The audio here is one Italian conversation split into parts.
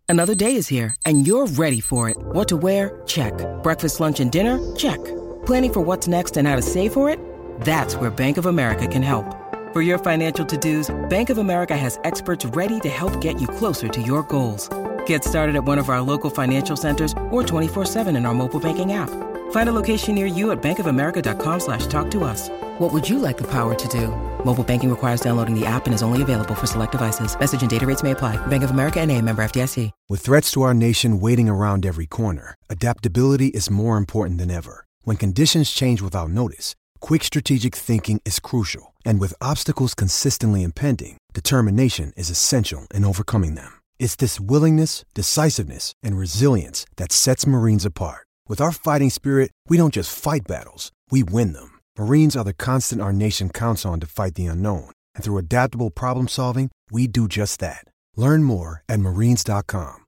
Another day is here, and you're ready for it. What to wear? Check. Breakfast, lunch, and dinner? Check. Planning for what's next and how to save for it? That's where Bank of America can help. For your financial to-dos, Bank of America has experts ready to help get you closer to your goals. Get started at one of our local financial centers or 24/7 in our mobile banking app. Find a location near you at bankofamerica.com/talktous. What would you like the power to do? Mobile banking requires downloading the app and is only available for select devices. Message and data rates may apply. Bank of America NA, member FDIC. With threats to our nation waiting around every corner, adaptability is more important than ever. When conditions change without notice, quick strategic thinking is crucial. And with obstacles consistently impending, determination is essential in overcoming them. It's this willingness, decisiveness, and resilience that sets Marines apart. With our fighting spirit, we don't just fight battles, we win them. Marines are the constant our nation counts on to fight the unknown. And through adaptable problem solving, we do just that. Learn more at marines.com.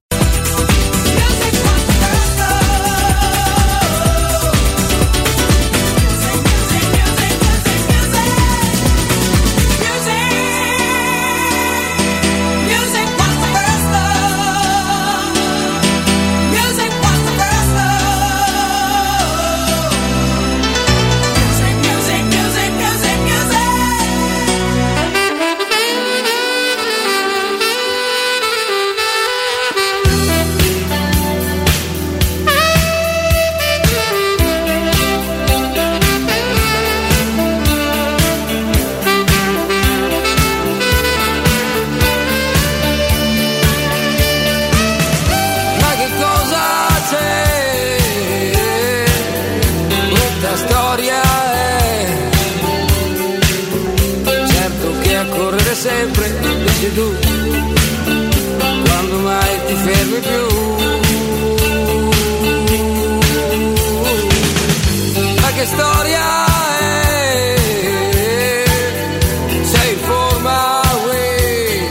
Sempre dici tu, quando mai ti fermi più? Ma che storia è? Sei in forma, uè.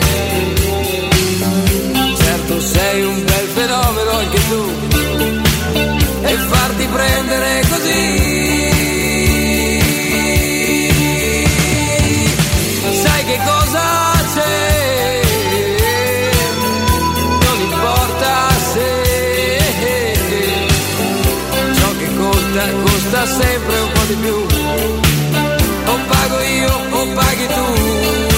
Certo sei un bel fenomeno anche tu, e farti prendere così. Che cosa c'è? Non importa se ciò che conta costa sempre un po' di più. O pago io o paghi tu.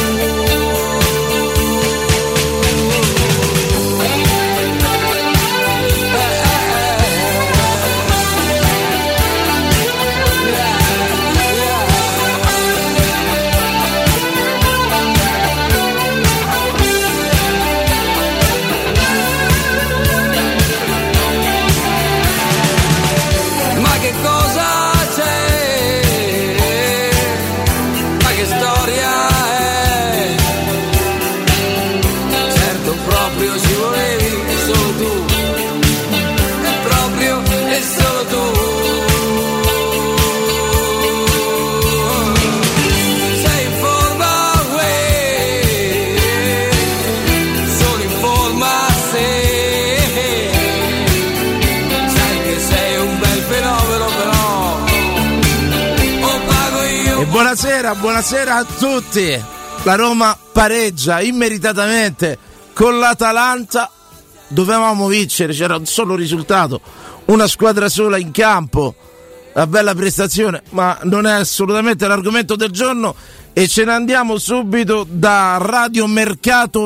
Buonasera a tutti. La Roma pareggia immeritatamente con l'Atalanta. Dovevamo vincere, c'era un solo risultato, una squadra sola in campo, una bella prestazione, ma non è assolutamente l'argomento del giorno. E ce ne andiamo subito da Radio Mercato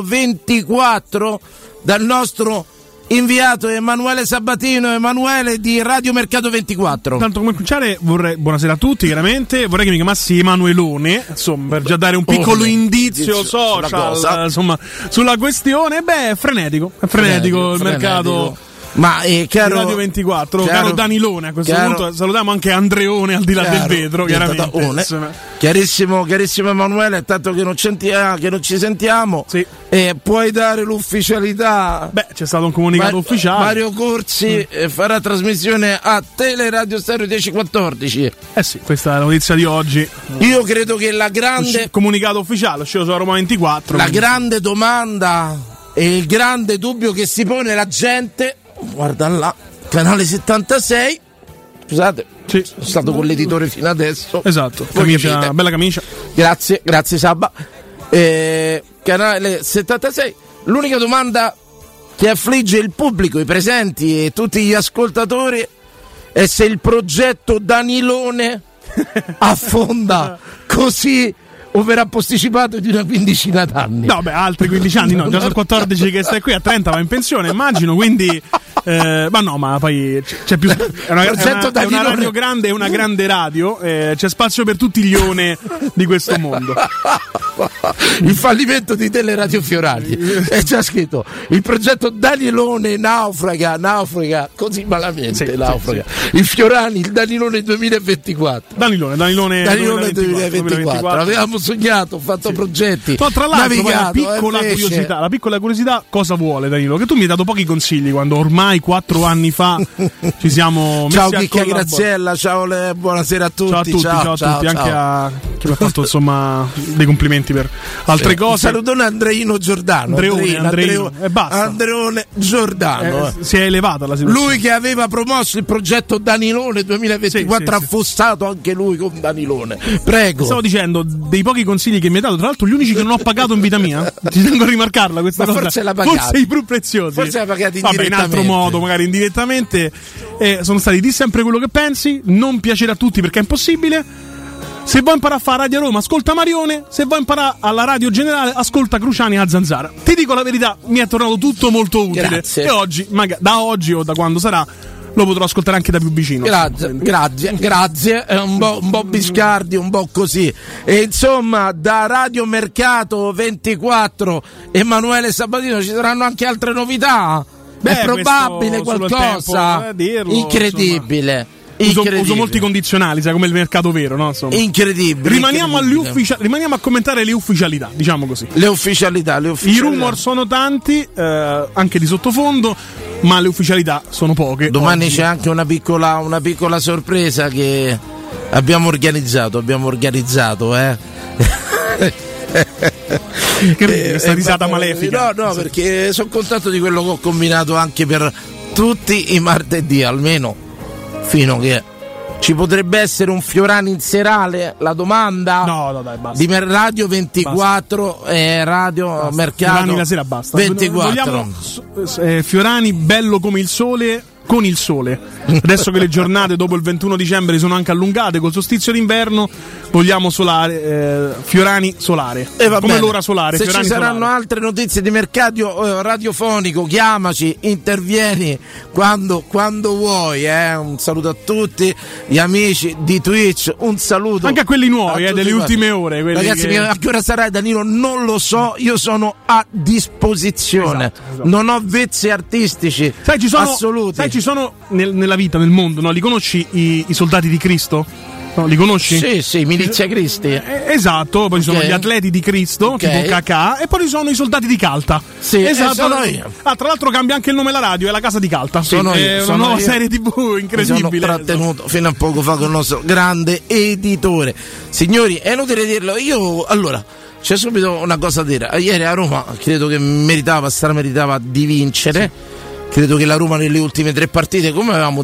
24, dal nostro inviato Emanuele Sabatino. Emanuele di Radio Mercato 24. Tanto come cominciare buonasera a tutti, chiaramente vorrei che mi chiamassi Emanuelone, insomma, per già dare un piccolo indizio social, insomma, sulla questione. Beh, è frenetico il mercato. Ma caro Radio 24, caro Danilone, a questo punto salutiamo anche Andreone al di là del vetro, chiaramente. Chiarissimo Emanuele, tanto che non ci sentiamo, sì. Puoi dare l'ufficialità? Beh, c'è stato un comunicato ufficiale. Mario Corsi farà trasmissione a Teleradio Stereo 1014. Sì, questa è la notizia di oggi. Io credo che la grande comunicato ufficiale uscito su Roma 24. La grande domanda e il grande dubbio che si pone la gente, guarda là, canale 76. Scusate, sì, sono stato con l'editore fino adesso. Esatto, camicia, bella camicia. Grazie Sabba. Canale 76. L'unica domanda che affligge il pubblico, i presenti e tutti gli ascoltatori è se il progetto Danilone affonda così o verrà posticipato di una quindicina d'anni. No, beh, altri 15 anni no, già sono 14 che stai qui, a 30 va in pensione, immagino, quindi ma no, ma poi c'è più, è una radio grande, è una grande radio, c'è spazio per tutti gli one di questo mondo. Il fallimento di Teleradio Fiorani è già scritto, il progetto Danilone naufraga così malamente, naufraga. Il Fiorani, il Danilone 2024. Danilone 2024. Avevamo sognato, fatto progetti. No, tra l'altro, la piccola curiosità, cosa vuole Danilo? Che tu mi hai dato pochi consigli quando ormai 4 anni fa ci siamo messi. Ciao Chicca Graziella, ciao, buonasera a tutti. Ciao a tutti, anche a chi mi ha fatto insomma dei complimenti per altre cose. Salutone Andreino Giordano. Andreino. E basta. Andreone Giordano. Si è elevata la situazione. Lui che aveva promosso il progetto Danilone 2024 ha affossato anche lui con Danilone. Prego. Stavo dicendo, dei pochi consigli che mi hai dato, tra l'altro gli unici che non ho pagato in vita mia, ci tengo a rimarcarla questa cosa. Forse l'ha pagata. Forse i più preziosi. Forse l'ha pagata indirettamente. In altro modo, magari indirettamente. Sono stati: di sempre quello che pensi, non piacere a tutti perché è impossibile. Se vuoi imparare a fare Radio Roma, ascolta Marione. Se vuoi imparare alla radio generale, ascolta Cruciani a Zanzara. Ti dico la verità, mi è tornato tutto molto utile. Grazie. E oggi, da oggi o da quando sarà, lo potrò ascoltare anche da più vicino. Grazie. È un po' Biscardi, un po' così. E insomma, da Radio Mercato 24, Emanuele Sabatino, ci saranno anche altre novità. È probabile qualcosa. Dirlo, incredibile. Insomma. Uso molti condizionali, sai, come il mercato vero, no? Insomma. Incredibile. Rimaniamo a commentare le ufficialità, diciamo così. Le ufficialità. I rumor sono tanti, anche di sottofondo, ma le ufficialità sono poche. Domani oggi c'è anche una piccola sorpresa che abbiamo organizzato, questa risata malefica. No, perché sono contento di quello che ho combinato anche per tutti i martedì, almeno fino che ci potrebbe essere un Fiorani in serale. La domanda dai, basta. Di Radio 24 e Radio basta. Mercato Fiorani la sera basta. 24. Vogliamo Fiorani bello come il sole, con il sole. Adesso che le giornate dopo il 21 dicembre sono anche allungate col solstizio d'inverno, vogliamo Fiorani solare, come bene. l'ora solare. Se Fiorani ci saranno solare. altre notizie di mercato radiofonico, chiamaci, intervieni quando vuoi. Un saluto a tutti gli amici di Twitch, un saluto anche a quelli nuovi delle ultime ore. Ragazzi, a che ora sarà Danilo? Non lo so, io sono a disposizione. Esatto. Non ho vezzi artistici. Sai, ci sono, assoluti. Sai, ci sono nella vita, nel mondo, no? Li conosci i soldati di Cristo? No, li conosci? Sì, Milizia Cristi. Esatto, poi ci sono gli atleti di Cristo, tipo Kakà, e poi ci sono i soldati di Calta. Sì, esatto. Sono io. Tra l'altro cambia anche il nome della radio, è la casa di Calta. È una nuova serie TV incredibile. Mi sono trattenuto fino a poco fa con il nostro grande editore. Signori, è inutile dirlo, c'è subito una cosa da dire. Ieri a Roma credo che meritava di vincere. Credo che la Roma nelle ultime 3 partite, come avevamo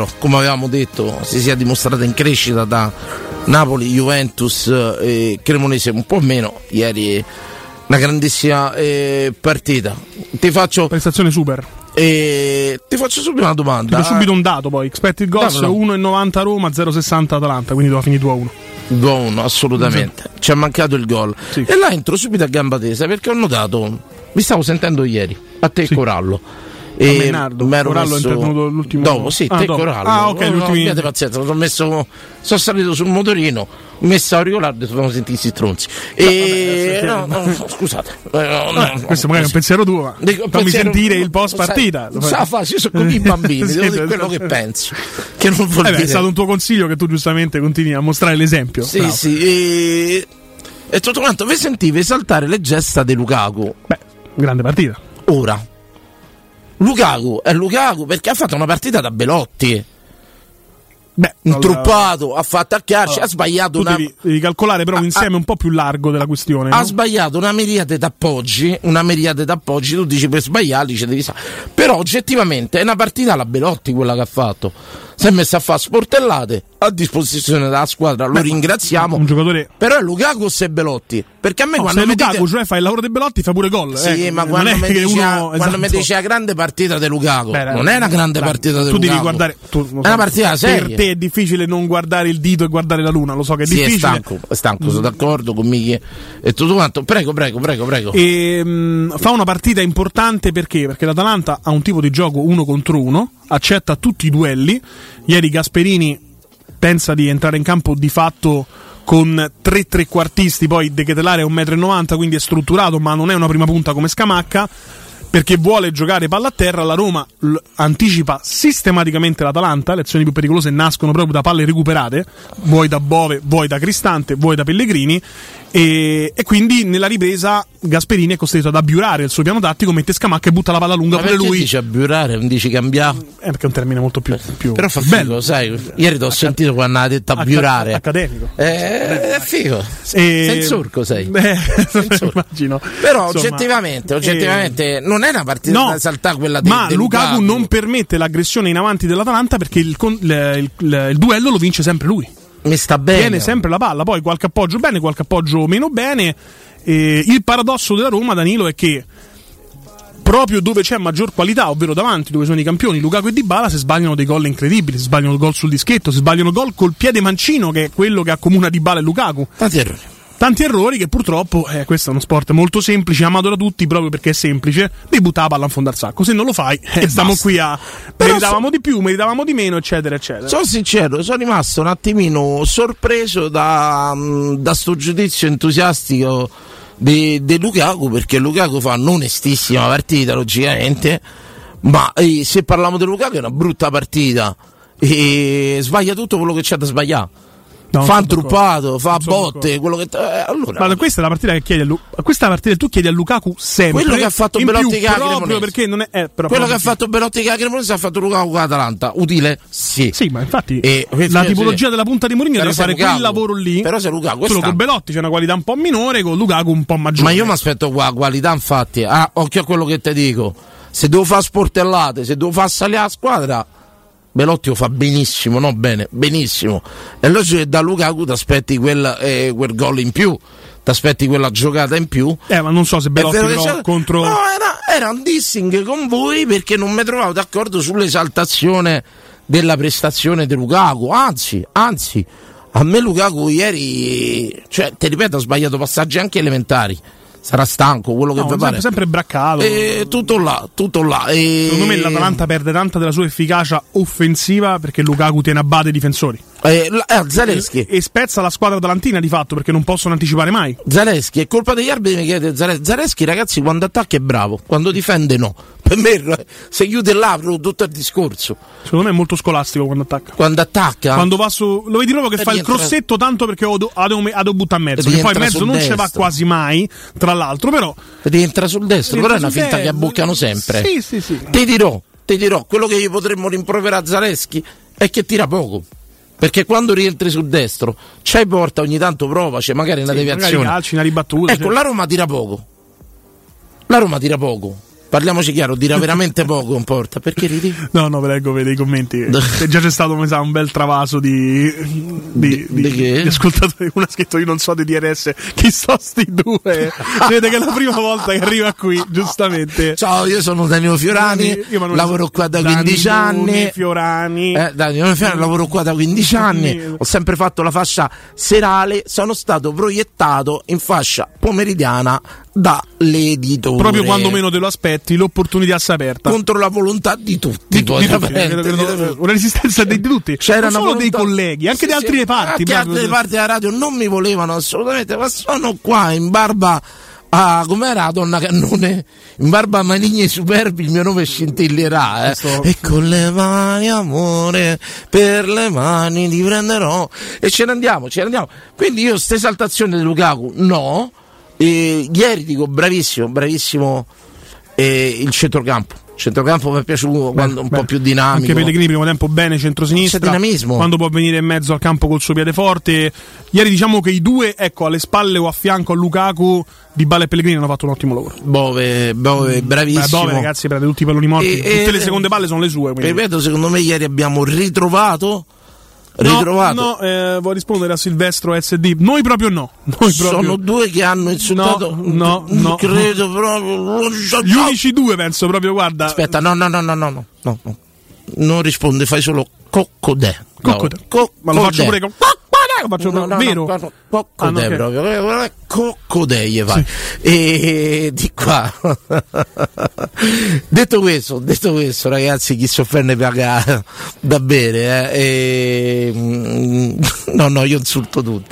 detto, si sia dimostrata in crescita da Napoli, Juventus e Cremonese un po' meno. Ieri una grandissima partita. Prestazione super. Ti faccio subito una domanda. Ti do subito un dato poi. Expected goals 1,90 Roma, 0,60 Atalanta, quindi doveva finire 2-1. 2-1, assolutamente. Sì. Ci è mancato il gol. Sì. E là entro subito a gamba tesa perché ho notato, vi stavo sentendo ieri, a te Corallo. E Corallo è intervenuto l'ultimo dopo, Corallo. Ok, abbiate pazienza, sono salito sul motorino, ho messo auricolare e dobbiamo sentirsi stronzi. Scusate. Questo magari è un pensiero tuo, fammi sentire il post partita. Io sono con i bambini, devo dire quello che penso. Che non vuol dire. È stato un tuo consiglio che tu giustamente continui a mostrare l'esempio. Sì. E tutto quanto, vi sentivi esaltare le gesta di Lukaku. Grande partita. Ora Lukaku è Lukaku perché ha fatto una partita da Belotti. Intruppato, ha fatto attaccarci, ha sbagliato devi calcolare però l'insieme un po' più largo della questione. Ha sbagliato una miriade d'appoggi, tu dici per sbagliarli ci devi però oggettivamente è una partita alla Belotti quella che ha fatto. Si è messa a fare sportellate a disposizione della squadra, lo ringraziamo. Un giocatore, però è Lukaku e Belotti, perché a me quando se mi Lukaku cioè fa il lavoro di Belotti fa pure gol. Sì, ma quando mi dice la grande partita di Lukaku, non è una grande partita di Lukaku. Tu devi guardare, è una partita seria. Per te è difficile non guardare il dito e guardare la luna, lo so che è difficile. È stanco, sono d'accordo con Michi e tutto quanto. Prego. E fa una partita importante perché l'Atalanta ha un tipo di gioco 1 contro 1, accetta tutti i duelli. Ieri Gasperini pensa di entrare in campo di fatto con 3 trequartisti, poi De Ketelare è 1,90 m, quindi è strutturato, ma non è una prima punta come Scamacca, perché vuole giocare palla a terra. La Roma anticipa sistematicamente l'Atalanta, le azioni più pericolose nascono proprio da palle recuperate, vuoi da Bove, vuoi da Cristante, vuoi da Pellegrini, e quindi nella ripresa Gasperini è costretto ad abbiurare il suo piano tattico, mette Scamacca e butta la palla lunga. Ma pure lui dice abbiurare, non dici cambiare? Perché è un termine molto più però fa bello, figo, sai, ieri ti ho sentito quando ha detto abbiurare, accademico, è figo, sei surco, sei immagino. Però oggettivamente non è una partita da saltare quella ma di Lukaku non permette l'aggressione in avanti dell'Atalanta, perché il duello lo vince sempre lui. Mi sta bene. Tiene sempre la palla, poi qualche appoggio bene, qualche appoggio meno bene. Il paradosso della Roma, Danilo, è che proprio dove c'è maggior qualità, ovvero davanti, dove sono i campioni Lukaku e Dybala, si sbagliano dei gol incredibili, si sbagliano il gol sul dischetto, si sbagliano gol col piede mancino, che è quello che accomuna Dybala e Lukaku. Tanti errori che purtroppo, questo è uno sport molto semplice, amato da tutti, proprio perché è semplice, devi buttare la palla in fondo al sacco. Se non lo fai, stiamo qui a meritavamo di più, meritavamo di meno, eccetera, eccetera. Sono sincero, sono rimasto un attimino sorpreso da sto giudizio entusiastico di Lukaku, perché Lukaku fa un'onestissima partita, logicamente, ma se parliamo di Lukaku è una brutta partita e sbaglia tutto quello che c'è da sbagliare. No, fa un truppato, fa botte, quello che allora. Ma questa è la partita che chiedi questa è la partita che tu chiedi a Lukaku sempre. Quello che ha fatto Belotti proprio perché non è quello che ha fatto Belotti che ha Cremonese ha fatto Lukaku con l'Atalanta. Utile? Sì, ma infatti la tipologia della punta di Mourinho deve fare Lukaku, quel lavoro lì. Però se Lukaku solo con Belotti c'è una qualità un po' minore, con Lukaku un po' maggiore. Ma io mi aspetto qua qualità, infatti. Occhio a quello che ti dico. Se devo fare sportellate, se devo far salire la squadra, Belotti lo fa benissimo, no bene, benissimo. E allora da Lukaku ti aspetti quel gol in più, ti aspetti quella giocata in più. Ma non so se Belotti però contro. No, era un dissing con voi, perché non mi trovavo d'accordo sull'esaltazione della prestazione di Lukaku. Anzi, a me Lukaku ieri, cioè, ti ripeto, ha sbagliato passaggi anche elementari. Sarà stanco, quello che vi pare. Sempre braccato. Tutto là. Secondo me l'Atalanta perde tanta della sua efficacia offensiva perché Lukaku tiene a bade i difensori. Zaleschi. E spezza la squadra atalantina di fatto, perché non possono anticipare mai. Zaleschi, è colpa degli arbitri, mi chiede Zaleschi, ragazzi, quando attacca è bravo, quando difende no. Per me se chiude là tutto il discorso. Secondo me è molto scolastico quando attacca. Quando va su, lo vedi proprio che fa il crossetto tanto perché devo buttare a mezzo, che poi in mezzo non ci va quasi mai, tra l'altro, però rientra sul destro, però è una finta che abboccano sempre. Sì. Ti dirò, quello che gli potremmo rimproverare a Zaleschi è che tira poco. Perché quando rientri sul destro c'hai porta, ogni tanto prova, c'è magari una deviazione, magari calci, una ribattuta. Ecco, la Roma tira poco. Parliamoci chiaro, dirà veramente poco in porta. Perché ridi? No, ve leggo dei commenti. Già c'è stato, mi sa, un bel travaso di ascoltatori. Uno ha scritto: io non so di DRS, chi so sti due. Vedete che è la prima volta che arriva qui, giustamente. Ciao, io sono Danilo Fiorani, lavoro qua da 15 anni. Danilo Fiorani, lavoro qua da 15 anni. Ho sempre fatto la fascia serale, sono stato proiettato in fascia pomeridiana dall'editore. Proprio quando meno te lo aspetti, l'opportunità si è aperta. Contro la volontà di tutti. Una resistenza di tutti. C'era non solo dei colleghi, anche di altre parti. Anche altre parti della radio non mi volevano assolutamente, ma sono qua in barba a, com'era la donna Cannone? In barba a maligni e superbi il mio nome scintillerà. E con le mani, amore, per le mani ti prenderò. E ce ne andiamo. Quindi io stessa esaltazione di Lukaku no. Ieri dico bravissimo il centrocampo mi è piaciuto, quando un po' più dinamico. Anche Pellegrini primo tempo bene, centrosinistra, c'è dinamismo, quando può venire in mezzo al campo col suo piede forte. Ieri diciamo che i due, ecco, alle spalle o a fianco a Lukaku, Dybala e Pellegrini hanno fatto un ottimo lavoro. Bove bravissimo. Bove, ragazzi, prende tutti i palloni morti, tutte le seconde palle sono le sue, quindi. Ripeto, secondo me ieri abbiamo ritrovato ritrovato. Vuoi rispondere a Silvestro SD? Noi proprio no. Sono due che hanno insultato. No. Credo proprio. Gli unici due, penso proprio, guarda. Aspetta, no. Non risponde, fai solo coccodè. Ma lo faccio pure con. Lo faccio vero? Coccodè proprio. Coccodè gli fai. Sì. E di qua. detto questo, ragazzi, chi si offende paga da bere. No, io insulto tutti.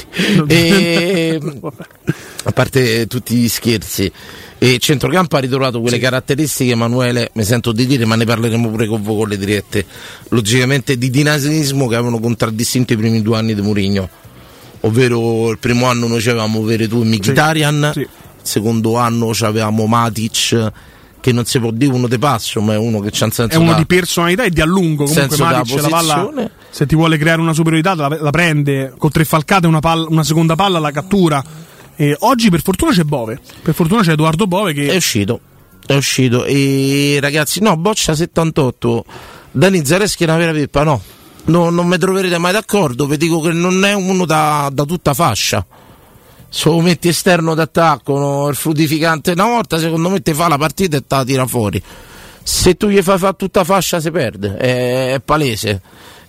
A parte tutti gli scherzi. E centrocampo ha ritrovato quelle caratteristiche, Emanuele, mi sento di dire, ma ne parleremo pure con voi con le dirette, logicamente di dinasismo che avevano contraddistinto i primi 2 anni di Mourinho, ovvero il primo anno noi avevamo Veretù e Mkhitaryan, il secondo anno avevamo Matic, che non si può dire uno di passo, ma è uno che c'ha un senso, è uno di personalità e di allungo. Comunque Matic la palla, se ti vuole creare una superiorità la prende con 3 falcate, una seconda palla la cattura. E oggi per fortuna c'è Bove, per fortuna c'è Edoardo Bove che è uscito e ragazzi, no, Boccia 78, Dani Zaleschi è una vera pippa, no, non mi troverete mai d'accordo, vi dico che non è uno da tutta fascia, se lo metti esterno d'attacco, no, il fruttificante una volta, secondo me ti fa la partita e te la tira fuori, se tu gli fai fare tutta fascia si perde, è palese,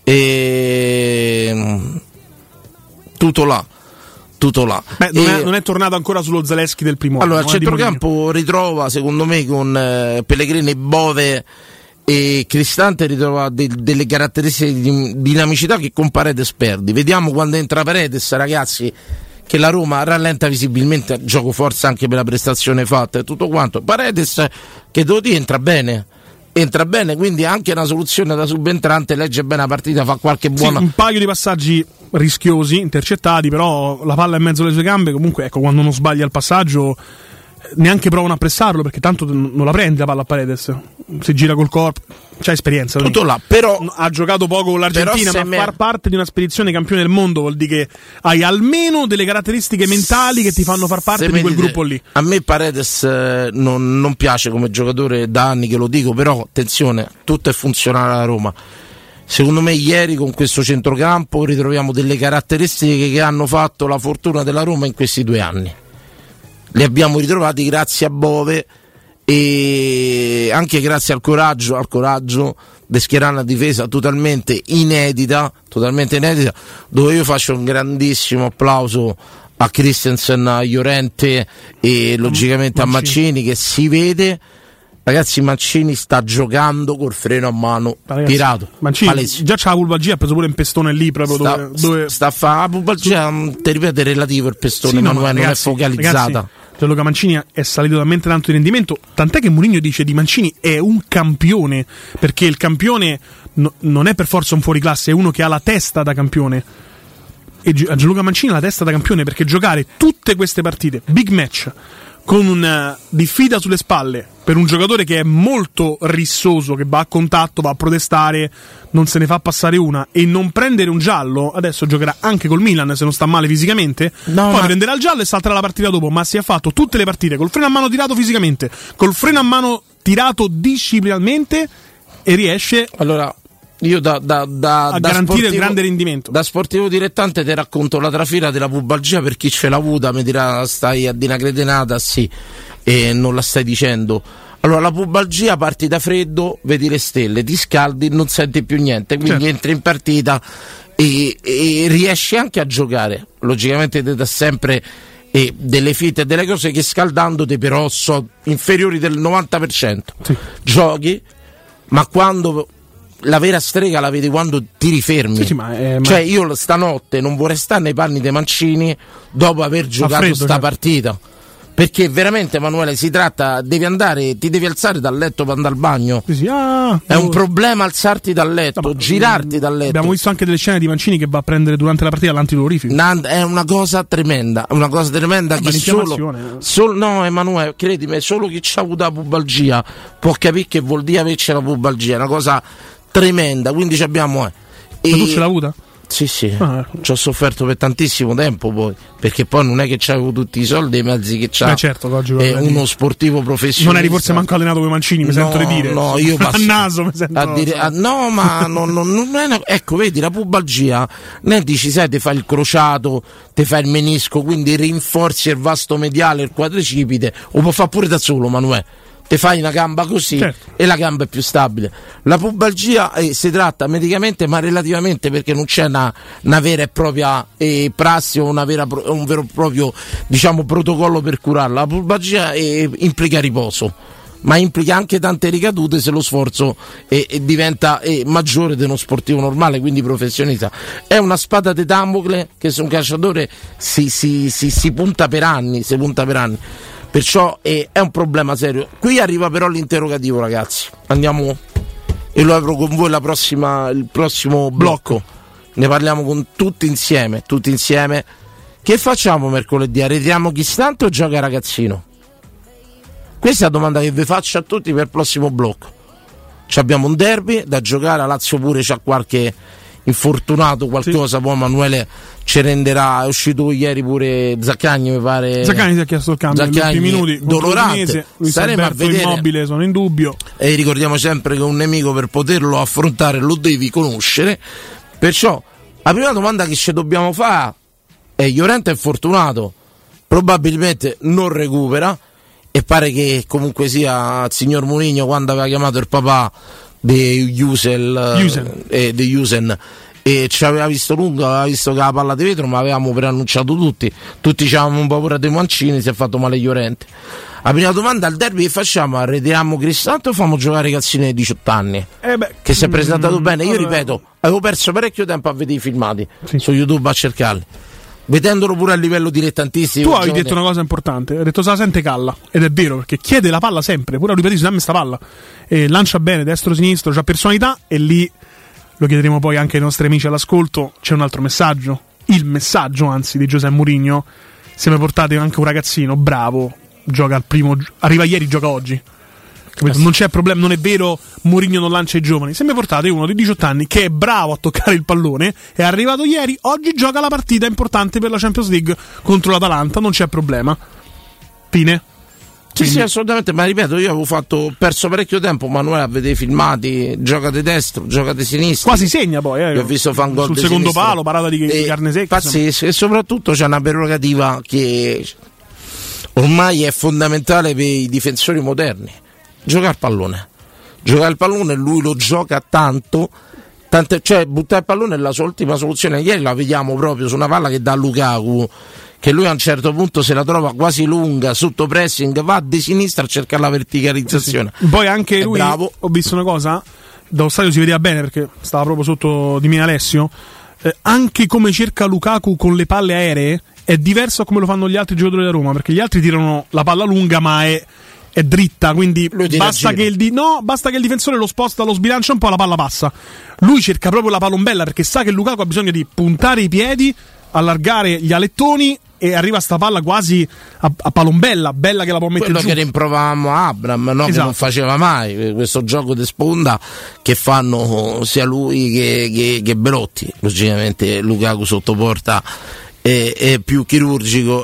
tutto là. Beh, non è tornato ancora sullo Zaleschi del primo anno. Allora, il centrocampo ritrova, secondo me, con Pellegrini, Bove e Cristante, ritrova delle caratteristiche di dinamicità che con Paredes perdi. Vediamo quando entra Paredes, ragazzi, che la Roma rallenta visibilmente, gioco forza anche per la prestazione fatta e tutto quanto. Paredes, che devo dire, entra bene, quindi anche una soluzione da subentrante, legge bene la partita, fa qualche buona. Sì, un paio di passaggi rischiosi, intercettati, però la palla è in mezzo alle sue gambe, comunque ecco, quando non sbaglia il passaggio neanche provano a pressarlo, perché tanto non la prende la palla a Paredes, si gira col corpo, c'ha esperienza. Tutto là, però ha giocato poco con l'Argentina, ma far parte di una spedizione campione del mondo vuol dire che hai almeno delle caratteristiche mentali che ti fanno far parte di quel gruppo lì. A me Paredes non piace come giocatore, da anni che lo dico, però attenzione, tutto è funzionale alla Roma. Secondo me ieri con questo centrocampo ritroviamo delle caratteristiche che hanno fatto la fortuna della Roma in questi 2 anni. Li abbiamo ritrovati grazie a Bove e anche grazie al coraggio di schierare una difesa totalmente inedita, dove io faccio un grandissimo applauso a Christensen, a Llorente e logicamente a Mancini, che si vede. Ragazzi, Mancini sta giocando col freno a mano tirato. Mancini palese. Già c'ha la pubalgia, ha preso pure un pestone lì proprio dove sta a fare la pubalgia, ti ripeto, è relativo il pestone, ma non è focalizzata. Ragazzi, Gianluca Mancini è salito talmente tanto di rendimento, tant'è che Mourinho dice di Mancini è un campione, perché il campione non è per forza un fuoriclasse, è uno che ha la testa da campione. E Gianluca Mancini ha la testa da campione, perché giocare tutte queste partite, big match, con una diffida sulle spalle per un giocatore che è molto rissoso, che va a contatto, va a protestare, non se ne fa passare una, e non prendere un giallo. Adesso giocherà anche col Milan se non sta male fisicamente, poi prenderà il giallo e salterà la partita dopo, ma si è fatto tutte le partite col freno a mano tirato fisicamente, col freno a mano tirato disciplinarmente, e riesce io da garantire sportivo, il grande rendimento. Da sportivo dilettante ti racconto la trafila della pubalgia, per chi ce l'ha avuta mi dirà stai a di una cretinata, sì, e non la stai dicendo. Allora, la pubalgia, parti da freddo, vedi le stelle, ti scaldi, non senti più niente, quindi entri in partita e riesci anche a giocare. Logicamente ti dà sempre delle fitte e delle cose che scaldandoti però sono inferiori del 90%. Sì. Giochi, ma quando la vera strega la vedi quando ti rifermi. Cioè, io stanotte non vorrei stare nei panni dei Mancini dopo aver giocato sta partita, perché veramente, Emanuele, si tratta, ti devi alzare dal letto per andare al bagno. È un problema alzarti dal letto, girarti dal letto. Abbiamo visto anche delle scene di Mancini che va a prendere durante la partita l'antidolorifico. È una cosa tremenda, che solo no, Emanuele, credimi, solo chi c'ha avuto la pubalgia può capire che vuol dire averci la pubalgia, è una cosa tremenda, quindi abbiamo Ma tu ce l'hai avuta? Sì, ci ho sofferto per tantissimo tempo poi, perché poi non è che c'avevo tutti i soldi e i mezzi che c'ha. Certo, uno sportivo professionista. Non eri forse manco allenato come Mancini, mi sento di dire. No, io passo a naso mi sento a dire, no, ma non è ecco, vedi, la pubalgia, ne dici, sai, ti fai il crociato, ti fai il menisco, quindi rinforzi il vasto mediale, il quadricipite, o può fare pure da solo, Manuè. Te fai una gamba così, certo, e la gamba è più stabile. La pubalgia si tratta medicamente, ma relativamente, perché non c'è una vera e propria prassi o un vero e proprio, diciamo, protocollo per curarla. La pubalgia implica riposo, ma implica anche tante ricadute se lo sforzo diventa maggiore di uno sportivo normale, quindi professionista. È una spada di Damocle che su un calciatore si punta per anni, perciò è un problema serio. Qui arriva però l'interrogativo, ragazzi. Andiamo e lo apro con voi il prossimo blocco. Ne parliamo con tutti insieme. Che facciamo mercoledì? Arrediamo Cristante o gioca ragazzino? Questa è la domanda che vi faccio a tutti per il prossimo blocco. Abbiamo un derby da giocare, a Lazio pure c'ha qualche infortunato, qualcosa, sì. Poi Emanuele ci renderà. È uscito ieri pure Zaccagni, mi pare. Zaccagni si è chiesto il cambio negli ultimi minuti, dolorante. Saremo a vedere. Immobile sono in dubbio, e ricordiamo sempre che un nemico, per poterlo affrontare, lo devi conoscere. Perciò la prima domanda che ci dobbiamo fare è: Llorente è fortunato, probabilmente non recupera, e pare che comunque sia il signor Mourinho, quando aveva chiamato il papà di Jusen e ci aveva visto lungo, aveva visto che la palla di vetro, ma avevamo preannunciato tutti avevamo un po' paura dei Mancini, si è fatto male Llorente. La prima domanda al derby che facciamo: arrediamo Cristante o famo giocare Cazzini di 18 anni che si è presentato bene? Io ripeto, avevo perso parecchio tempo a vedere i filmati su YouTube, a cercarli, vedendolo pure a livello dilettantistico. Tu hai detto una cosa importante, hai detto se la sente Calla, ed è vero, perché chiede la palla sempre, pure a ripetito, dammi sta palla, e lancia bene destro-sinistro, c'ha personalità, e lì lo chiederemo poi anche ai nostri amici all'ascolto. C'è un altro messaggio, il messaggio anzi di Giuseppe Mourinho: se mi portate anche un ragazzino bravo, gioca al primo, arriva ieri, gioca oggi. Non c'è problema, non è vero Mourinho non lancia i giovani. Se mi portate uno di 18 anni che è bravo a toccare il pallone, è arrivato ieri, oggi gioca la partita importante per la Champions League contro l'Atalanta, non c'è problema. Fine. Sì, assolutamente, ma ripeto, io avevo perso parecchio tempo, Manuele, a vedere i filmati, gioca di destro, gioca di sinistra. Quasi segna poi, Io ho visto fan gol sul secondo sinistra. Palo, parata di carne secca. Pazzesco, e soprattutto c'è una prerogativa che ormai è fondamentale per i difensori moderni: giocare il pallone, lui lo gioca tanto, cioè buttare il pallone è la sua ultima soluzione. Ieri la vediamo proprio su una palla che dà Lukaku, che lui a un certo punto se la trova quasi lunga sotto pressing, va di sinistra a cercare la verticalizzazione. Sì. Poi anche lui, bravo. Ho visto una cosa, dallo stadio si vedeva bene perché stava proprio sotto di me Alessio, anche come cerca Lukaku con le palle aeree è diverso da come lo fanno gli altri giocatori da Roma, perché gli altri tirano la palla lunga ma è dritta, quindi basta che il difensore lo sposta, lo sbilancia un po', la palla passa. Lui cerca proprio la palombella, perché sa che Lukaku ha bisogno di puntare i piedi, allargare gli alettoni, e arriva sta palla quasi a palombella, bella che la può mettere giù. Quello che rimprovavamo Abram, no? Esatto. Che non faceva mai questo gioco di sponda che fanno sia lui che Belotti. Logicamente Lukaku sotto porta è più chirurgico.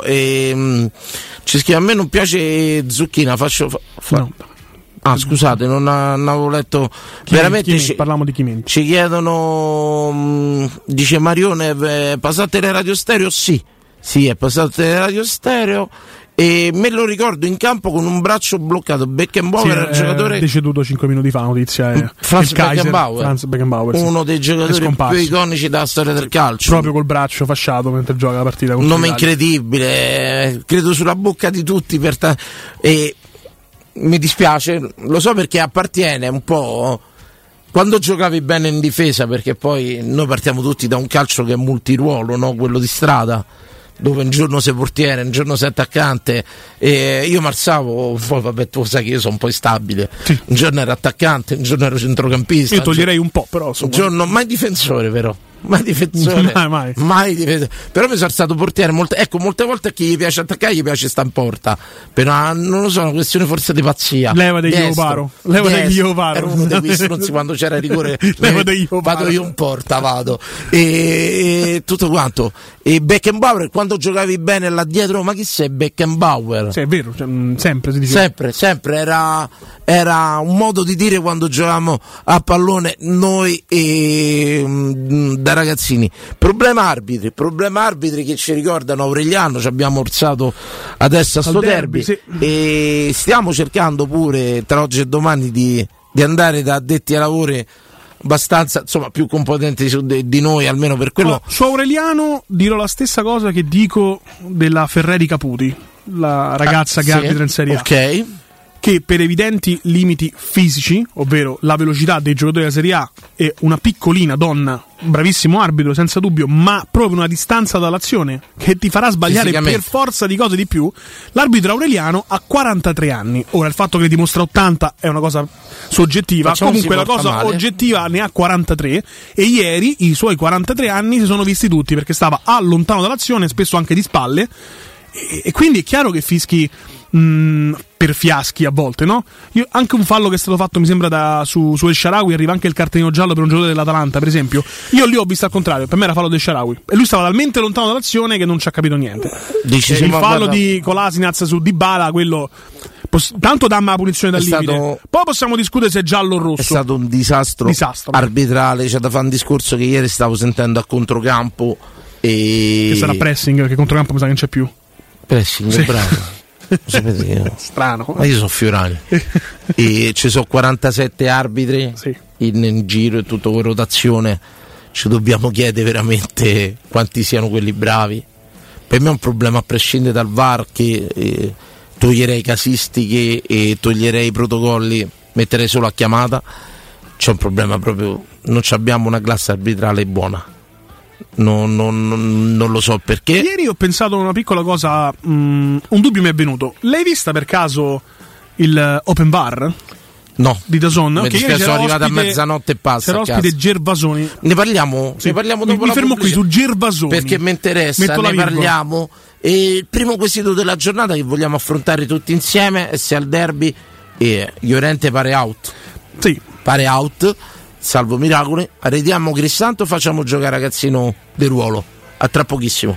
Ci scrive: a me non piace Zucchina, no. Ah, scusate, non avevo letto. Veramente parliamo di Chimenti. Ci chiedono, dice Marione, passate le radio stereo? Sì, è passato le radio stereo, e me lo ricordo in campo con un braccio bloccato. Beckenbauer era il giocatore deceduto 5 minuti fa, notizia è Franz Beckenbauer, sì. Uno dei giocatori più iconici della storia del calcio, proprio col braccio fasciato mentre gioca la partita. Un nome incredibile, credo sulla bocca di tutti, e mi dispiace, lo so, perché appartiene un po' quando giocavi bene in difesa, perché poi noi partiamo tutti da un calcio che è multiruolo, no? Quello di strada, dove un giorno sei portiere, un giorno sei attaccante, e io marsavo, poi vabbè, tu sai che io sono un po' instabile, sì. Un giorno ero attaccante, un giorno ero centrocampista, io toglierei un po', però un giorno mai difensore, però mai difensore, mai. Difensore. Però mi sono stato portiere molte volte a chi gli piace attaccare gli piace sta in porta, però non lo so, è una questione forse di pazzia. Leva degli Iovaro era uno di questi stronzi quando c'era rigore vado io in porta, vado e tutto quanto. E Beckenbauer, quando giocavi bene là dietro, ma chi sei Beckenbauer? Sì, è vero, sempre si dice. Sempre era un modo di dire quando giocavamo a pallone noi da ragazzini. Problema arbitri che ci ricordano Aureliano, ci abbiamo orsato adesso a sto derby, sì. E stiamo cercando pure tra oggi e domani di andare da addetti ai lavori abbastanza, insomma, più competenti di noi, almeno per quello. Su Aureliano dirò la stessa cosa che dico della Ferreri Caputi, la ragazza che arbitra in Serie A. Ok. Che per evidenti limiti fisici, ovvero la velocità dei giocatori della Serie A, e una piccolina donna, bravissimo arbitro senza dubbio, ma proprio una distanza dall'azione che ti farà sbagliare per forza di cose di più, l'arbitro Aureliano ha 43 anni. Ora, il fatto che ne dimostra 80 è una cosa soggettiva, comunque la cosa oggettiva ne ha 43, e ieri i suoi 43 anni si sono visti tutti, perché stava lontano dall'azione, spesso anche di spalle, e quindi è chiaro che fischi per fiaschi a volte, no? Anche un fallo che è stato fatto, mi sembra, su El Shaarawy, arriva anche il cartellino giallo per un giocatore dell'Atalanta, per esempio. Io lì ho visto al contrario, per me era fallo del Shaarawy, e lui stava talmente lontano dall'azione che non ci ha capito niente. Il fallo di Kolasinac su Dybala, quello tanto damma la punizione dal limite, poi possiamo discutere se è giallo o rosso. È stato un disastro arbitrale. C'è da fare un discorso che ieri stavo sentendo a controcampo, che sarà pressing, perché controcampo mi sa che non c'è più pressing, sì. Bravo. Sapete che strano, ma io sono Fiorani e ci sono 47 arbitri, sì, in giro, e tutto con rotazione. Ci dobbiamo chiedere veramente quanti siano quelli bravi. Per me è un problema a prescindere dal VAR, che toglierei casistiche e toglierei i protocolli, metterei solo a chiamata. C'è un problema proprio, non abbiamo una classe arbitrale buona. Non lo so perché. Ieri ho pensato a una piccola cosa, un dubbio mi è venuto. L'hai vista per caso il Open Bar? No, di DAZN? Okay, ieri sono arrivata a mezzanotte e passa. C'era ospite Gervasoni. Ne parliamo dopo. Mi fermo qui su Gervasoni perché mi interessa. Ne parliamo. E il primo quesito della giornata che vogliamo affrontare tutti insieme è se al derby Llorente pare out. Sì, pare out. Salvo miracoli, arrediamo Crisanto, facciamo giocare ragazzino del ruolo. A tra pochissimo.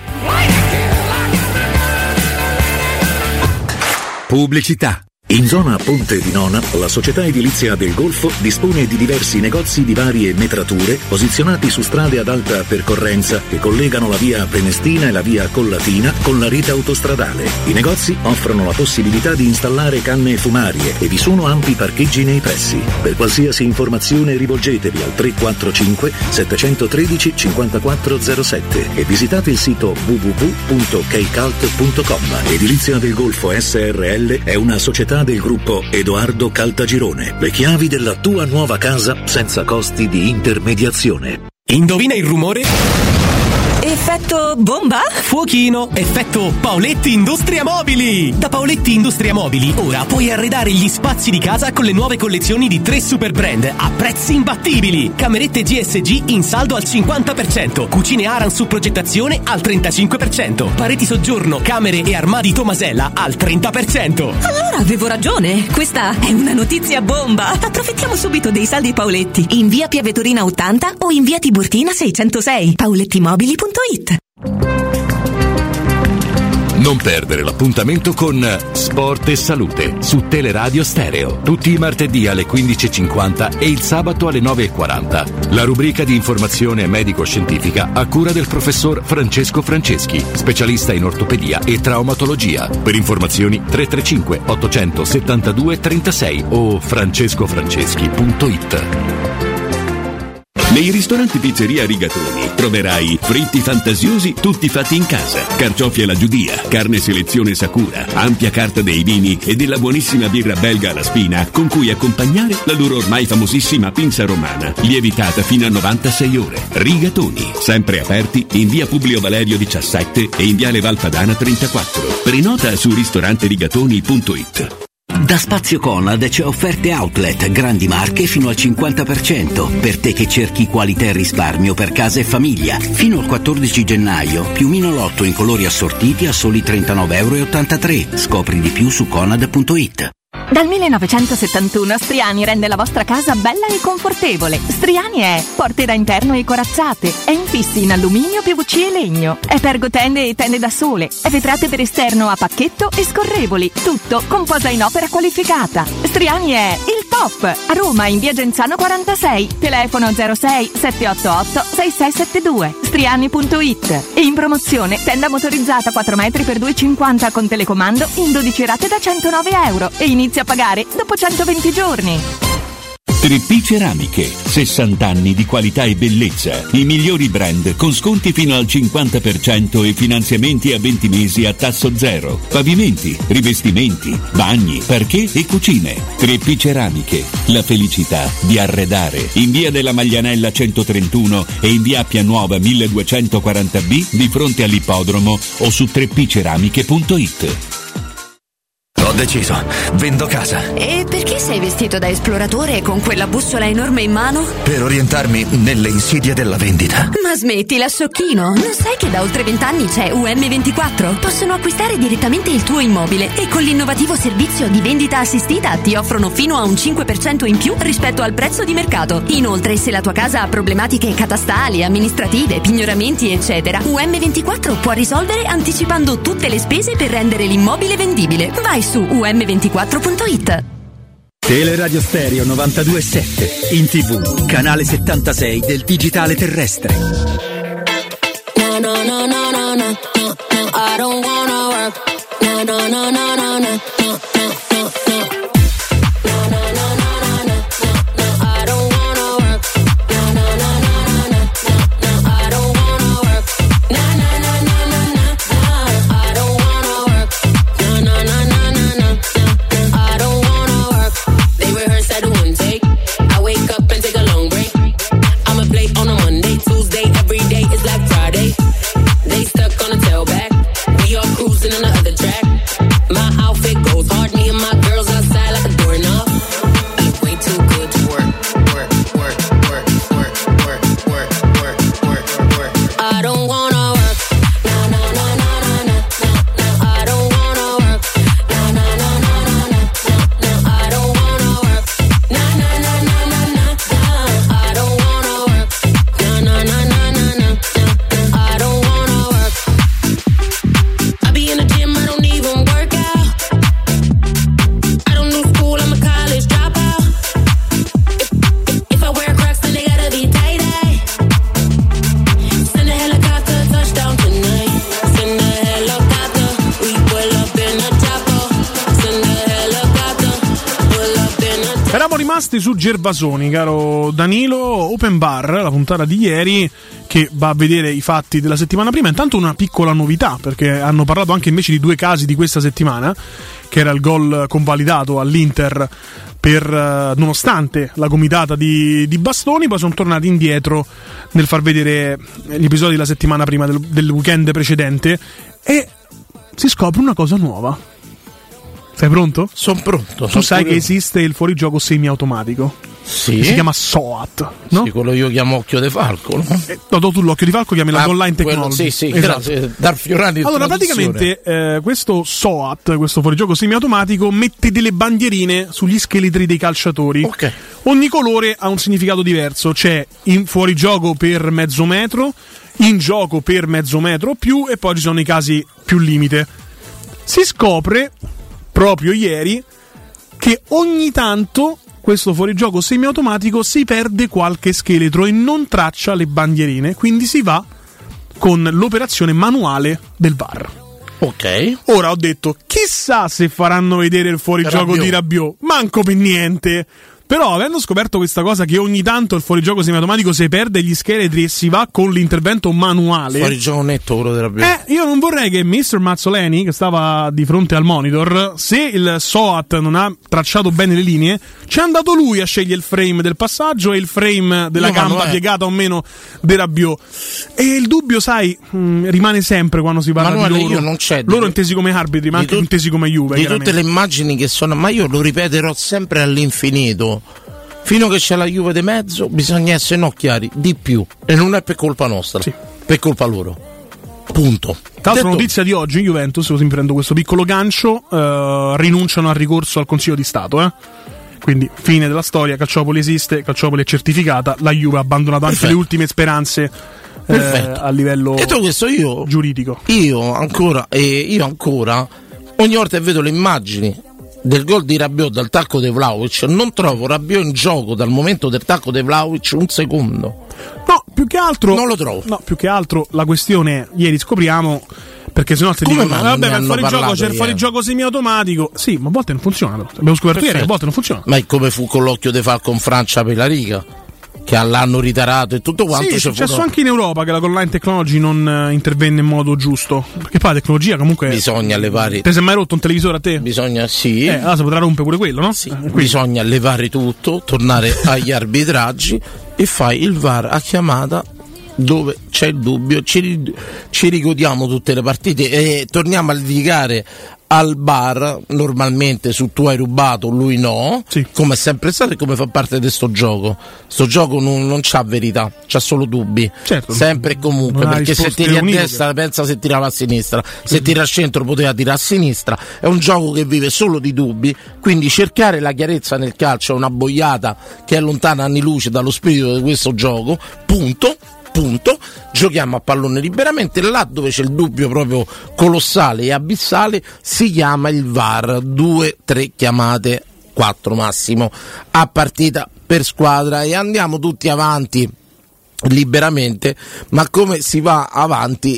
Pubblicità. In zona Ponte di Nona, la società edilizia del Golfo dispone di diversi negozi di varie metrature posizionati su strade ad alta percorrenza che collegano la via Prenestina e la via Collatina con la rete autostradale. I negozi offrono la possibilità di installare canne fumarie e vi sono ampi parcheggi nei pressi. Per qualsiasi informazione rivolgetevi al 345 713 5407 e visitate il sito www.keicalt.com. Edilizia del Golfo SRL è una società del gruppo Edoardo Caltagirone. Le chiavi della tua nuova casa senza costi di intermediazione. Indovina il rumore? Effetto bomba? Fuochino. Effetto Paoletti Industria Mobili. Da Paoletti Industria Mobili ora puoi arredare gli spazi di casa con le nuove collezioni di 3 super brand a prezzi imbattibili. Camerette GSG in saldo al 50%, cucine Aran su progettazione al 35%, pareti soggiorno, camere e armadi Tomasella al 30%. Allora avevo ragione, questa è una notizia bomba. Approfittiamo subito dei saldi Paoletti in via Piavetorina 80 o in via Tiburtina 606. paolettimobili.it. Non perdere l'appuntamento con Sport e Salute su Teleradio Stereo, tutti i martedì alle 15.50 e il sabato alle 9.40. La rubrica di informazione medico-scientifica a cura del professor Francesco Franceschi, specialista in ortopedia e traumatologia. Per informazioni 335 872 36 o francescofranceschi.it. Nei ristoranti Pizzeria Rigatoni troverai fritti fantasiosi tutti fatti in casa, carciofi alla giudia, carne selezione Sakura, ampia carta dei vini e della buonissima birra belga alla spina con cui accompagnare la loro ormai famosissima pinza romana, lievitata fino a 96 ore. Rigatoni, sempre aperti in via Publio Valerio 17 e in viale Valpadana 34. Prenota su ristoranterigatoni.it. Da Spazio Conad c'è offerte outlet, grandi marche fino al 50%, per te che cerchi qualità e risparmio per casa e famiglia. Fino al 14 gennaio, Piumino Lotto in colori assortiti a soli €39,83. Scopri di più su conad.it. Dal 1971 Striani rende la vostra casa bella e confortevole. Striani è porte da interno e corazzate, è infissi in alluminio, PVC e legno, è pergotende e tende da sole, è vetrate per esterno a pacchetto e scorrevoli, tutto con posa in opera qualificata. Striani è il top! A Roma in via Genzano 46, telefono 06 788 6672, striani.it. E in promozione tenda motorizzata 4 metri per 2,50 con telecomando in 12 rate da €109 e inizia a pagare dopo 120 giorni. 3P Ceramiche, 60 anni di qualità e bellezza, i migliori brand con sconti fino al 50% e finanziamenti a 20 mesi a tasso zero. Pavimenti, rivestimenti, bagni, parquet e cucine. 3P Ceramiche, la felicità di arredare. In via della Maglianella 131 e in via Appia Nuova 1240B di fronte all'ippodromo o su 3pceramiche.it. Ho deciso, vendo casa. E perché sei vestito da esploratore con quella bussola enorme in mano? Per orientarmi nelle insidie della vendita. Ma smettila, sciocchino. Non sai che da oltre 20 anni c'è UM24? Possono acquistare direttamente il tuo immobile e con l'innovativo servizio di vendita assistita ti offrono fino a un 5% in più rispetto al prezzo di mercato. Inoltre, se la tua casa ha problematiche catastali, amministrative, pignoramenti, eccetera, UM24 può risolvere anticipando tutte le spese per rendere l'immobile vendibile. Vai su um24.it. Teleradio Stereo 92.7, in TV, canale 76 del digitale terrestre. No, no, no, no, no, no, no, no, I don't wanna work. No, no, no, no, no, no, no, no, no, no. Su Gervasoni, caro Danilo, Open Bar, la puntata di ieri che va a vedere i fatti della settimana prima. Intanto una piccola novità, perché hanno parlato anche invece di 2 casi di questa settimana, che era il gol convalidato all'Inter nonostante la gomitata di Bastoni. Poi sono tornati indietro nel far vedere gli episodi della settimana prima del weekend precedente e si scopre una cosa nuova. Sei pronto? Sono pronto. Tu sai che esiste il fuorigioco semiautomatico? Sì. Si chiama SOAT, no? Sì, quello io chiamo occhio di falco, no? No, tu l'occhio di falco chiami la online technology. Sì, esatto. Grazie. Dar Fiorani. Allora, praticamente questo SOAT, questo fuorigioco semiautomatico, mette delle bandierine sugli scheletri dei calciatori. Ok. Ogni colore ha un significato diverso. C'è in fuorigioco per mezzo metro, in gioco per mezzo metro o più, e poi ci sono i casi più limite. Si scopre proprio ieri che ogni tanto questo fuorigioco semiautomatico si perde qualche scheletro e non traccia le bandierine, quindi si va con l'operazione manuale del VAR. Ok. Ora ho detto, chissà se faranno vedere il fuorigioco di Rabiot. Manco per niente. Però avendo scoperto questa cosa che ogni tanto il fuorigioco semiautomatico si perde gli scheletri e si va con l'intervento manuale, fuorigioco netto quello della Rabiot. Io non vorrei che Mr. Mazzoleni, che stava di fronte al monitor, se il SOAT non ha tracciato bene le linee, ci è andato lui a scegliere il frame del passaggio e il frame della gamba piegata o meno di Rabiot. E il dubbio, sai, rimane sempre quando si parla di loro. Io non c'è loro intesi come arbitri, ma anche intesi come Juve. Di tutte le immagini che sono, ma io lo ripeterò sempre all'infinito. Fino che c'è la Juve di mezzo bisogna essere no chiari di più, e non è per colpa nostra, per colpa loro, punto. Tra l'altro notizia di oggi in Juventus, così prendo questo piccolo gancio, rinunciano al ricorso al Consiglio di Stato, quindi fine della storia, Calciopoli esiste, Calciopoli è certificata, la Juve ha abbandonato anche le ultime speranze a livello giuridico. Io ancora ogni volta che vedo le immagini del gol di Rabiot dal tacco di Vlahovic, non trovo Rabiot in gioco dal momento del tacco di Vlahovic un secondo. No, più che altro non lo trovo. No, più che altro la questione è, ieri scopriamo, perché sennò ti dicono vabbè, ma c'è il fuorigioco semiautomatico. Sì, ma a volte non funziona, però. Abbiamo scoperto ieri che a volte non funziona. Ma è come fu con l'occhio di falco in Francia per la Riga, che l'hanno ritarato e tutto quanto. Sì, è successo anche in Europa che la Goal-Line Technology non intervenne in modo giusto, perché poi la tecnologia comunque bisogna levare. Ti sei mai rotto un televisore a te? Bisogna, sì. Allora si potrà rompere pure quello, no? Sì. Bisogna levare tutto, tornare agli arbitraggi e fai il VAR a chiamata dove c'è il dubbio, ci rigodiamo tutte le partite e torniamo a litigare al bar normalmente su tu hai rubato, lui no, come è sempre stato e come fa parte di sto gioco. Sto gioco non c'ha verità, c'ha solo dubbi, sempre e comunque, perché se tiri a destra pensa se tirava a sinistra, se tira a centro poteva tirare a sinistra. È un gioco che vive solo di dubbi, quindi cercare la chiarezza nel calcio è una boiata che è lontana anni luce dallo spirito di questo gioco, punto. Giochiamo a pallone liberamente, là dove c'è il dubbio proprio colossale e abissale si chiama il VAR, 2-3 chiamate, 4 massimo a partita per squadra, e andiamo tutti avanti liberamente, ma come si va avanti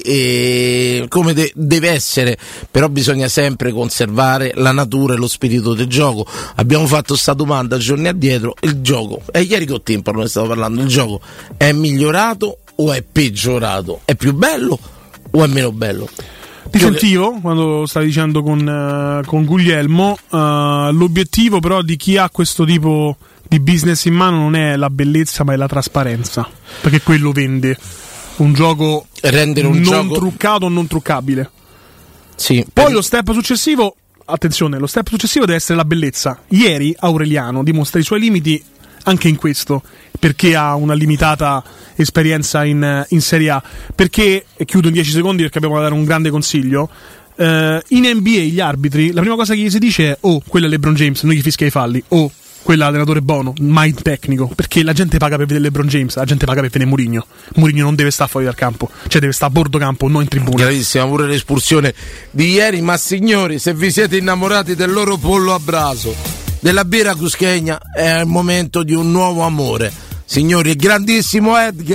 e come deve essere, però bisogna sempre conservare la natura e lo spirito del gioco. Abbiamo fatto sta domanda giorni addietro, il gioco, e ieri con Timpano ne stavo parlando, il gioco è migliorato o è peggiorato? È più bello o è meno bello? Ti sentivo quando stavi dicendo con Guglielmo, l'obiettivo però di chi ha questo tipo di business in mano non è la bellezza ma è la trasparenza, perché quello vende un gioco, rendere un non gioco truccato o non truccabile. Sì, poi lo step successivo, attenzione, lo step successivo deve essere la bellezza. Ieri Aureliano dimostra i suoi limiti anche in questo, perché ha una limitata esperienza in Serie A, perché, e chiudo in 10 secondi perché abbiamo da dare un grande consiglio, in NBA gli arbitri la prima cosa che gli si dice è quello è LeBron James, non gli fischia i falli, quello è allenatore buono, mai tecnico, perché la gente paga per vedere LeBron James, la gente paga per vedere Mourinho non deve stare fuori dal campo, cioè deve stare a bordo campo, non in tribuna. Gravissima pure l'espulsione di ieri, ma signori, se vi siete innamorati del loro pollo a braso, della birra Cuschegna, è il momento di un nuovo amore. Signori, il grandissimo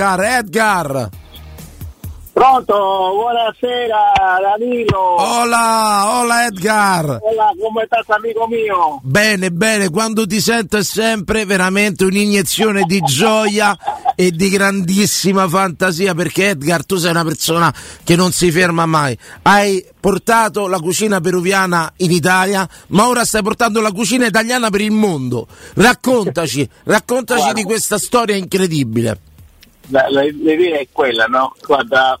Edgar. Pronto, buonasera Danilo. Hola Edgar. Hola, come stai amico mio? Bene, quando ti sento è sempre veramente un'iniezione di gioia e di grandissima fantasia, perché Edgar, tu sei una persona che non si ferma mai. Hai portato la cucina peruviana in Italia, ma ora stai portando la cucina italiana per il mondo. Raccontaci di questa storia incredibile. L'idea è quella, no? Guarda,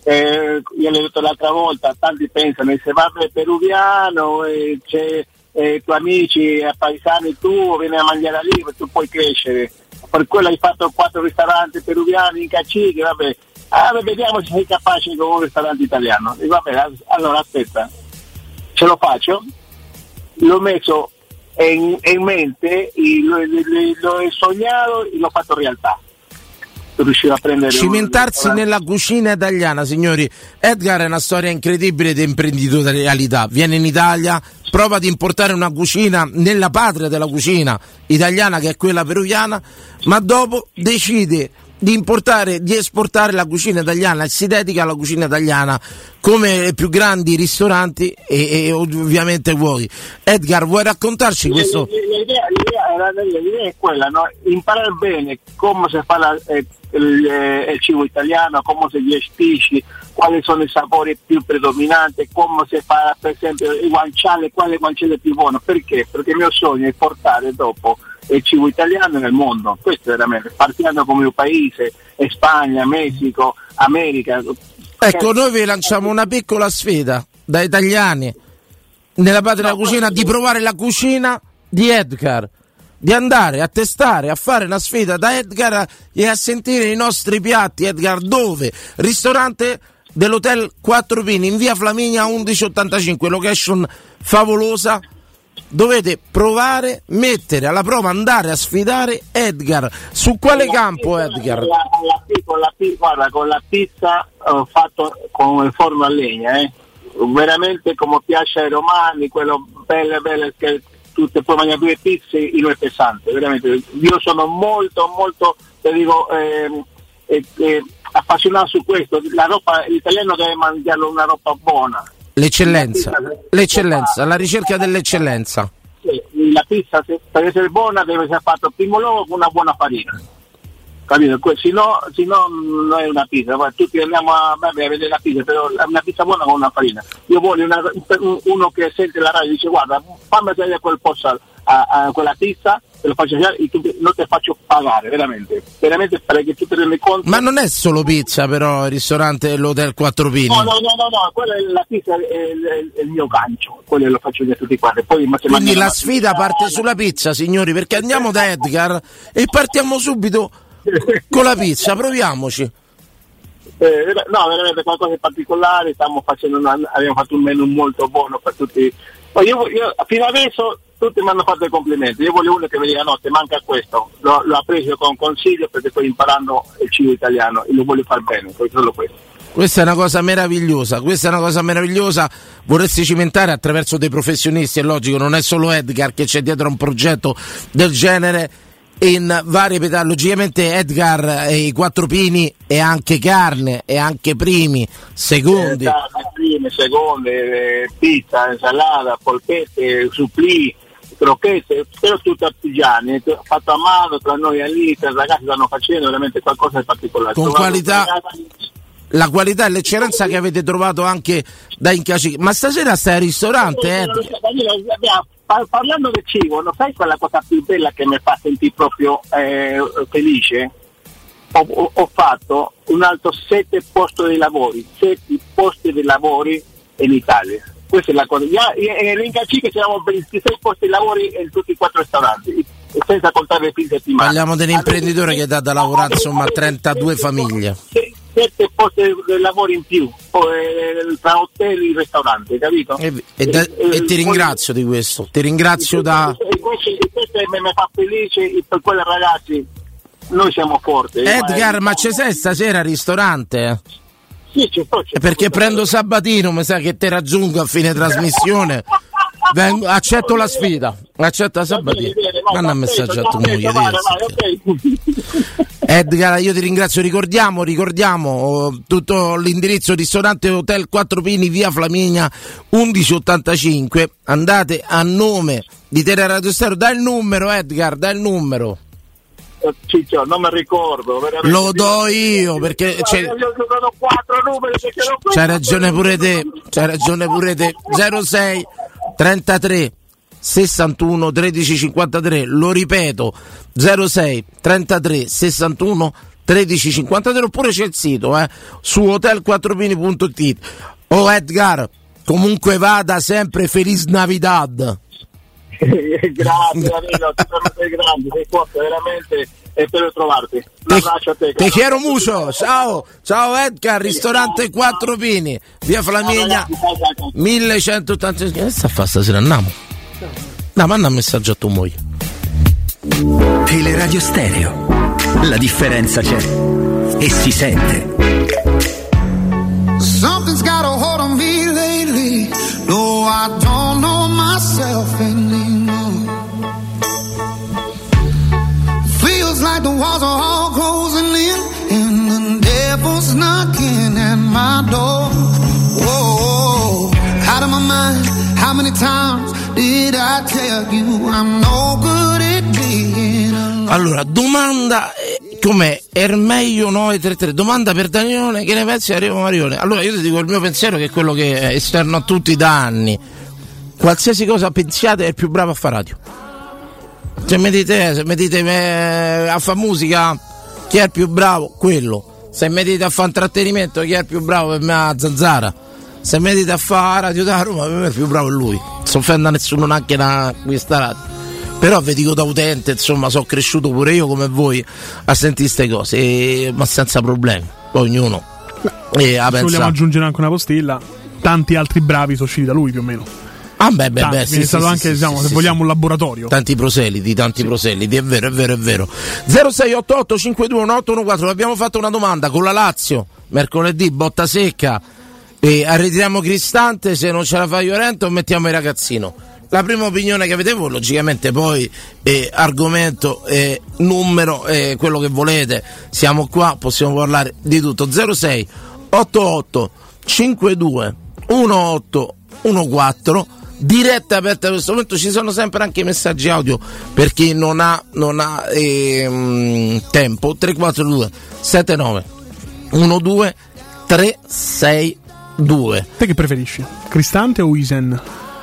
io l'ho detto l'altra volta, tanti pensano se va per peruviano, c'è tuoi amici, paesani tu, vieni a mangiare lì, tu puoi crescere. Per quello hai fatto 4 ristoranti peruviani in Cacique, vabbè, vediamo se sei capace con un ristorante italiano. E vabbè, allora aspetta, ce lo faccio, l'ho messo in mente, l'ho sognato e l'ho fatto realtà. Riuscire a prendere cimentarsi nella cucina italiana, signori. Edgar è una storia incredibile di imprenditorialità. Viene in Italia, prova ad importare una cucina nella patria della cucina italiana, che è quella peruviana, ma dopo decide di importare, di esportare la cucina italiana, si dedica alla cucina italiana come i più grandi ristoranti e ovviamente voi. Edgar, vuoi raccontarci questo? L'idea è quella, no? Imparare bene come si fa il cibo italiano, come si gestisce, quali sono i sapori più predominanti, come si fa per esempio il guanciale, quale guanciale è più buono. Perché? Perché il mio sogno è portare dopo il cibo italiano nel mondo. Questo veramente, partendo come un paese, Spagna, Messico, America. Ecco, noi vi lanciamo una piccola sfida da italiani nella patria cucina, di provare la cucina di Edgar, di andare a testare, a fare una sfida da Edgar e a sentire i nostri piatti. Edgar, dove? Ristorante dell'Hotel 4 Pini in via Flaminia 1185, location favolosa. Dovete provare, mettere alla prova, andare a sfidare Edgar. Su quale campo, Edgar? Guarda, con la pizza fatto con il forno a legna, veramente come piace ai romani, quello belle che tu puoi mangiare 2 pizze in un pesante, veramente. Io sono molto, te dico, appassionato su questo. L'italiano deve mangiare una roba buona. L'eccellenza, la ricerca dell'eccellenza. Sì, la pizza per essere buona deve essere fatta primo luogo con una buona farina, capito? Se no non è una pizza. Tutti andiamo a vedere la pizza, però una pizza buona con una farina. Io voglio uno che sente la radio e dice: guarda, fammi vedere quel posto a quella pizza, te lo faccio vedere e non te faccio pagare, veramente perché tu ti rendi conto. Ma non è solo pizza, però il ristorante dell'Hotel 4 Pini. No, quella è la pizza, è il mio gancio, quello lo faccio vedere tutti quanti. Quindi la sfida parte sulla pizza, signori, perché andiamo da Edgar e partiamo subito con la pizza, proviamoci. No, veramente qualcosa di particolare. Abbiamo fatto un menù molto buono per tutti. Io fino adesso tutti mi hanno fatto i complimenti. Io voglio uno che mi dica: no, ti manca questo. L'ho preso con consiglio perché sto imparando il cibo italiano e lo voglio far bene, solo questo. Questa è una cosa meravigliosa, vorresti cimentare attraverso dei professionisti, è logico, non è solo Edgar che c'è dietro a un progetto del genere in varie pedate. Logicamente Edgar e i 4 Pini è anche carne, è anche primi, secondi. Primi, secondi, pizza, insalata, polpette, supplì, crocchette, però tutto artigiani, fatto a mano tra noi e lì, i ragazzi stanno facendo veramente qualcosa di particolare. Con qualità, la qualità e l'eccellenza che avete trovato anche da Incaci. Ma stasera stai al ristorante, parlando del cibo, non sai quella cosa più bella che mi fa sentire proprio felice? Ho fatto un altro 7 posti di lavori in Italia. Questa è la cosa. In Incaci che c'erano 26 posti di lavori in tutti i 4 ristoranti, senza contare il fine settimana. Parliamo dell'imprenditore che dà da lavorare insomma a 32 famiglie. 7 posti di lavoro in più tra hotel e ristoranti, capito? E ti ringrazio di questo, ti ringrazio questo mi fa felice per quei ragazzi. Noi siamo forti. Edgar, ma ci sei stasera al ristorante? Sì, ci sto. Perché prendo Sabatino, mi sa che ti raggiungo a fine trasmissione. Accetto la sfida, accetta Sabatino. Manda un messaggio a tua moglie. Edgar, io ti ringrazio. Ricordiamo tutto l'indirizzo: ristorante Hotel 4 Pini, via Flaminia 1185. Andate a nome di Teleradio Stereo. Dai il numero, Edgar, dai il numero. Ciccio, non mi ricordo veramente. Lo do io perché io ho 4 numeri perché non. C'hai ragione pure te 06 33 61 13 53, lo ripeto, 06 33 61 13 53, oppure c'è il sito su hotel4pini.it. Edgar, comunque vada, sempre Feliz Navidad. Grazie amico, sei grande, sei forte veramente, e spero trovarti. Un abbraccio a te. Te quiero mucho. Ciao Edgar, ristorante 4 Pini, via Flaminia 1180. Che sta a fare stasera? Andiamo. No, manda un messaggio a tua moglie. Teleradio Stereo, la differenza c'è e si sente. Something's got a hold on me lately. No, I don't know myself anymore. Feels like the walls are all closing in. devil's knocking at my door. Whoa, out of my mind. How many times did I tell you I'm no good at being alone? Allora, domanda com'è? Ermeio 933, domanda per Daniele, che ne pensi di Enrico Marione? Allora io ti dico il mio pensiero, che è quello che è esterno a tutti da anni. Qualsiasi cosa pensiate, è il più bravo a fare radio. Se mi dite a fare musica, chi è il più bravo? Quello. Se mi dite a fare intrattenimento, chi è il più bravo? Per me a Zanzara. Se mi dite a fare radio da Roma, per me il più bravo è lui. Non si offenda nessuno neanche da questa radio. Però vi dico da utente, insomma, sono cresciuto pure io come voi a sentire queste cose, ma senza problemi. Poi ognuno se vogliamo aggiungere anche una postilla, tanti altri bravi sono usciti da lui più o meno. Ah beh, sì, è stato anche, diciamo, se vogliamo, un laboratorio. Tanti proseliti, è vero. 0688 521814. Abbiamo fatto una domanda con la Lazio, mercoledì, botta secca, e arretriamo Cristante, se non ce la fa Llorente mettiamo il ragazzino. La prima opinione che avete voi, logicamente poi argomento, numero, quello che volete, siamo qua, possiamo parlare di tutto. 0688 52 1814, diretta aperta in questo momento. Ci sono sempre anche messaggi audio per chi non ha tempo. 342 79 12 362. Te che preferisci? Cristante o Isen?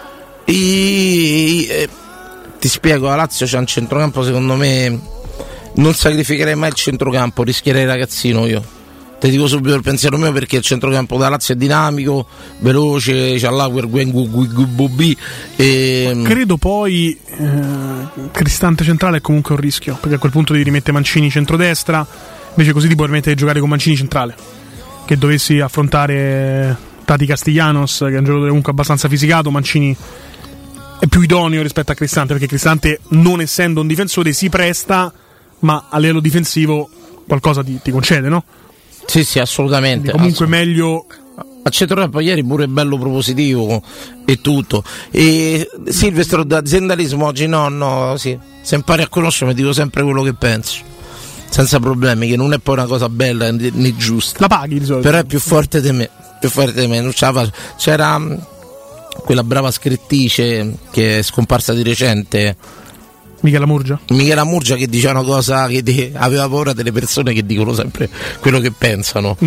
Ti spiego, la Lazio c'ha un centrocampo, secondo me non sacrificherei mai il centrocampo, rischierei il ragazzino io. Ti dico subito il pensiero mio, perché il centrocampo da Lazio è dinamico, veloce, c'ha l'Auer, Bubi. Credo poi Cristante centrale è comunque un rischio, perché a quel punto devi rimettere Mancini centrodestra, invece così ti puoi permettere di giocare con Mancini centrale, che dovessi affrontare Tati Castellanos, che è un giocatore comunque abbastanza fisicato. Mancini è più idoneo rispetto a Cristante, perché Cristante, non essendo un difensore, si presta, ma a livello difensivo qualcosa ti concede, no? Sì, assolutamente. Quindi comunque meglio. A centrocampo ieri pure bello propositivo e tutto. E Silvestro da aziendalismo oggi no, sì. Se impari a conoscermi dico sempre quello che penso, senza problemi, che non è poi una cosa bella né giusta. La paghi di solito. Però è più forte di me, non ce la faccio. C'era quella brava scrittrice che è scomparsa di recente, Michela Murgia, che diceva una cosa, che aveva paura delle persone che dicono sempre quello che pensano,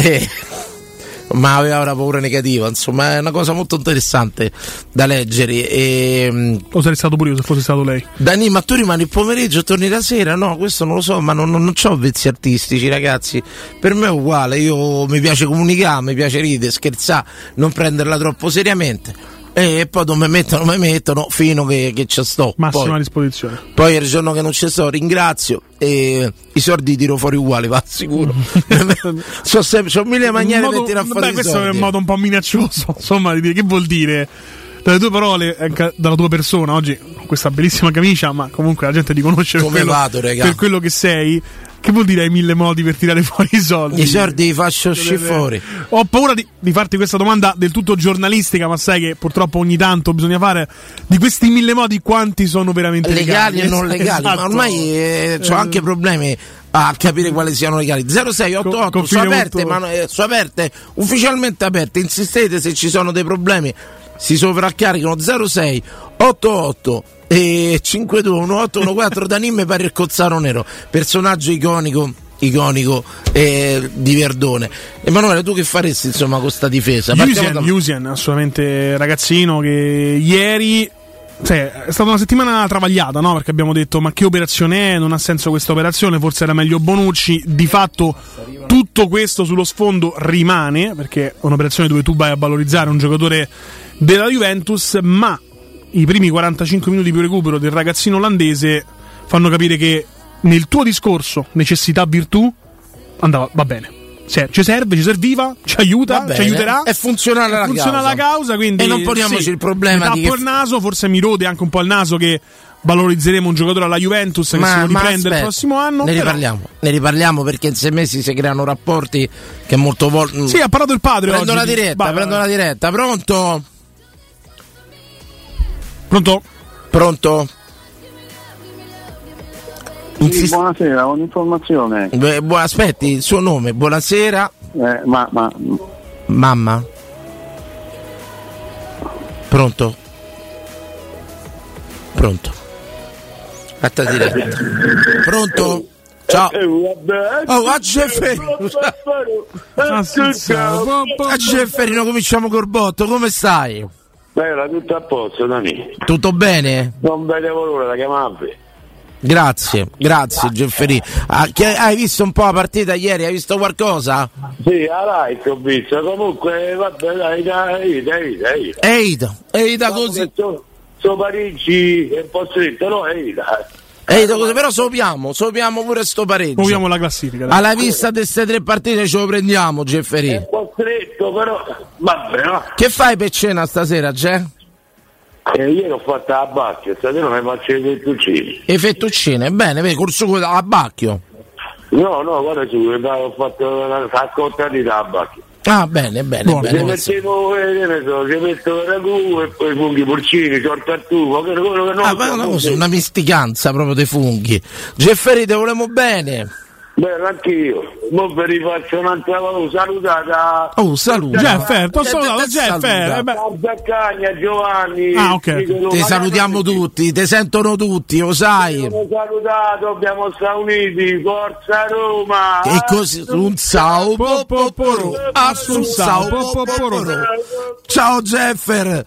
ma aveva una paura negativa. Insomma, è una cosa molto interessante da leggere. O sarei stato pure io se fosse stato lei. Dani, ma tu rimani il pomeriggio, torni la sera? No, questo non lo so, ma non c'ho vizi artistici, ragazzi. Per me è uguale, io mi piace comunicare, mi piace ridere, scherzare, non prenderla troppo seriamente. E poi non mi mettono fino che ci sto. Massima disposizione. Poi il giorno che non ci sto ringrazio, e i soldi tiro fuori uguali, va sicuro. C'ho mille maniere di tirare fuori i soldi. Questo è un modo un po' minaccioso, insomma, di dire. Che vuol dire? Dalle tue parole, dalla tua persona oggi, con questa bellissima camicia, ma comunque la gente ti conosce per quello che sei. Che vuol dire hai mille modi per tirare fuori i soldi? I soldi li faccio uscire fuori. Ho paura di farti questa domanda del tutto giornalistica, ma sai che purtroppo ogni tanto bisogna fare di questi mille modi, quanti sono veramente legali e non legali. Esatto. Ma ormai ho anche problemi a capire quali siano legali. 0688 su aperte, ufficialmente aperte. Insistete se ci sono dei problemi, si sovraccaricano. 0688 e 521814 da Nimme per il Cozzaro Nero, personaggio iconico di Verdone. Emanuele, tu che faresti insomma con sta difesa? Jusien assolutamente ragazzino, che ieri è stata una settimana travagliata, no? Perché abbiamo detto ma che operazione è, non ha senso questa operazione, forse era meglio Bonucci. Di fatto tutto questo sullo sfondo rimane, perché è un'operazione dove tu vai a valorizzare un giocatore della Juventus, ma i primi 45 minuti più recupero del ragazzino olandese fanno capire che nel tuo discorso necessità-virtù va bene. Ci serve, ci serviva, ci aiuta, ci aiuterà. È funzionale la causa, quindi, e non poniamoci il problema di il naso, forse mi rode anche un po' il naso che valorizzeremo un giocatore alla Juventus che si riprende il prossimo anno. Ne riparliamo perché in 6 mesi si creano rapporti che molto Sì, ha parlato il padre. Prendo la diretta. Pronto? Sì, buonasera, ho un'informazione. Aspetti, il suo nome, buonasera. Mamma? Pronto? Atta diretta. Pronto? Ciao. A Gefferino cominciamo col botto, come stai? Bella, tutto a posto, Dani. Tutto bene? Non vedevo l'ora da chiamarvi. Grazie Gefferino. Hai visto un po' la partita ieri? Hai visto qualcosa? Sì, a like ho visto. Comunque, vabbè, Eida così. So Parigi è un po' stretto, no? Però sopiamo pure sto pareggio. Muoviamo la classifica. Dai. Alla vista di queste 3 partite ce lo prendiamo, Gefferino. È un po' stretto, però vabbè, no? Che fai per cena stasera, Ge? Ieri ho fatto la Bacchio, stasera mi faccio i fettuccini. I fettuccini, bene, vedi, col sugo a Bacchio. No, guarda su, ho fatto la cotta di tabacchio. Ah, bene. Ci metto il ragù e poi i funghi porcini, tortartugo, quello che non una misticanza proprio dei funghi. Gefferino, te volemo bene. Beh, anch'io. Mo vi rifaccio un'altra volta. Salutata. Saluta. Jeffer, t'ho salutato Jeffer. Zaccagna, Giovanni. Ah, ok. Ti salutiamo tutti, ti sentono tutti, lo sai. Abbiamo salutato, abbiamo stati uniti. Forza Roma. E così, un sao Ciao Jeffer.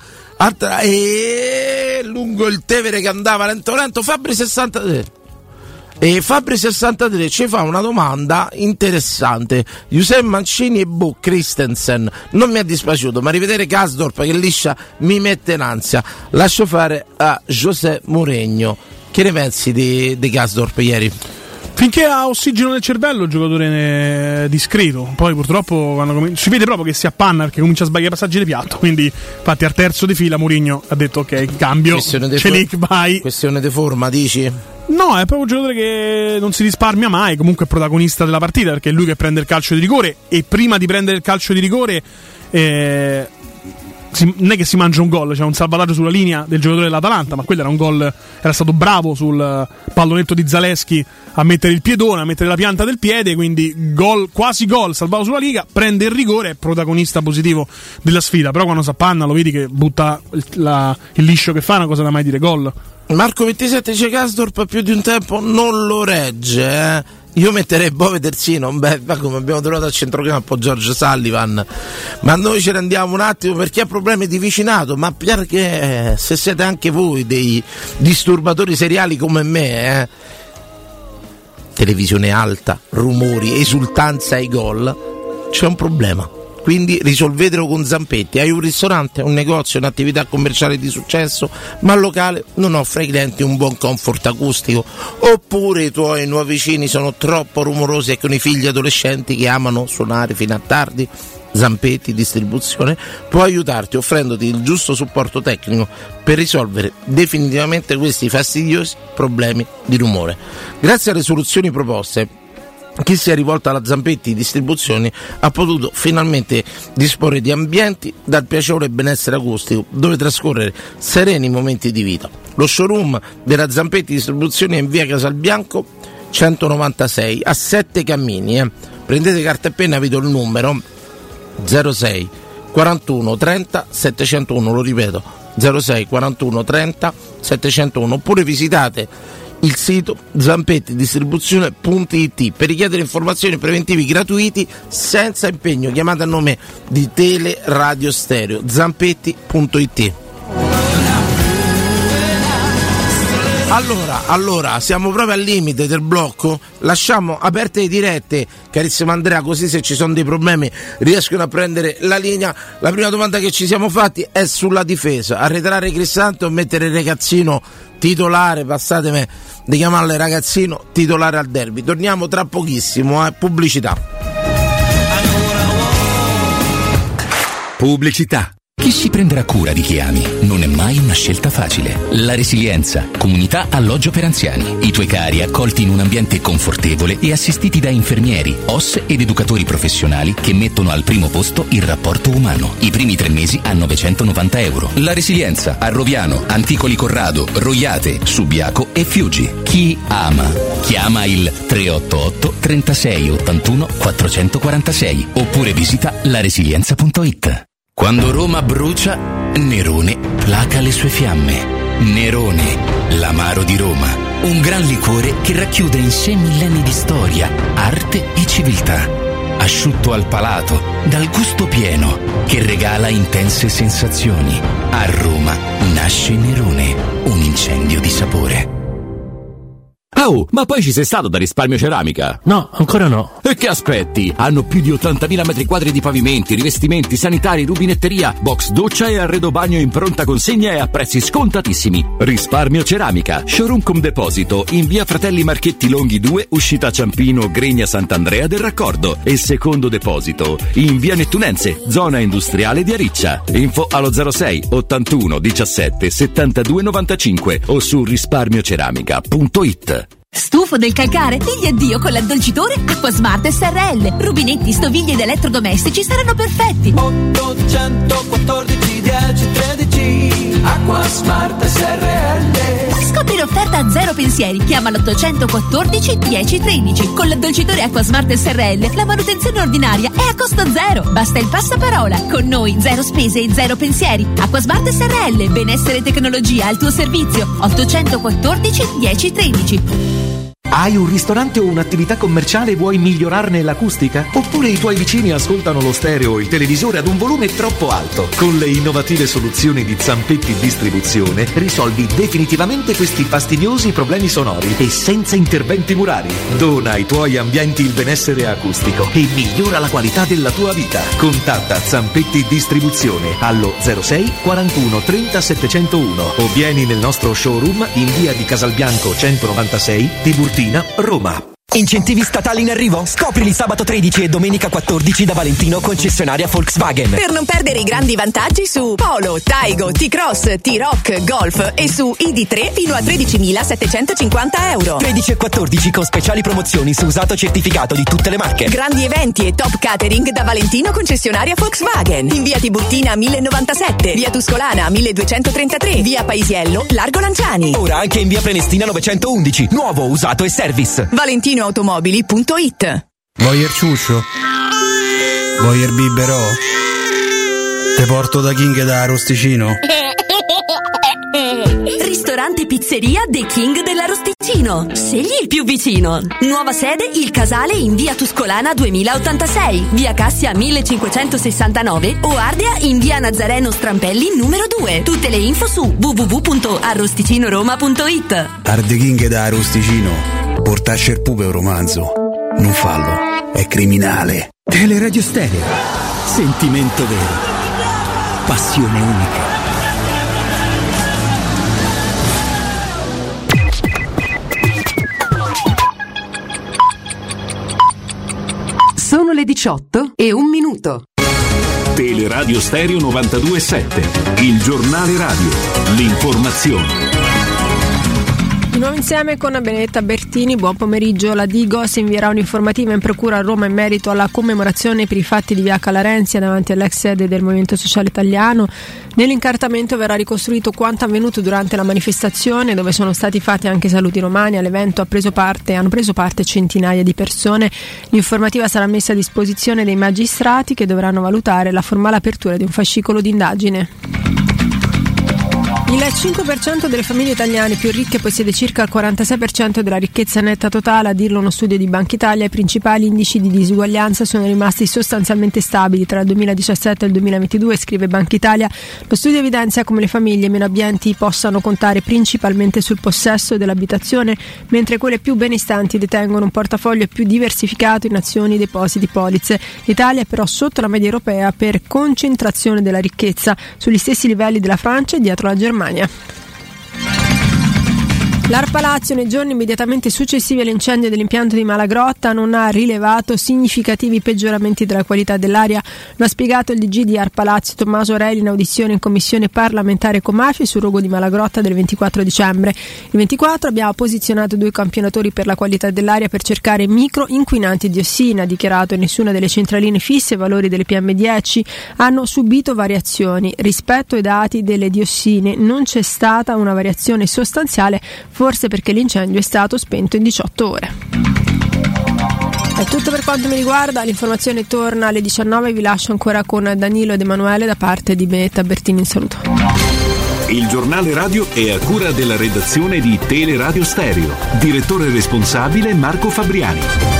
E lungo il Tevere che andava lento, Fabri 63. E Fabri 63 ci fa una domanda interessante. Giuseppe Mancini e Bo Christensen non mi è dispiaciuto, ma rivedere Karsdorp che liscia mi mette in ansia. Lascio fare a José Mourinho. Che ne pensi di Karsdorp ieri? Finché ha ossigeno nel cervello, il giocatore è discreto. Poi purtroppo quando si vede proprio che si appanna perché comincia a sbagliare passaggi di piatto. Quindi infatti al terzo di fila Mourinho ha detto ok, cambio. Questione di forma, dici? No, è proprio un giocatore che non si risparmia mai, comunque è protagonista della partita perché è lui che prende il calcio di rigore e prima di prendere il calcio di rigore non è che si mangia un gol, c'è un salvataggio sulla linea del giocatore dell'Atalanta, ma quello era un gol, era stato bravo sul pallonetto di Zaleschi a mettere il piedone, a mettere la pianta del piede, quindi quasi gol, salvato sulla Liga, prende il rigore, è protagonista positivo della sfida, però quando si appanna lo vedi che butta il liscio che fa, una cosa da mai dire gol. Marco 27 dice Karsdorp più di un tempo non lo regge, Io metterei Bove terzino, come abbiamo trovato al centrocampo George Sullivan, ma noi ci rendiamo un attimo perché ha problemi di vicinato, ma perché se siete anche voi dei disturbatori seriali come me, televisione alta, rumori, esultanza ai gol, c'è un problema. Quindi risolvetelo con Zampetti. Hai un ristorante, un negozio, un'attività commerciale di successo, ma il locale non offre ai clienti un buon comfort acustico, oppure i tuoi nuovi vicini sono troppo rumorosi e con i figli adolescenti che amano suonare fino a tardi? Zampetti Distribuzione può aiutarti offrendoti il giusto supporto tecnico per risolvere definitivamente questi fastidiosi problemi di rumore. Grazie alle soluzioni proposte, chi si è rivolto alla Zampetti Distribuzioni ha potuto finalmente disporre di ambienti dal piacevole benessere acustico dove trascorrere sereni momenti di vita. Lo showroom della Zampetti Distribuzioni è in via Casalbianco 196 a 7 Cammini. Prendete carta e penna, vi do il numero 06 41 30 701, lo ripeto 06 41 30 701, oppure visitate il sito zampettidistribuzione.it per richiedere informazioni preventivi gratuiti senza impegno. Chiamate a nome di Teleradio Stereo, zampetti.it. Allora, siamo proprio al limite del blocco, lasciamo aperte le dirette, carissimo Andrea, così se ci sono dei problemi riescono a prendere la linea. La prima domanda che ci siamo fatti è sulla difesa: arretrare Cristante o mettere il ragazzino titolare, passatemi di chiamarlo ragazzino, titolare al derby. Torniamo tra pochissimo, pubblicità. Chi si prenderà cura di chi ami? Non è mai una scelta facile. La Resilienza, comunità alloggio per anziani. I tuoi cari accolti in un ambiente confortevole e assistiti da infermieri, OS ed educatori professionali che mettono al primo posto il rapporto umano. I primi 3 mesi a €990. La Resilienza, a Roviano, Anticoli Corrado, Roiate, Subiaco e Fiuggi. Chi ama? Chiama il 388 36 81 446 oppure visita laresilienza.it. Quando Roma brucia, Nerone placa le sue fiamme. Nerone, l'amaro di Roma. Un gran liquore che racchiude in sé millenni di storia, arte e civiltà. Asciutto al palato, dal gusto pieno, che regala intense sensazioni. A Roma nasce Nerone, un incendio di sapore. Oh, ma poi ci sei stato da Risparmio Ceramica? No, ancora no. E che aspetti? Hanno più di 80.000 metri quadri di pavimenti, rivestimenti, sanitari, rubinetteria, box doccia e arredo bagno in pronta consegna e a prezzi scontatissimi. Risparmio Ceramica, showroom con deposito in via Fratelli Marchetti Longhi 2, uscita Ciampino, Gregna Sant'Andrea del Raccordo, e secondo deposito in via Nettunense, zona industriale di Ariccia. Info allo 06 81 17 72 95 o su risparmioceramica.it. Stufo del calcare? Digli addio con l'addolcitore Acquasmart SRL. Rubinetti, stoviglie ed elettrodomestici saranno perfetti. 814 10 13 Acquasmart SRL. Scopri l'offerta a zero pensieri. Chiama l'814 10 13. Con l'addolcitore Acquasmart SRL la manutenzione ordinaria è a costo zero. Basta il passaparola. Con noi zero spese e zero pensieri. Acquasmart SRL. Benessere e tecnologia al tuo servizio. 814 10 13. Hai un ristorante o un'attività commerciale e vuoi migliorarne l'acustica? Oppure i tuoi vicini ascoltano lo stereo o il televisore ad un volume troppo alto? Con le innovative soluzioni di Zampetti Distribuzione risolvi definitivamente questi fastidiosi problemi sonori e senza interventi murari. Dona ai tuoi ambienti il benessere acustico e migliora la qualità della tua vita. Contatta Zampetti Distribuzione allo 06 41 30 701 o vieni nel nostro showroom in via di Casalbianco 196 Tiburtina, Roma. Incentivi statali in arrivo? Scoprili sabato 13 e domenica 14 da Valentino, concessionaria Volkswagen. Per non perdere i grandi vantaggi su Polo, Taigo, T-Cross, T-Rock, Golf e su ID3 fino a 13.750 euro. 13 e 14 con speciali promozioni su usato certificato di tutte le marche. Grandi eventi e top catering da Valentino, concessionaria Volkswagen. In via Tiburtina 1097, via Tuscolana 1233, via Paisiello, Largo Lanciani. Ora anche in via Prenestina 911, nuovo, usato e service. ValentinoAutomobili.it. Voyer ciuscio? Voyer biberò? Te porto da King da Arosticino? Ristorante Pizzeria The King dell'Arosticino. Scegli il più vicino. Nuova sede Il Casale in via Tuscolana 2086, via Cassia 1569 o Ardea in via Nazareno Strampelli numero 2. Tutte le info su www.arrosticinoroma.it. Arde King da Arosticino. Portasce il pupe un romanzo. Non fallo, è criminale. Teleradio Stereo. Sentimento vero. Passione unica. Sono le 18:01. Teleradio Stereo 92.7, il giornale radio, l'informazione. Di nuovo insieme con Benedetta Bertini, buon pomeriggio. La Digos invierà un'informativa in procura a Roma in merito alla commemorazione per i fatti di via Calarenzia davanti all'ex sede del Movimento Sociale Italiano. Nell'incartamento verrà ricostruito quanto avvenuto durante la manifestazione, dove sono stati fatti anche saluti romani. All'evento hanno preso parte centinaia di persone. L'informativa sarà messa a disposizione dei magistrati che dovranno valutare la formale apertura di un fascicolo d'indagine. Il 5% delle famiglie italiane più ricche possiede circa il 46% della ricchezza netta totale, a dirlo uno studio di Banca Italia. I principali indici di disuguaglianza sono rimasti sostanzialmente stabili tra il 2017 e il 2022, scrive Banca Italia. Lo studio evidenzia come le famiglie meno abbienti possano contare principalmente sul possesso dell'abitazione, mentre quelle più benestanti detengono un portafoglio più diversificato in azioni, depositi, polizze. L'Italia è però sotto la media europea per concentrazione della ricchezza, sugli stessi livelli della Francia e dietro la Germania. L'Arpa Lazio nei giorni immediatamente successivi all'incendio dell'impianto di Malagrotta non ha rilevato significativi peggioramenti della qualità dell'aria. Lo ha spiegato il DG di Arpa Lazio Tommaso Reli in audizione in commissione parlamentare Comafie sul rogo di Malagrotta del 24 dicembre. Il 24 abbiamo posizionato 2 campionatori per la qualità dell'aria per cercare micro inquinanti e diossina, ha dichiarato. Nessuna delle centraline fisse, valori delle PM10 hanno subito variazioni. Rispetto ai dati delle diossine non c'è stata una variazione sostanziale, forse perché l'incendio è stato spento in 18 ore. È tutto per quanto mi riguarda, l'informazione torna alle 19, vi lascio ancora con Danilo ed Emanuele da parte di Benetta Bertini in saluto. Il giornale radio è a cura della redazione di Teleradio Stereo. Direttore responsabile Marco Fabriani.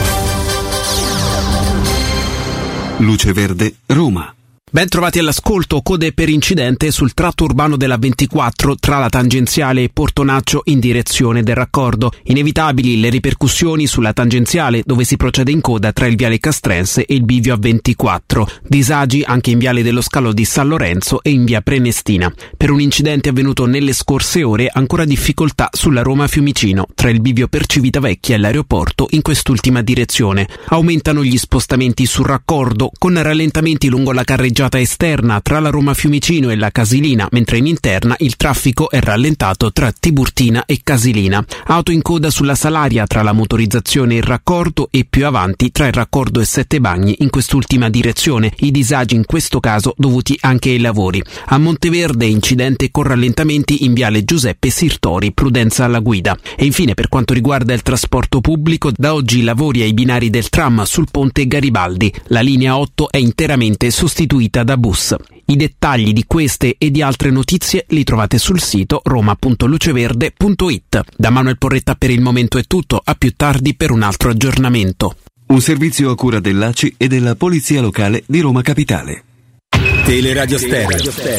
Luce Verde, Roma. Ben trovati all'ascolto. Code per incidente sul tratto urbano della 24 tra la tangenziale e Portonaccio in direzione del raccordo. Inevitabili le ripercussioni sulla tangenziale dove si procede in coda tra il viale Castrense e il bivio A24. Disagi anche in viale dello Scalo di San Lorenzo e in via Prenestina. Per un incidente avvenuto nelle scorse ore ancora difficoltà sulla Roma Fiumicino tra il bivio per Civitavecchia e l'aeroporto in quest'ultima direzione. Aumentano gli spostamenti sul raccordo con rallentamenti lungo la carreggiata esterna tra la Roma Fiumicino e la Casilina, mentre in interna il traffico è rallentato tra Tiburtina e Casilina. Auto in coda sulla Salaria tra la motorizzazione e il raccordo e più avanti tra il raccordo e Sette Bagni in quest'ultima direzione. I disagi in questo caso dovuti anche ai lavori. A Monteverde incidente con rallentamenti in viale Giuseppe Sirtori, prudenza alla guida. E infine per quanto riguarda il trasporto pubblico, da oggi lavori ai binari del tram sul ponte Garibaldi. La linea 8 è interamente sostituita da bus. I dettagli di queste e di altre notizie li trovate sul sito roma.luceverde.it. Da Manuel Porretta per il momento è tutto, a più tardi per un altro aggiornamento. Un servizio a cura dell'ACI e della Polizia Locale di Roma Capitale. Teleradio Stereo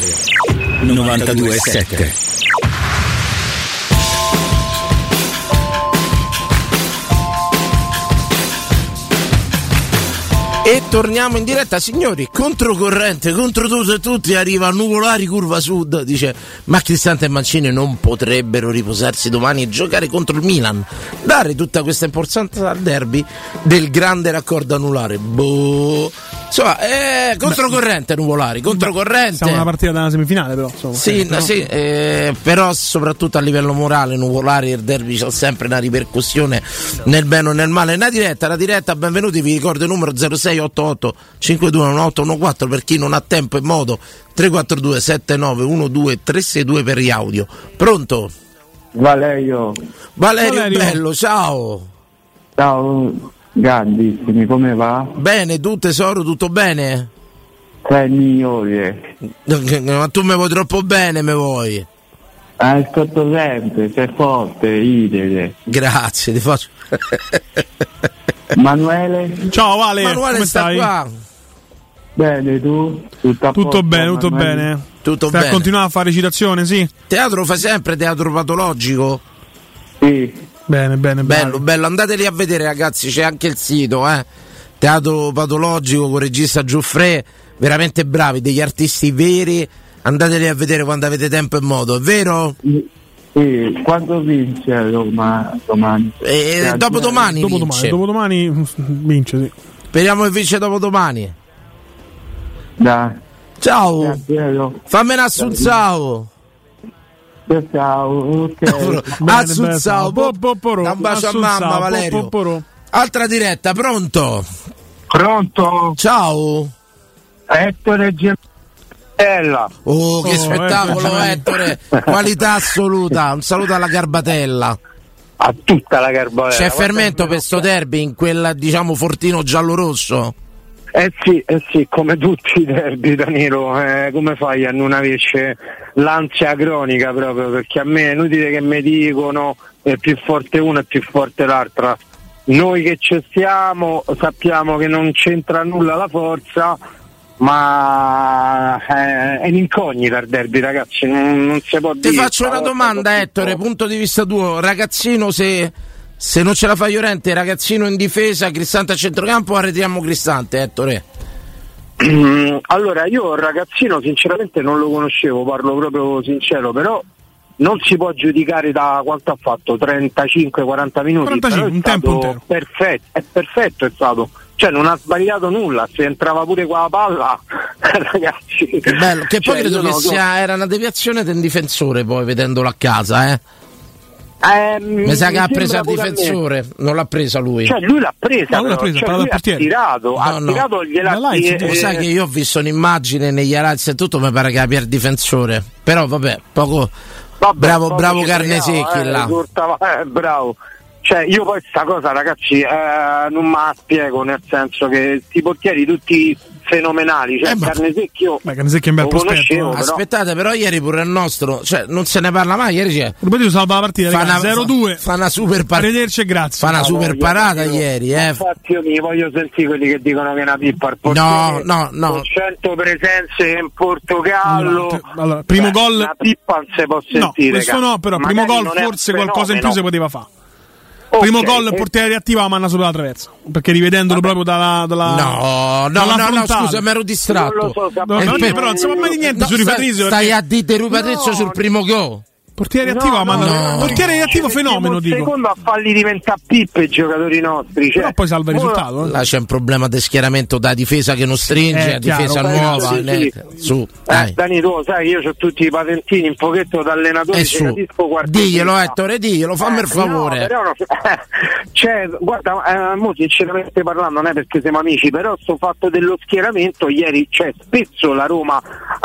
92.7. E torniamo in diretta, signori. Controcorrente, contro tutto e tutti, arriva Nuvolari curva sud. Dice: ma Cristante e Mancini non potrebbero riposarsi domani e giocare contro il Milan? Dare tutta questa importanza al derby del grande raccordo anulare? Boh. Insomma, controcorrente Nuvolari, controcorrente. Siamo una partita della semifinale, però. Insomma, però soprattutto a livello morale Nuvolari e il derby c'ha sempre una ripercussione nel bene o nel male. La diretta, benvenuti, vi ricordo il numero 0688 521814 per chi non ha tempo e modo, 342 7912 362 per gli audio. Pronto? Valerio Bello, ciao. Ciao, grandissimi, come va? Bene, tu tesoro, tutto bene? Sei il migliore. Ma tu mi vuoi troppo bene, me vuoi? Ascolto sempre, sei forte, ridere. Grazie, ti faccio. Manuele? Ciao Vale, Manuele come sta stai? Qua. Bene, tu? Tutto bene, tutto bene. Tutto stai bene. a continuare a fare recitazione, sì? Teatro fai sempre, teatro patologico? Sì. Bene. Bello, andateli a vedere ragazzi, c'è anche il sito, Teatro patologico con il regista Giuffre, veramente bravi, degli artisti veri, andateli a vedere quando avete tempo e modo, è vero? Sì, quando vince Roma domani? Dopodomani vince. Dopodomani vince, sì. Speriamo che vince dopodomani. Dai. Ciao. Fammi un assunzao. Ciao, ok. Assunzao. Un bacio a mamma, Valerio. Altra diretta, pronto? Pronto? Ciao. Ettore Garbatella. Oh, che spettacolo, Ettore. Qualità assoluta. Un saluto alla Garbatella. A tutta la Garbatella. C'è fermento per sto derby in quel, diciamo, fortino giallo-rosso? Sì, come tutti i derby, Danilo, come fai a non averci l'ansia cronica proprio? Perché a me è inutile che mi dicono è più forte uno e più forte l'altra. Noi che ci stiamo sappiamo che non c'entra nulla la forza, ma è un'incognita il derby, ragazzi, non si può dire. Ti faccio una domanda, Ettore, punto di vista tuo, ragazzino, se non ce la fa Llorente, ragazzino in difesa, Cristante a centrocampo, arretriamo Cristante, Ettore? Allora, io il ragazzino sinceramente non lo conoscevo, parlo proprio sincero, però non si può giudicare da quanto ha fatto, 35-40 minuti, 45, però è un tempo stato intero. perfetto è stato, cioè non ha sbagliato nulla, se entrava pure qua la palla ragazzi, che bello, che poi cioè, credo che era una deviazione del difensore, poi vedendolo a casa, mi sa che ha preso il difensore, non l'ha presa lui. Cioè lui l'ha presa, no, cioè, lui ha tirato, sai che io ho visto un'immagine negli highlights e tutto, mi pare che abbia il difensore, però vabbè, poco. Bravo Carnesecchi là. Bravo. Cioè io poi sta cosa ragazzi non me la spiego, nel senso che sti portieri tutti fenomenali, cioè Carnesecchi io Carnesecchi è un bel prospetto. Aspettate, però ieri pure il nostro, cioè non se ne parla mai, ieri c'è. Rubetto salva la partita, 0-2. Fa una super parata. Arrivederci e grazie. Fa una super parata ieri, Infatti io mi voglio sentire quelli che dicono che è una pippa al portiere. No. Con 100 presenze in Portogallo. Allora, primo gol. Una pippa non si può sentire. No, questo no, però primo gol forse qualcosa in più si poteva fare. Primo gol, il portiere riattiva, ma manna sopra la traversa. Perché rivedendolo proprio dalla no, scusa, mi ero distratto. Però non si può mai di niente su Rui Patrizio. Stai a dire Rui Patrizio sul primo gol. Portiere attivo, portiere reattivo fenomeno, dico. Secondo a farli diventare pippe i giocatori nostri, cioè. Però poi salva il risultato. Là c'è un problema di schieramento da difesa che non stringe, a difesa nuova. Su, Dani, tu sai, io ho tutti i patentini, un pochetto da allenatore. Diglielo, Ettore, diglielo, fammi il favore. No, però cioè, guarda, mo sinceramente parlando, non è perché siamo amici, però sto fatto dello schieramento ieri, cioè spesso la Roma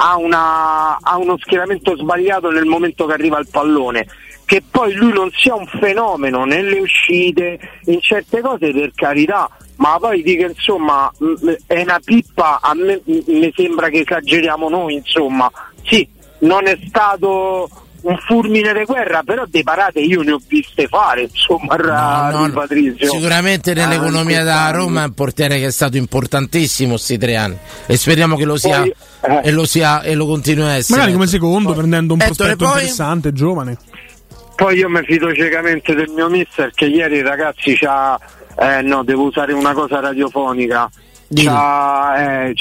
ha uno schieramento sbagliato nel momento che arriva il pallone, che poi lui non sia un fenomeno nelle uscite, in certe cose, per carità, ma poi dico insomma è una pippa, a me mi sembra che esageriamo noi, insomma. Sì, non è stato un fulmine di guerra, però de parate io ne ho viste fare, insomma. No, Patrizio. Sicuramente nell'economia da Roma è un portiere che è stato importantissimo questi 3 anni e speriamo che lo sia, e lo continui a essere. Magari come secondo, prendendo un prospetto interessante, giovane. Poi io mi fido ciecamente del mio mister, che ieri ragazzi devo usare una cosa radiofonica, ci ha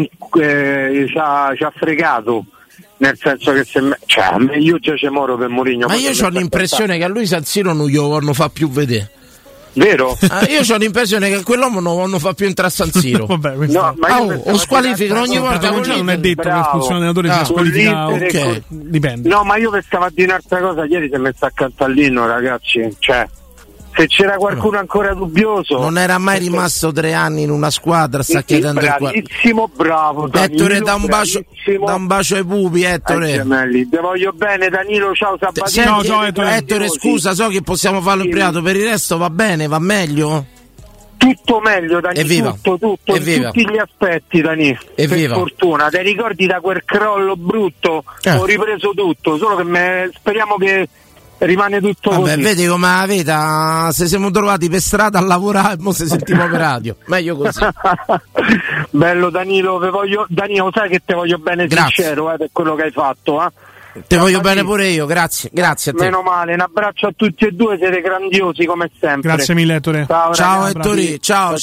fregato. Nel senso che io già c'è moro per Mourinho. Ma io ho l'impressione che a lui San Siro non glielo vanno fa più vedere. Vero? Io ho l'impressione che quell'uomo non vanno fa più entrare a San Siro. Vabbè, o squalificano ogni volta. Non è detto che l'espulsione dell'allenatore sia squalificata. Dipende. No, ma io pensavo a dire un'altra cosa. Ieri si è messo accanto all'inno, ragazzi. Cioè, se c'era qualcuno ancora dubbioso, non era mai rimasto 3 anni in una squadra, sta chiedendo il bravissimo, bravo Danilo, Ettore, da un bacio ai pupi, Ettore. Te voglio bene, Danilo, ciao Sabatino. Ciao Ettore, scusa, so che possiamo farlo in privato, per il resto va bene, va meglio? Tutto meglio, Danilo, tutto in tutti gli aspetti, Danilo. Per fortuna, ti ricordi da quel crollo brutto? Ho ripreso tutto, solo che speriamo che rimane tutto così. Vedi come la vita, se siamo trovati per strada a lavorare e mo se sentiamo per radio, meglio così. Bello Danilo, Danilo, sai che te voglio bene, sincero, per quello che hai fatto, Te voglio bene pure io, grazie a te. Meno male, un abbraccio a tutti e due, siete grandiosi come sempre. Grazie mille Ettore. Ciao Ettore, ciao.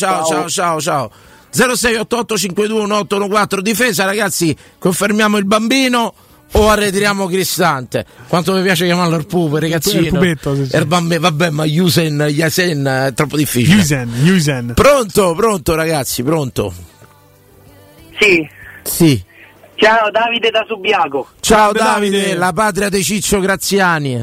0688 521814 difesa, ragazzi, confermiamo il bambino o arretriamo Cristante? Quanto mi piace chiamarlo il pupo, ragazzino. Il pupetto, sì. Vabbè, ma Yasen è troppo difficile. Yusen. Pronto ragazzi, pronto? Sì. Ciao Davide da Subiaco. Ciao Davide, la patria dei Ciccio Graziani.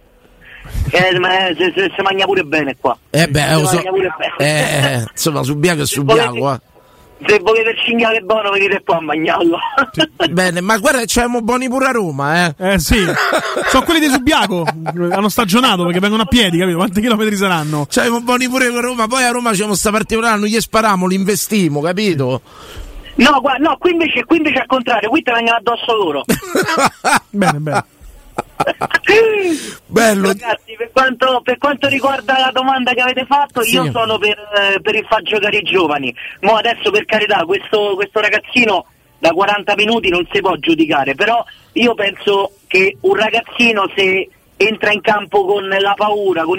Se mangia pure bene qua. Insomma, Subiaco è Subiaco, Se volete il cinghiale buono venite qua a mangiarlo. Bene, ma guarda, c'erano buoni pure a Roma, sì. Sono quelli di Subiaco. Hanno stagionato perché vengono a piedi, capito? Quanti chilometri saranno? C'erano buoni pure a Roma. Poi a Roma c'è sta particolare, non gli spariamo, li investimo, capito? No, qui invece al contrario, qui te vengono addosso loro. Bene. Bello. Ragazzi, per quanto riguarda la domanda che avete fatto, io sono per il far giocare i giovani. Mo adesso, per carità, questo ragazzino da 40 minuti non si può giudicare, però io penso che un ragazzino, se entra in campo con la paura, con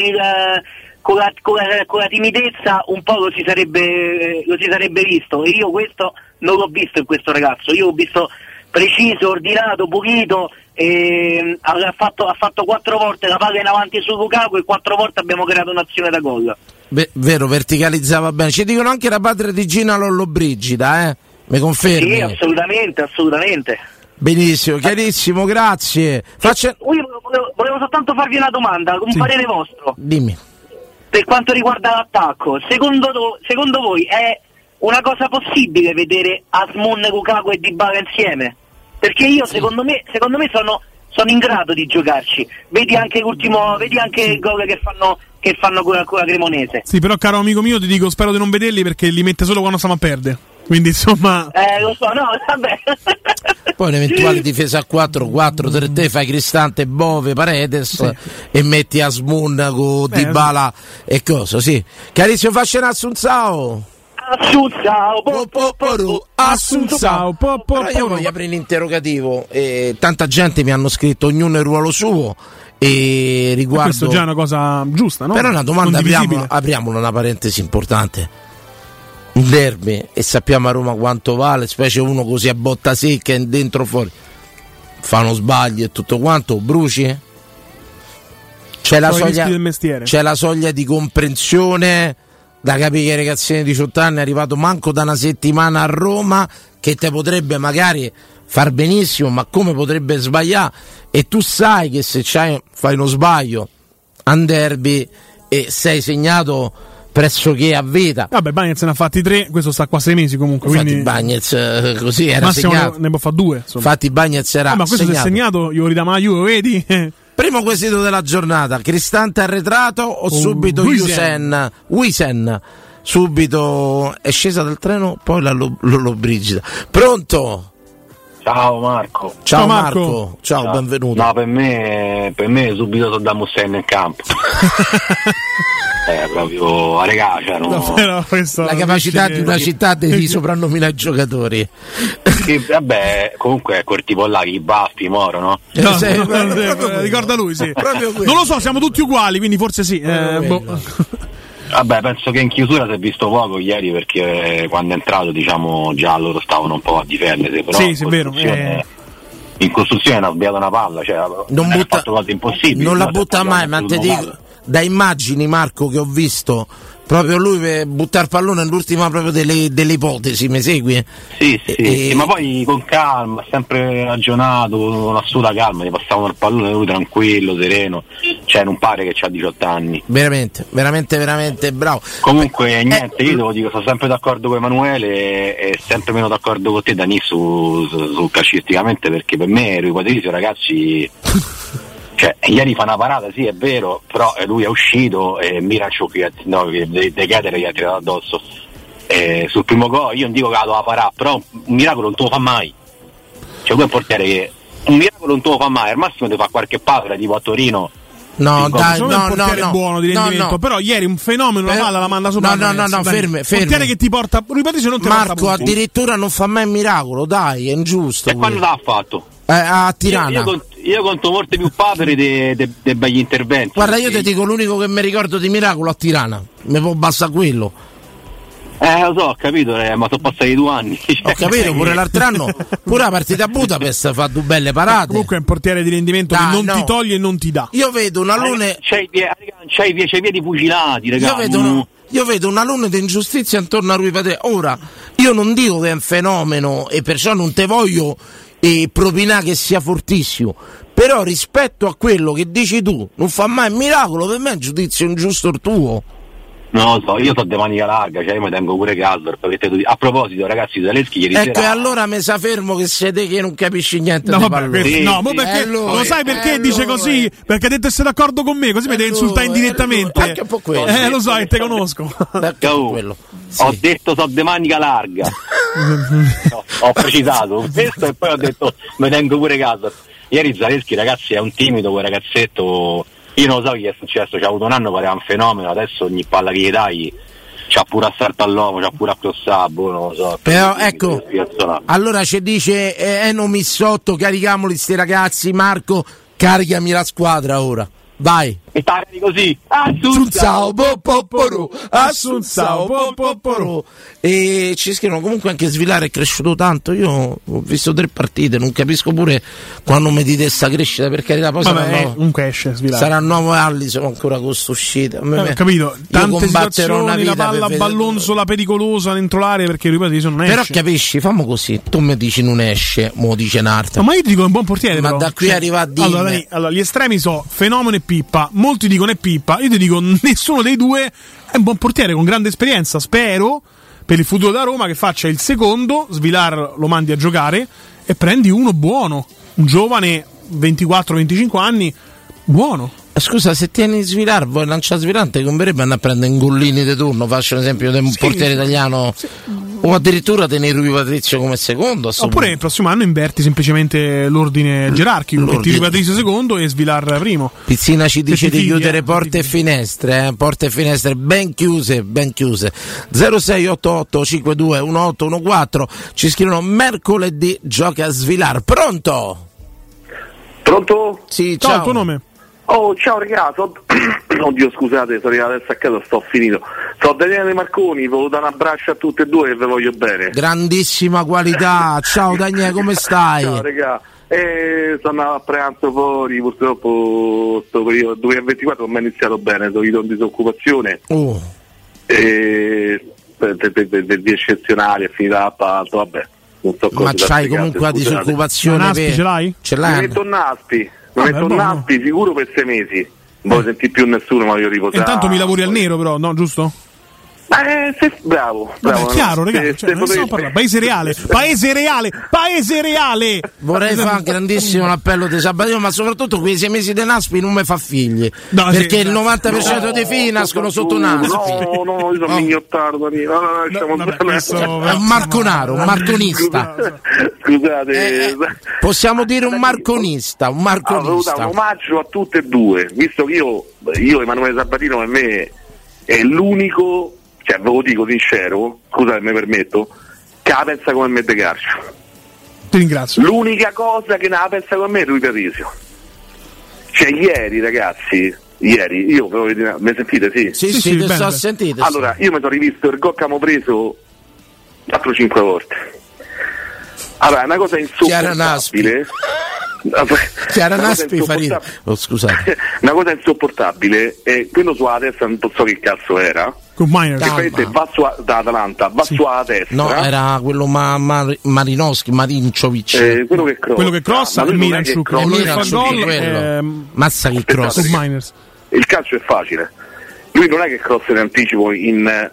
la timidezza, un po' lo si sarebbe visto, e io questo non l'ho visto in questo ragazzo. Io ho visto preciso, ordinato, pulito, e ha fatto 4 volte la palla in avanti su Lukaku e 4 volte abbiamo creato un'azione da gol. Vero, verticalizzava bene. Ci dicono anche la padre di Gina Lollobrigida, mi confermi? Sì, assolutamente. Benissimo, chiarissimo, grazie. Io volevo soltanto farvi una domanda, un parere vostro. Dimmi. Per quanto riguarda l'attacco, secondo voi è una cosa possibile vedere Asmun, Lukaku e Dybala insieme? Perché io secondo me sono in grado di giocarci. Vedi anche il gol che fanno con la Cremonese. Sì, però caro amico mio ti dico, spero di non vederli perché li mette solo quando stiamo a perdere. Quindi insomma lo so, no, vabbè. Poi un'eventuale difesa a 4-4-3 fai Cristante, Bove, Paredes e metti Asmun con Dybala e cosa, sì. Carissimo, faccia un Assunzao. Assunzao. Però io voglio aprire l'interrogativo, tanta gente mi hanno scritto ognuno il ruolo suo e riguardo. Questo è già una cosa giusta, no? Però una domanda, apriamo una parentesi importante. Un derby, e sappiamo a Roma quanto vale, specie uno così a botta secca e dentro fuori, fa uno sbaglio e tutto quanto, bruci? C'è la soglia di comprensione da capire che il ragazzino di 18 anni è arrivato manco da una settimana a Roma, che te potrebbe magari far benissimo, ma come potrebbe sbagliare? E tu sai che se fai uno sbaglio a un derby e sei segnato pressoché a vita. Vabbè, Bagnez ne ha fatti 3, questo sta qua 6 mesi comunque. Infatti quindi Bagnez così era Massimo segnato. Ne può fare 2. Infatti Bagnez era ma questo segnato. si è segnato, io ridama la Juve, vedi? Primo quesito della giornata, Cristante arretrato o subito Wisen? Subito è scesa dal treno, poi la Lollobrigida. Pronto? Ciao Marco. Ciao Marco. Ciao, benvenuto. No, per me subito Saddam Hussein in campo. Proprio a regà, cioè, no? La capacità di una città di soprannominare i giocatori. Sì, vabbè, comunque è quel tipo là, i baffi, Moro, no? Ricorda lui, sì. Non lo so, siamo tutti uguali, quindi forse sì. Vabbè, penso che in chiusura si è visto poco ieri, perché quando è entrato, diciamo, già loro stavano un po' a difendersi, però sì, è vero. In costruzione ha sbagliato una palla, cioè non ha fatto cose impossibili. Non la butta mai, ma te dico, da immagini, Marco, che ho visto, proprio lui per buttare pallone è l'ultima proprio delle ipotesi, mi segui? Sì, ma poi con calma, sempre ragionato, con assoluta calma, gli passavano il pallone lui tranquillo, sereno, cioè non pare che c'ha 18 anni. Veramente bravo. Comunque niente, io devo dire, sono sempre d'accordo con Emanuele e sempre meno d'accordo con te, Dani, su calcisticamente, perché per me Rui Patricio, ragazzi, cioè ieri fa una parata, sì è vero, però lui è uscito e Miranchuk De Keter gli ha tirato addosso. Sul primo gol io non dico che la doveva parare, però un miracolo non te lo fa mai, cioè quel portiere che un miracolo non te lo fa mai, al massimo ti fa qualche palla tipo a Torino. No, dai, no, buono di rendimento, però ieri un fenomeno, la palla la manda sopra. No, fermi. Portiere che ti porta, Rui Patricio non te Marco, addirittura non fa mai un miracolo, dai, è ingiusto. E quando l'ha fatto? A Tirana. Io conto molte più papere dei begli interventi. Guarda, io ti dico l'unico che mi ricordo di miracolo a Tirana, mi può basta quello. Lo so, ho capito, ma sono passati 2 anni. Ho capito, pure l'altro anno, pure la partita a Budapest fa 2 belle parate. Comunque è un portiere di rendimento che non ti toglie e non ti dà. Io vedo un alone. C'hai i piedi pucilati, ragazzi. Io vedo un alone di ingiustizia intorno a Rui Patricio. Ora, io non dico che è un fenomeno e perciò non te voglio propinare che sia fortissimo. Però rispetto a quello che dici tu, non fa mai un miracolo, per me è un giudizio ingiusto il tuo. Non lo so, io sono di manica larga, cioè io mi tengo pure Gasdorp. A proposito, ragazzi, Zaleschi ieri sera. Ecco, e allora mi sa fermo che siete che non capisci niente. No, perché, lo sai perché dice così? Perché ha detto essere d'accordo con me, così mi deve insultare indirettamente. Anche un po' quello. Lo so, te conosco. Ho detto sono di manica larga. Ho precisato questo e poi ho detto mi tengo pure Gasdorp. Ieri Zaleschi, ragazzi, è un timido quel ragazzetto. Io non so che gli è successo, c'ha avuto un anno, pareva un fenomeno, adesso ogni palla che gli dai c'ha pure a salto all'uomo, c'ha pure a crossare, non lo so. Però ecco, allora ci dice Eno Missotto, caricamoli sti ragazzi, Marco, caricami la squadra ora, vai. E stai così. Assunzao Popoporo, Assunzao Popoporo. E ci scrivono comunque anche Svilare è cresciuto tanto. Io ho visto 3 partite, non capisco pure quando mi dite sta crescita, per carità. Poi comunque esce Svilare. Sarà nuovo Alli, sono ancora con sto uscita. Ho capito, tante situazioni, la palla ballonzola pericolosa dentro l'area perché Rui Patricio non esce. Però capisci, fammo così, tu mi dici non esce, mo dice un'altra. Ma io ti dico è un buon portiere. Ma però, da qui arriva a dire. Allora, gli estremi so Fenomeno e Pippa. Molti dicono è Pippa, io ti dico nessuno dei due è un buon portiere con grande esperienza. Spero per il futuro da Roma che faccia il secondo, Svilar lo mandi a giocare e prendi uno buono, un giovane 24-25 anni buono. Scusa, se tieni Svilar, vuoi lanciare Svilar, ti converrebbe andare a prendere Ngollini di turno, faccio un esempio di un portiere italiano, o addirittura tenere Rui Patrizio come secondo. Oppure il prossimo anno inverti semplicemente l'ordine gerarchico, metti Rui Patrizio secondo e Svilar primo. Pizzina ci dice di chiudere porte e finestre, porte e finestre ben chiuse, 0688 52 1814, ci scrivono mercoledì gioca a Svilar. Pronto? Sì, ciao. Il tuo nome? Oh, ciao ragazzi. Oddio, scusate, sono arrivato adesso a casa, sto finito. Sono Daniele Marconi, vi volevo dare un abbraccio a tutti e due e vi voglio bene. Grandissima qualità. Ciao Daniele, come stai? Ciao ragazzi. Sono andato a pranzo fuori, purtroppo sto periodo 2024 non mi è iniziato bene, sono in disoccupazione. Di eccezionali, è finita l'appalto, vabbè. Non so cosa. Ma c'hai comunque la disoccupazione? Naspi ce l'hai? Mi metto Naspi sicuro per 6 mesi. Non voglio sentire più nessuno, ma io riposare. Intanto mi lavori al nero però, no, giusto? Bravo. Vabbè, è chiaro, ragazzi. Paese reale. Vorrei fare un grandissimo appello di Sabatino, ma soprattutto quei 6 mesi di Naspi non mi fa figli. Perché il 90% dei figli nascono sotto Naspi. No, io sono mignottato. È un marconaro, un marconista. Scusate. Possiamo dire un marconista. Un omaggio a tutte e due, visto che io Emanuele Sabatino per me è l'unico, cioè ve lo dico sincero, scusate mi permetto, che la pensa come me De Carcio. Ti ringrazio. L'unica cosa che ne la pensa come me è Rui Patrizio. Cioè ieri ragazzi, io ve lo dire, mi sentite? Sì, ti sto sentito. Allora, io mi sono rivisto il gol che abbiamo preso 4-5 volte. Allora, è una cosa insopportabile. Scusate. Una cosa insopportabile è quello sulla testa, non so che cazzo era. Che va da Atalanta, va sulla testa. No, era quello Marinciovic. Quello che crossa, il Miranchuk, quello che fa gol, Mazza che crossa. Il calcio è facile. Lui non è che crossa in anticipo in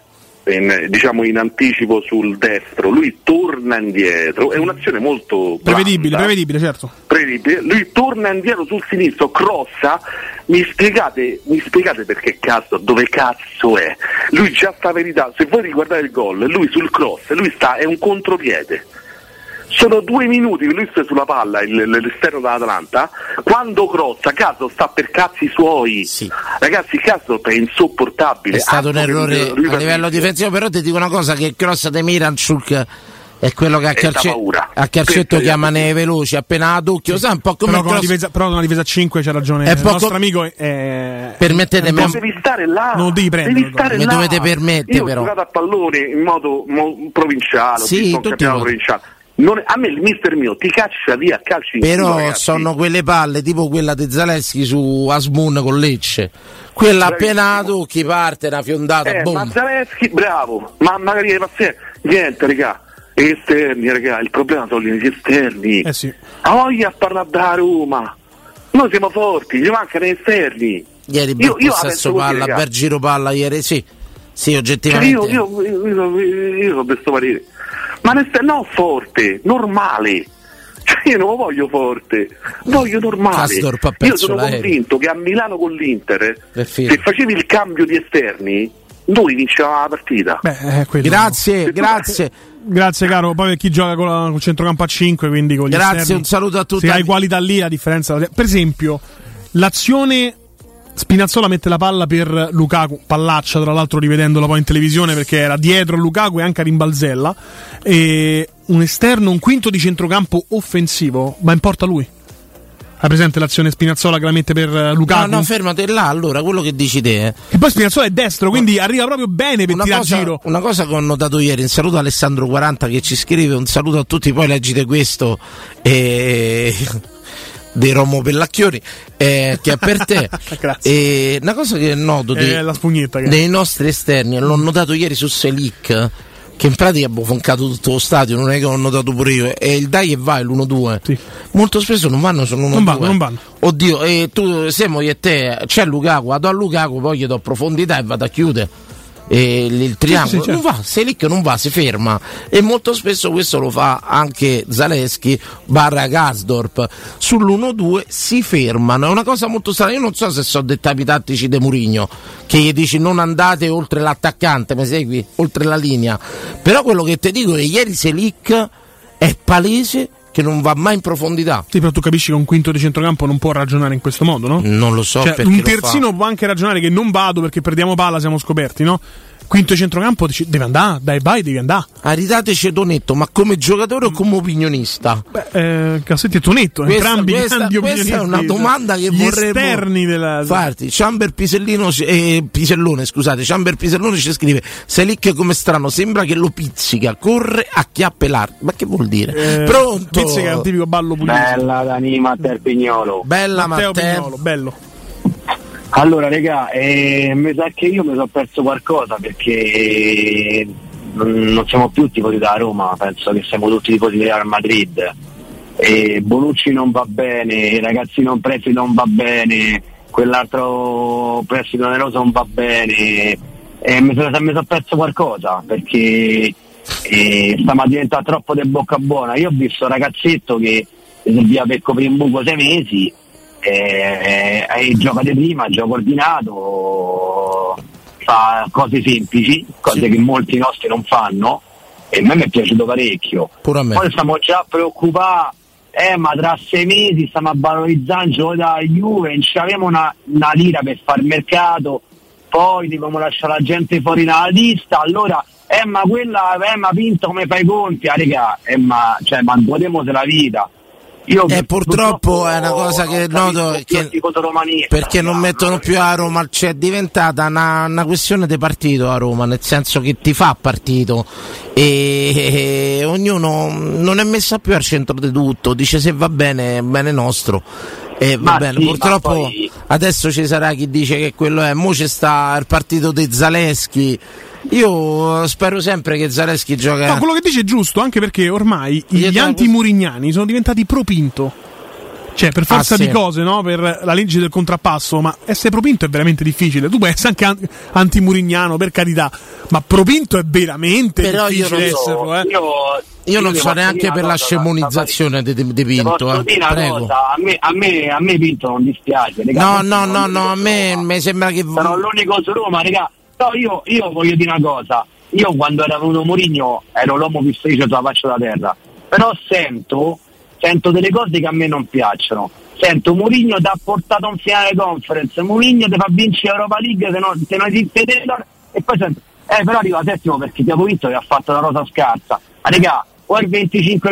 anticipo sul destro, lui torna indietro, è un'azione molto prevedibile, certo. Prevedibile, lui torna indietro sul sinistro, crossa, mi spiegate perché cazzo, dove cazzo è? Lui già sta verità, se voi riguardate il gol, lui sul cross, è un contropiede. Sono 2 minuti che lui sta sulla palla, l'esterno dell'Atalanta, quando crossa, Caso sta per cazzi suoi. Ragazzi, Caso è insopportabile. È stato un errore a livello difensivo, però ti dico una cosa, che il cross di Miranchuk è quello che a calcetto chiama nei veloci, appena la tocchio, sa un po' come però una difesa 5 c'ha ragione. Il nostro amico è permettetemi, devi stare là. Non devi prendere. Mi dovete permettere, però. Io ho giocato a pallone in modo provinciale, provinciale. A me il mister mio ti caccia via a calci. Però sono quelle palle tipo quella di Zaleschi su Asmun con Lecce, quella appena tocchi parte una fiondata ma Zaleschi bravo, ma magari niente regà, esterni regà, il problema sono gli esterni. A voglia a parlare da Roma, noi siamo forti, gli mancano gli esterni. Ieri io possesso palla, per giro palla ieri, sì oggettivamente. Io ho questo parere. Ma no, forte, normale. Cioè io non lo voglio forte, voglio normale. Io sono convinto che a Milano con l'Inter, se facevi il cambio di esterni, noi vincevamo la partita. Grazie. Grazie caro, poi per chi gioca con il centrocampo a 5, quindi con gli esterni, un saluto a tutti. Se hai qualità lì, la differenza. Per esempio, l'azione Spinazzola mette la palla per Lukaku, pallaccia tra l'altro rivedendola poi in televisione perché era dietro Lukaku e anche a rimbalzella, e un esterno, un quinto di centrocampo offensivo, ma in porta lui. Hai presente l'azione Spinazzola che la mette per Lukaku? No, fermate là, allora, quello che dici te. E poi Spinazzola è destro, quindi arriva proprio bene per tirare a giro. Una cosa che ho notato ieri, un saluto a Alessandro 40 che ci scrive, un saluto a tutti, poi leggite questo di Romo Pellacchioni, che è per te. Grazie. Una cosa che noto la spugnetta dei nostri esterni, l'ho notato ieri su Selic, che in pratica ha bofoncato tutto lo stadio, non è che l'ho notato pure io, e il dai e vai l'1-2 sì. Molto spesso non vanno sull'1-2, non vanno. Oddio, e tu Semo e te c'è Lukaku, vado a Lukaku, poi gli do profondità e vado a chiudere il triangolo, sì, certo. Non va, Selic non va, si ferma, e molto spesso questo lo fa anche Zalewski / Karsdorp, sull'1-2 si fermano, è una cosa molto strana. Io non so se sono dettagli tattici di Mourinho, che gli dici non andate oltre l'attaccante, mi segui, oltre la linea, però quello che ti dico è che ieri Selic è palese che non va mai in profondità. Sì, però tu capisci che un quinto di centrocampo non può ragionare in questo modo, no? Non lo so, cioè, perché un terzino può anche ragionare che non vado perché perdiamo palla, siamo scoperti, no? Quinto di centrocampo dici, deve andare, dai vai, devi andare. Aridateci Tonetto, ma come giocatore o come opinionista? Cassetti e Tonetto, entrambi grandi opinionisti. Questa è una domanda che gli vorremmo esterni della farti. Ciamber Pisellone, scusate, Ciamber Pisellone ci scrive: Selic come strano, sembra che lo pizzica, corre a chiappe larghe. Ma che vuol dire? Pronto? Pizzica è un tipico ballo pulito. Bella Dani Matteo Pignolo. Bella Matteo Matteo Pignolo, bello. Allora regà, mi sa che io mi sono perso qualcosa, perché non siamo più tifosi da Roma, penso che siamo tutti tifosi di Real Madrid, e Bonucci non va bene, i ragazzi non prestiti non va bene, quell'altro prestito oneroso non va bene, e mi sono perso qualcosa, perché stiamo a diventare troppo del bocca buona. Io ho visto un ragazzetto che via per coprire un buco 6 mesi, gioca di prima, gioca ordinato, fa cose semplici, cose che molti nostri non fanno, e a me mi è piaciuto parecchio. Pure a me. Poi stiamo già preoccupati, ma tra 6 mesi stiamo a valorizzare il gioco da Juve, non c'avevamo una lira per far mercato, poi dobbiamo lasciare la gente fuori dalla lista, allora ma quella ma Pinto come fai i conti? Regà, ma godemose la vita. Purtroppo è una cosa che noto, perché non mettono più a Roma, cioè è diventata una questione di partito a Roma, nel senso che ti fa partito e ognuno non è messo più al centro di tutto, dice se va bene, bene nostro. E va bene, sì, purtroppo poi adesso ci sarà chi dice che quello è, mo c'è sta il partito di Zalewski. Io spero sempre che Zalewski gioca. No, quello che dice è giusto, anche perché ormai gli anti-murignani sono diventati pro Pinto. Cioè, per forza di cose, no? Per la legge del contrappasso, ma essere pro Pinto è veramente difficile. Tu puoi essere anche anti-murignano, per carità, ma pro Pinto è veramente difficile esserlo, Io non so neanche per la scemonizzazione di Pinto. Prego. Cosa, a me Pinto non dispiace. No, a me mi sembra che sarò l'unico su Roma, raga. No, io voglio dire una cosa. Io quando era venuto Mourinho ero l'uomo più felice sulla faccia della terra. Però sento delle cose che a me non piacciono. Sento Mourinho ti ha portato in finale conference, Mourinho ti fa vincere Europa League se non esiste Taylor, e poi sento, però arriva settimo perché ti avevo vinto e ha fatto la rosa scarsa. Raga, o il 25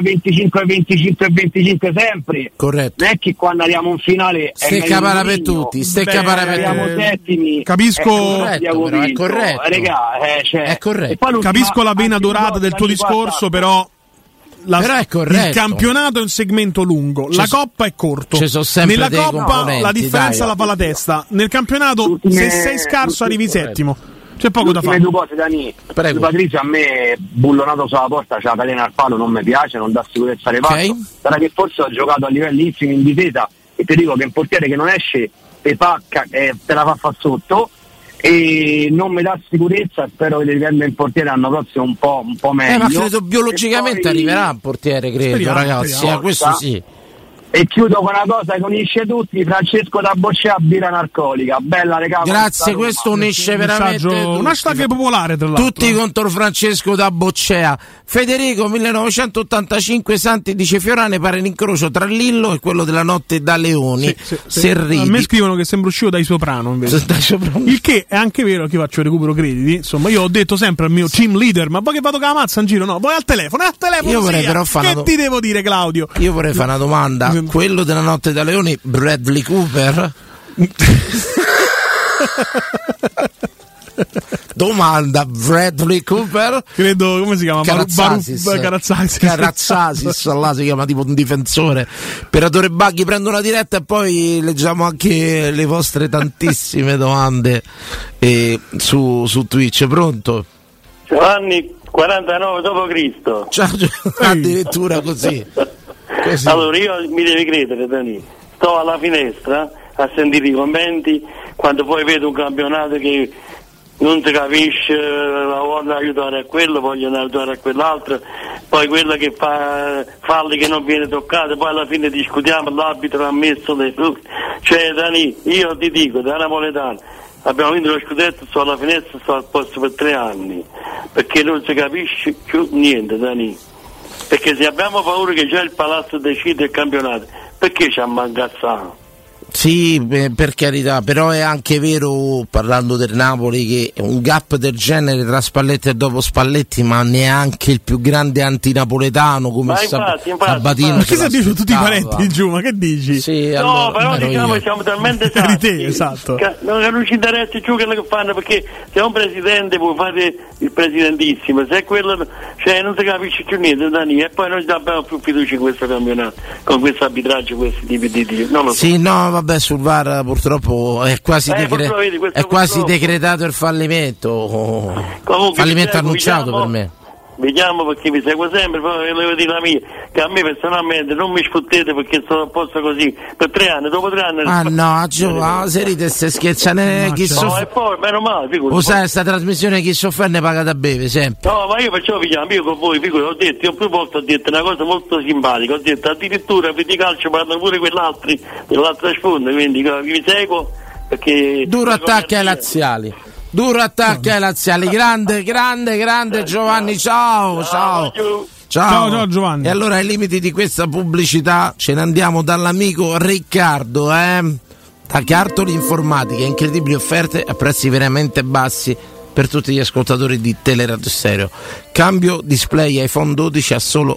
sempre. Corretto. Non è che quando arriviamo in finale stecca para per tutti, settimi. Capisco, è corretto. È corretto. Capisco la vena dorata del tuo discorso, però è corretto. Il campionato è un segmento lungo, la coppa è corto. Nella coppa la differenza la fa la testa. Nel campionato se sei scarso arrivi settimo. C'è poco da fare. Due cose, Dani. Patrizio, a me bullonato sulla porta, c'è la catena al palo, non mi piace, non dà sicurezza alle passo. Sarà che forse ho giocato a livelli infimi in difesa, e ti dico che un portiere che non esce te pacca, te la fa sotto, e non mi dà sicurezza. Spero che dipenda il portiere l'anno prossimo un po' meglio. Ma credo biologicamente poi arriverà un portiere, credo, ragazzi. Questo sì. E chiudo con una cosa che unisce tutti: Francesco da Boccea, birra narcolica. Bella, regà. Grazie, questo unisce veramente un hashtag popolare, tra l'altro. Tutti contro Francesco da Boccea. Federico 1985 Santi dice: Fiorane pare l'incrocio tra Lillo e quello della notte da Leoni. Se ridi. A me scrivono che sembra uscito dai Soprano, invece. Il che è anche vero che io faccio recupero crediti. Insomma, io ho detto sempre al mio team leader: ma poi che vado con la mazza in giro? No, poi al telefono io vorrei però che ti devo dire, Claudio? Io vorrei fare una domanda. Quello della Notte da Leoni, Bradley Cooper? Domanda, Bradley Cooper? Credo, come si chiama? Carazzasis, là si chiama tipo un difensore. Operatore Baghi, prendo una diretta e poi leggiamo anche le vostre tantissime domande su Twitch. Pronto? Giovanni 49 d.C. Ciao, addirittura così. Allora io mi devi credere, Dani, sto alla finestra a sentire i commenti quando poi vedo un campionato che non si capisce, vogliono aiutare a quello, vogliono aiutare a quell'altro, poi quella che fa falli che non viene toccata, poi alla fine discutiamo, l'arbitro ha messo le... Cioè Dani, io ti dico, da napoletano, abbiamo vinto lo scudetto, sto alla finestra, sto al posto per 3 anni, perché non si capisce più niente, Dani. Perché se abbiamo paura che già il palazzo decide il campionato, perché ci ha mancato? Sì, per carità, però è anche vero, parlando del Napoli, che un gap del genere tra Spalletti e dopo Spalletti, ma neanche il più grande antinapoletano come Sabatino. Ma che si dice tutti i parenti giù, ma che dici? Sì, no, allora, però diciamo siamo talmente santi, esatto. Non ci interessa più quello che fanno, perché se è un presidente può fare il presidentissimo, se è quello, cioè non si capisce più niente, Dani, e poi non ci abbiamo più fiducia in questo campionato, con questo arbitraggio, questi tipi di non lo so. Sì, no, vabbè, sul VAR purtroppo è quasi, decretato il fallimento. Comunque, fallimento annunciato per me. Vediamo, perché vi seguo sempre, poi volevo dire la mia, che a me personalmente non mi sfottete perché sono a posto così per 3 anni, dopo 3 anni. Ah no, se ride se scherza, chi no, e poi meno male, figurati. Lo sai, questa trasmissione chi soffre paga da beve sempre. No, ma io perciò vi chiamo, io con voi, figurati, ho detto, io più volte ho detto una cosa molto simpatica, ho detto addirittura per di calcio parlano pure quell'altri dell'altra sponda, quindi vi seguo perché duro attacco ai laziali. Duro attacco ai laziali, grande Giovanni, ciao Giovanni. E allora ai limiti di questa pubblicità ce ne andiamo dall'amico Riccardo, da Cartoli Informatica, incredibili offerte a prezzi veramente bassi per tutti gli ascoltatori di Teleradio Stereo. Cambio display iPhone 12 a solo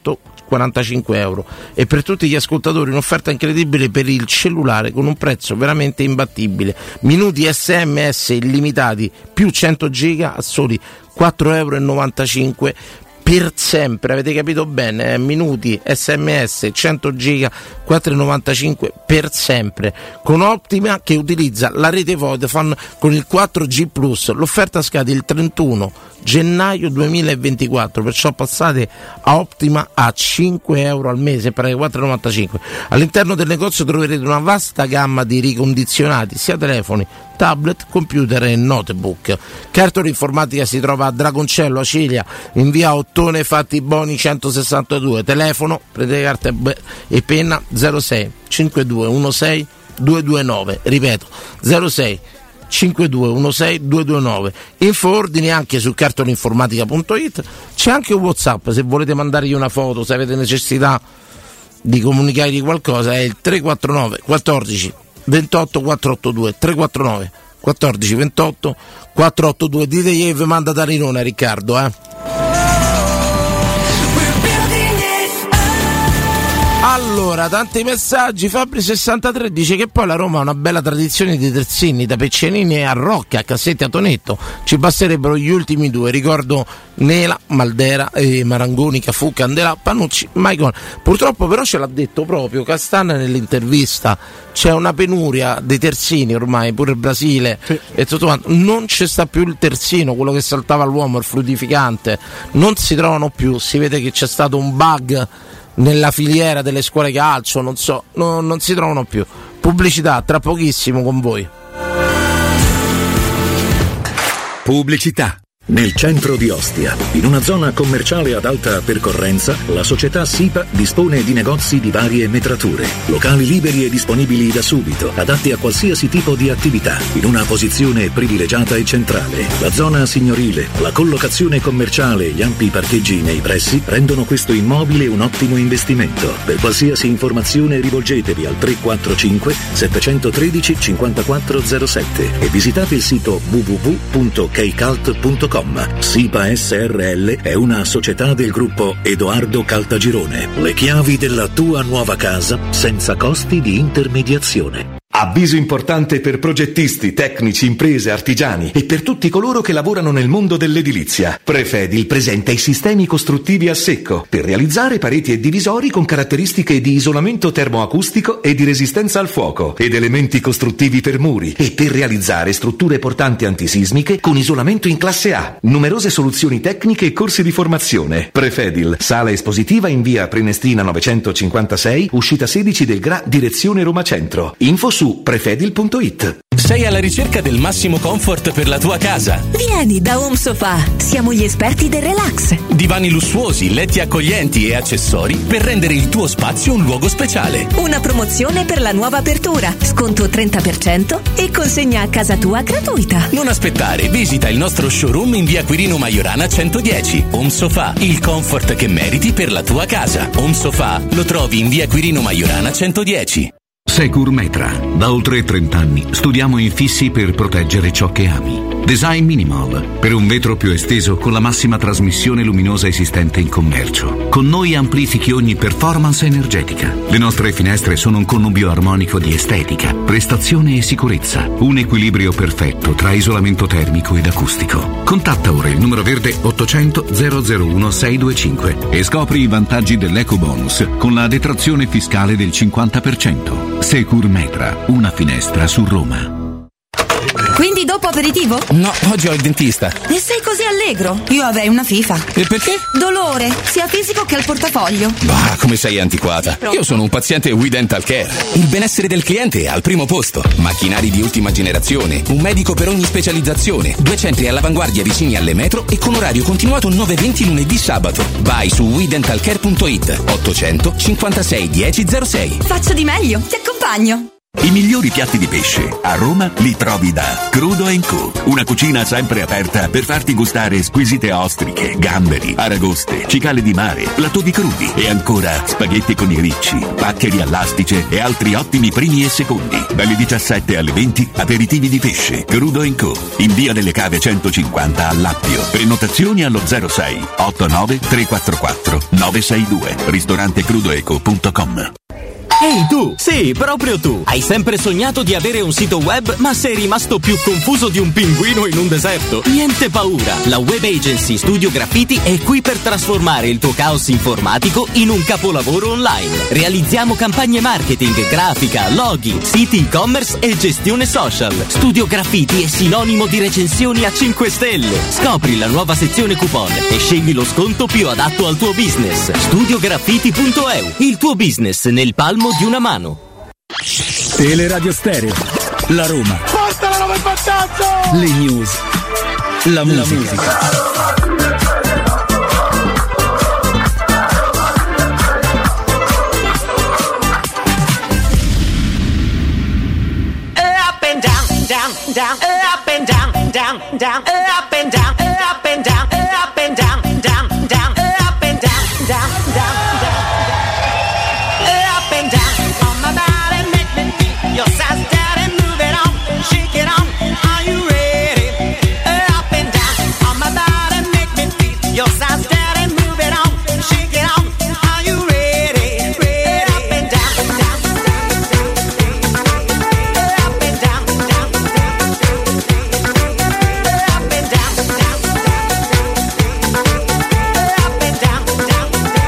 145 euro e per tutti gli ascoltatori un'offerta incredibile per il cellulare con un prezzo veramente imbattibile, minuti SMS illimitati più 100 giga a soli 4,95 euro per sempre, avete capito bene, minuti SMS 100 giga 4,95 per sempre, con Optima che utilizza la rete Vodafone con il 4G Plus. L'offerta scade il 31 gennaio 2024, perciò passate a Optima a 5 euro al mese per 4,95. All'interno del negozio troverete una vasta gamma di ricondizionati, sia telefoni, tablet, computer e notebook. Cartoli Informatica si trova a Dragoncello, Acilia, in via Ottone Fatti Boni 162, telefono, prendete carta e penna 06 5216 229, ripeto 06 5216 229. Info ordini anche su cartolinformatica.it. C'è anche un WhatsApp se volete mandargli una foto, se avete necessità di comunicare di qualcosa, è il 349 14 28 482 349 14 28 482. Ditegli che manda da Rinone, Riccardo, Allora, tanti messaggi. Fabri63 dice che poi la Roma ha una bella tradizione di terzini, da Peccenini a Rocca, a Cassetti a Tonetto. Ci basterebbero gli ultimi 2, ricordo Nela, Maldera, Marangoni, Cafù, Candela, Panucci, Maicon. Purtroppo però ce l'ha detto proprio Castana nell'intervista, c'è una penuria dei terzini ormai, pure il Brasile, sì. E tutto quanto. Non c'è sta più il terzino, quello che saltava all'uomo, il fluidificante, non si trovano più, si vede che c'è stato un bug nella filiera delle scuole calcio, non so, non si trovano più. Pubblicità tra pochissimo con voi. Pubblicità. Nel centro di Ostia, in una zona commerciale ad alta percorrenza, la società SIPA dispone di negozi di varie metrature, locali liberi e disponibili da subito, adatti a qualsiasi tipo di attività, in una posizione privilegiata e centrale. La zona signorile, la collocazione commerciale e gli ampi parcheggi nei pressi rendono questo immobile un ottimo investimento. Per qualsiasi informazione rivolgetevi al 345 713 5407 e visitate il sito www.kcalt.com. SIPA.com. SIPA SRL è una società del gruppo Edoardo Caltagirone. Le chiavi della tua nuova casa senza costi di intermediazione. Avviso importante per progettisti, tecnici, imprese, artigiani e per tutti coloro che lavorano nel mondo dell'edilizia. Prefedil presenta i sistemi costruttivi a secco per realizzare pareti e divisori con caratteristiche di isolamento termoacustico e di resistenza al fuoco ed elementi costruttivi per muri e per realizzare strutture portanti antisismiche con isolamento in classe A. Numerose soluzioni tecniche e corsi di formazione. Prefedil, sala espositiva in via Prenestina 956, uscita 16 del GRA, direzione Roma Centro. Info su prefedil.it. Sei alla ricerca del massimo comfort per la tua casa? Vieni da Home Sofa, siamo gli esperti del relax. Divani lussuosi, letti accoglienti e accessori per rendere il tuo spazio un luogo speciale. Una promozione per la nuova apertura, sconto 30% e consegna a casa tua gratuita. Non aspettare, visita il nostro showroom in via Quirino Maiorana 110. Home Sofa, il comfort che meriti per la tua casa. Home Sofa lo trovi in via Quirino Maiorana 110. Securmetra. Da oltre 30 anni studiamo infissi per proteggere ciò che ami. Design minimal, per un vetro più esteso con la massima trasmissione luminosa esistente in commercio. Con noi amplifichi ogni performance energetica. Le nostre finestre sono un connubio armonico di estetica, prestazione e sicurezza. Un equilibrio perfetto tra isolamento termico ed acustico. Contatta ora il numero verde 800 001 625 e scopri i vantaggi dell'EcoBonus con la detrazione fiscale del 50%. Securmetra, una finestra su Roma. Quindi dopo aperitivo? No, oggi ho il dentista. E sei così allegro? Io avrei una FIFA. E perché? Dolore, sia fisico che al portafoglio. Bah, come sei antiquata. Io sono un paziente We Dental Care. Il benessere del cliente è al primo posto. Macchinari di ultima generazione, un medico per ogni specializzazione, 2 centri all'avanguardia vicini alle metro e con orario continuato 9-20 lunedì sabato. Vai su wedentalcare.it 800 56 1006. Faccio di meglio, ti accompagno. I migliori piatti di pesce a Roma li trovi da Crudo & Co. Una cucina sempre aperta per farti gustare squisite ostriche, gamberi, aragoste, cicale di mare, latoni crudi e ancora spaghetti con i ricci, paccheri all'astice e altri ottimi primi e secondi. Dalle 17 alle 20 aperitivi di pesce. Crudo & Co. In via delle Cave 150 a Lappio. Prenotazioni allo 06 89 344 962. Ristorantecrudoeco.com. Ehi tu! Sì, proprio tu! Hai sempre sognato di avere un sito web, ma sei rimasto più confuso di un pinguino in un deserto? Niente paura! La web agency Studio Graffiti è qui per trasformare il tuo caos informatico in un capolavoro online. Realizziamo campagne marketing, grafica, login, siti e-commerce e gestione social. Studio Graffiti è sinonimo di recensioni a 5 stelle. Scopri la nuova sezione coupon e scegli lo sconto più adatto al tuo business. Studiograffiti.eu, il tuo business nel palmo di una mano. Teleradio Stereo, la Roma. Porta la Roma in vantaggio! Le news, la musica. Up and down, down, down, up and down, down, down, up and down, up and down, up and down, down, down, up and down, down, down, down. Up and down on my body, make me feel your size, daddy, move it on, shake it on. Are you ready? Up and down on my body, make me feel your size, daddy, move it on, shake it on. Are you ready? Ready? Up and down, down, down, up and down, down, up and down, down, up and down, down.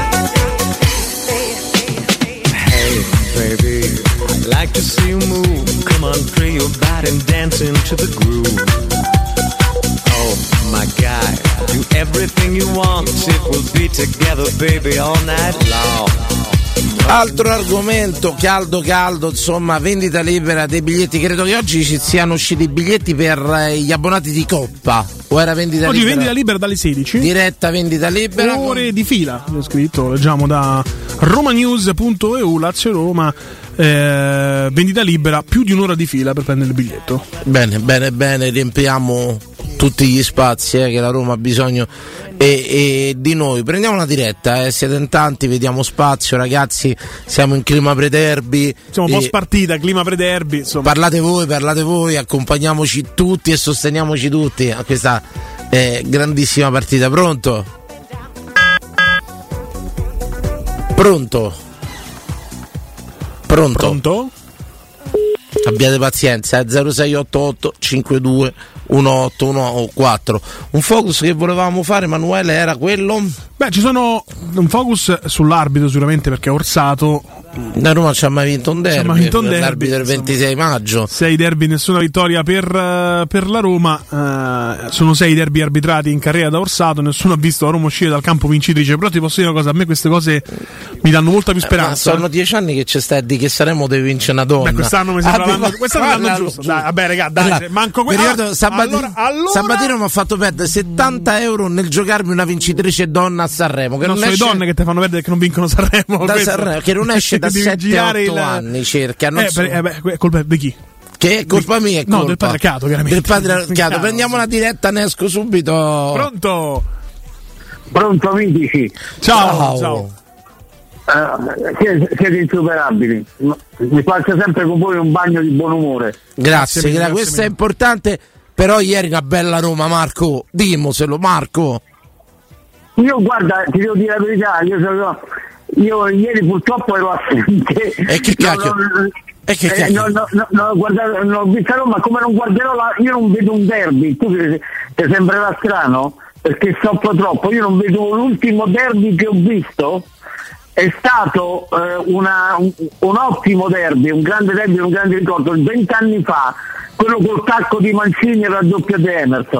Hey, baby, I'd like to see you move. Come on, free your body and dance into the groove. Oh, my God, do everything you want. If we'll be together, baby, all night long. Altro argomento caldo, insomma, vendita libera dei biglietti. Credo che oggi ci siano usciti i biglietti per gli abbonati di Coppa. O era vendita oggi libera? Vendita libera dalle 16. Diretta vendita libera. Ore di fila, ho scritto, leggiamo da romanews.eu, Lazio Roma. Vendita libera, più di un'ora di fila per prendere il biglietto. Bene, riempiamo tutti gli spazi che la Roma ha bisogno e di noi. Prendiamo una diretta, siete in tanti, vediamo spazio, ragazzi, siamo in clima pre-derby, siamo post partita, clima pre-derby, insomma. Parlate voi, accompagniamoci tutti e sosteniamoci tutti a questa grandissima partita. Pronto? Abbiate pazienza, 0688 52 1814. Un focus che volevamo fare, Emanuele, era quello? Beh, ci sono un focus sull'arbitro sicuramente, perché Orsato la Roma ci ha mai vinto un derby, l'arbitro del 26 maggio. 6 derby, nessuna vittoria per la Roma. Sono 6 derby arbitrati in carriera da Orsato, nessuno ha visto la Roma uscire dal campo vincitrice. Però ti posso dire una cosa, a me queste cose mi danno molta più speranza. Sono 10 anni che c'è sta di che saremo deve vincere una donna. Beh, quest'anno mi sembra l'anno giusto. Dai, vabbè, raga, dai, manco quello. Sabatino mi ha fatto perdere 70 euro nel giocarmi una vincitrice donna a Sanremo. Che non sono le donne che ti fanno perdere, che non vincono Sanremo. Sanremo, che non esce da 7-8 anni circa. Colpa di chi? Che è colpa mia, è colpa. No, del patriarcato, chiaramente. Del patriarcato. Prendiamo la diretta, ne esco subito. Pronto, amici. Ciao. Siete insuperabili. Mi faccio sempre con voi un bagno di buon umore. Grazie. Questo è importante. Però ieri una bella Roma, Marco. Dimmoselo, Marco. Io guarda, ti devo dire la verità, io ieri purtroppo ero assente. E che cacchio? Non ho visto Roma, come non guarderò io non vedo un derby. Tu ti sembrerà strano perché soffro troppo. Io non vedo l'ultimo derby che ho visto. È stato un ottimo derby, un grande ricordo, 20 anni fa, quello col tacco di Mancini e il raddoppio di Emerson.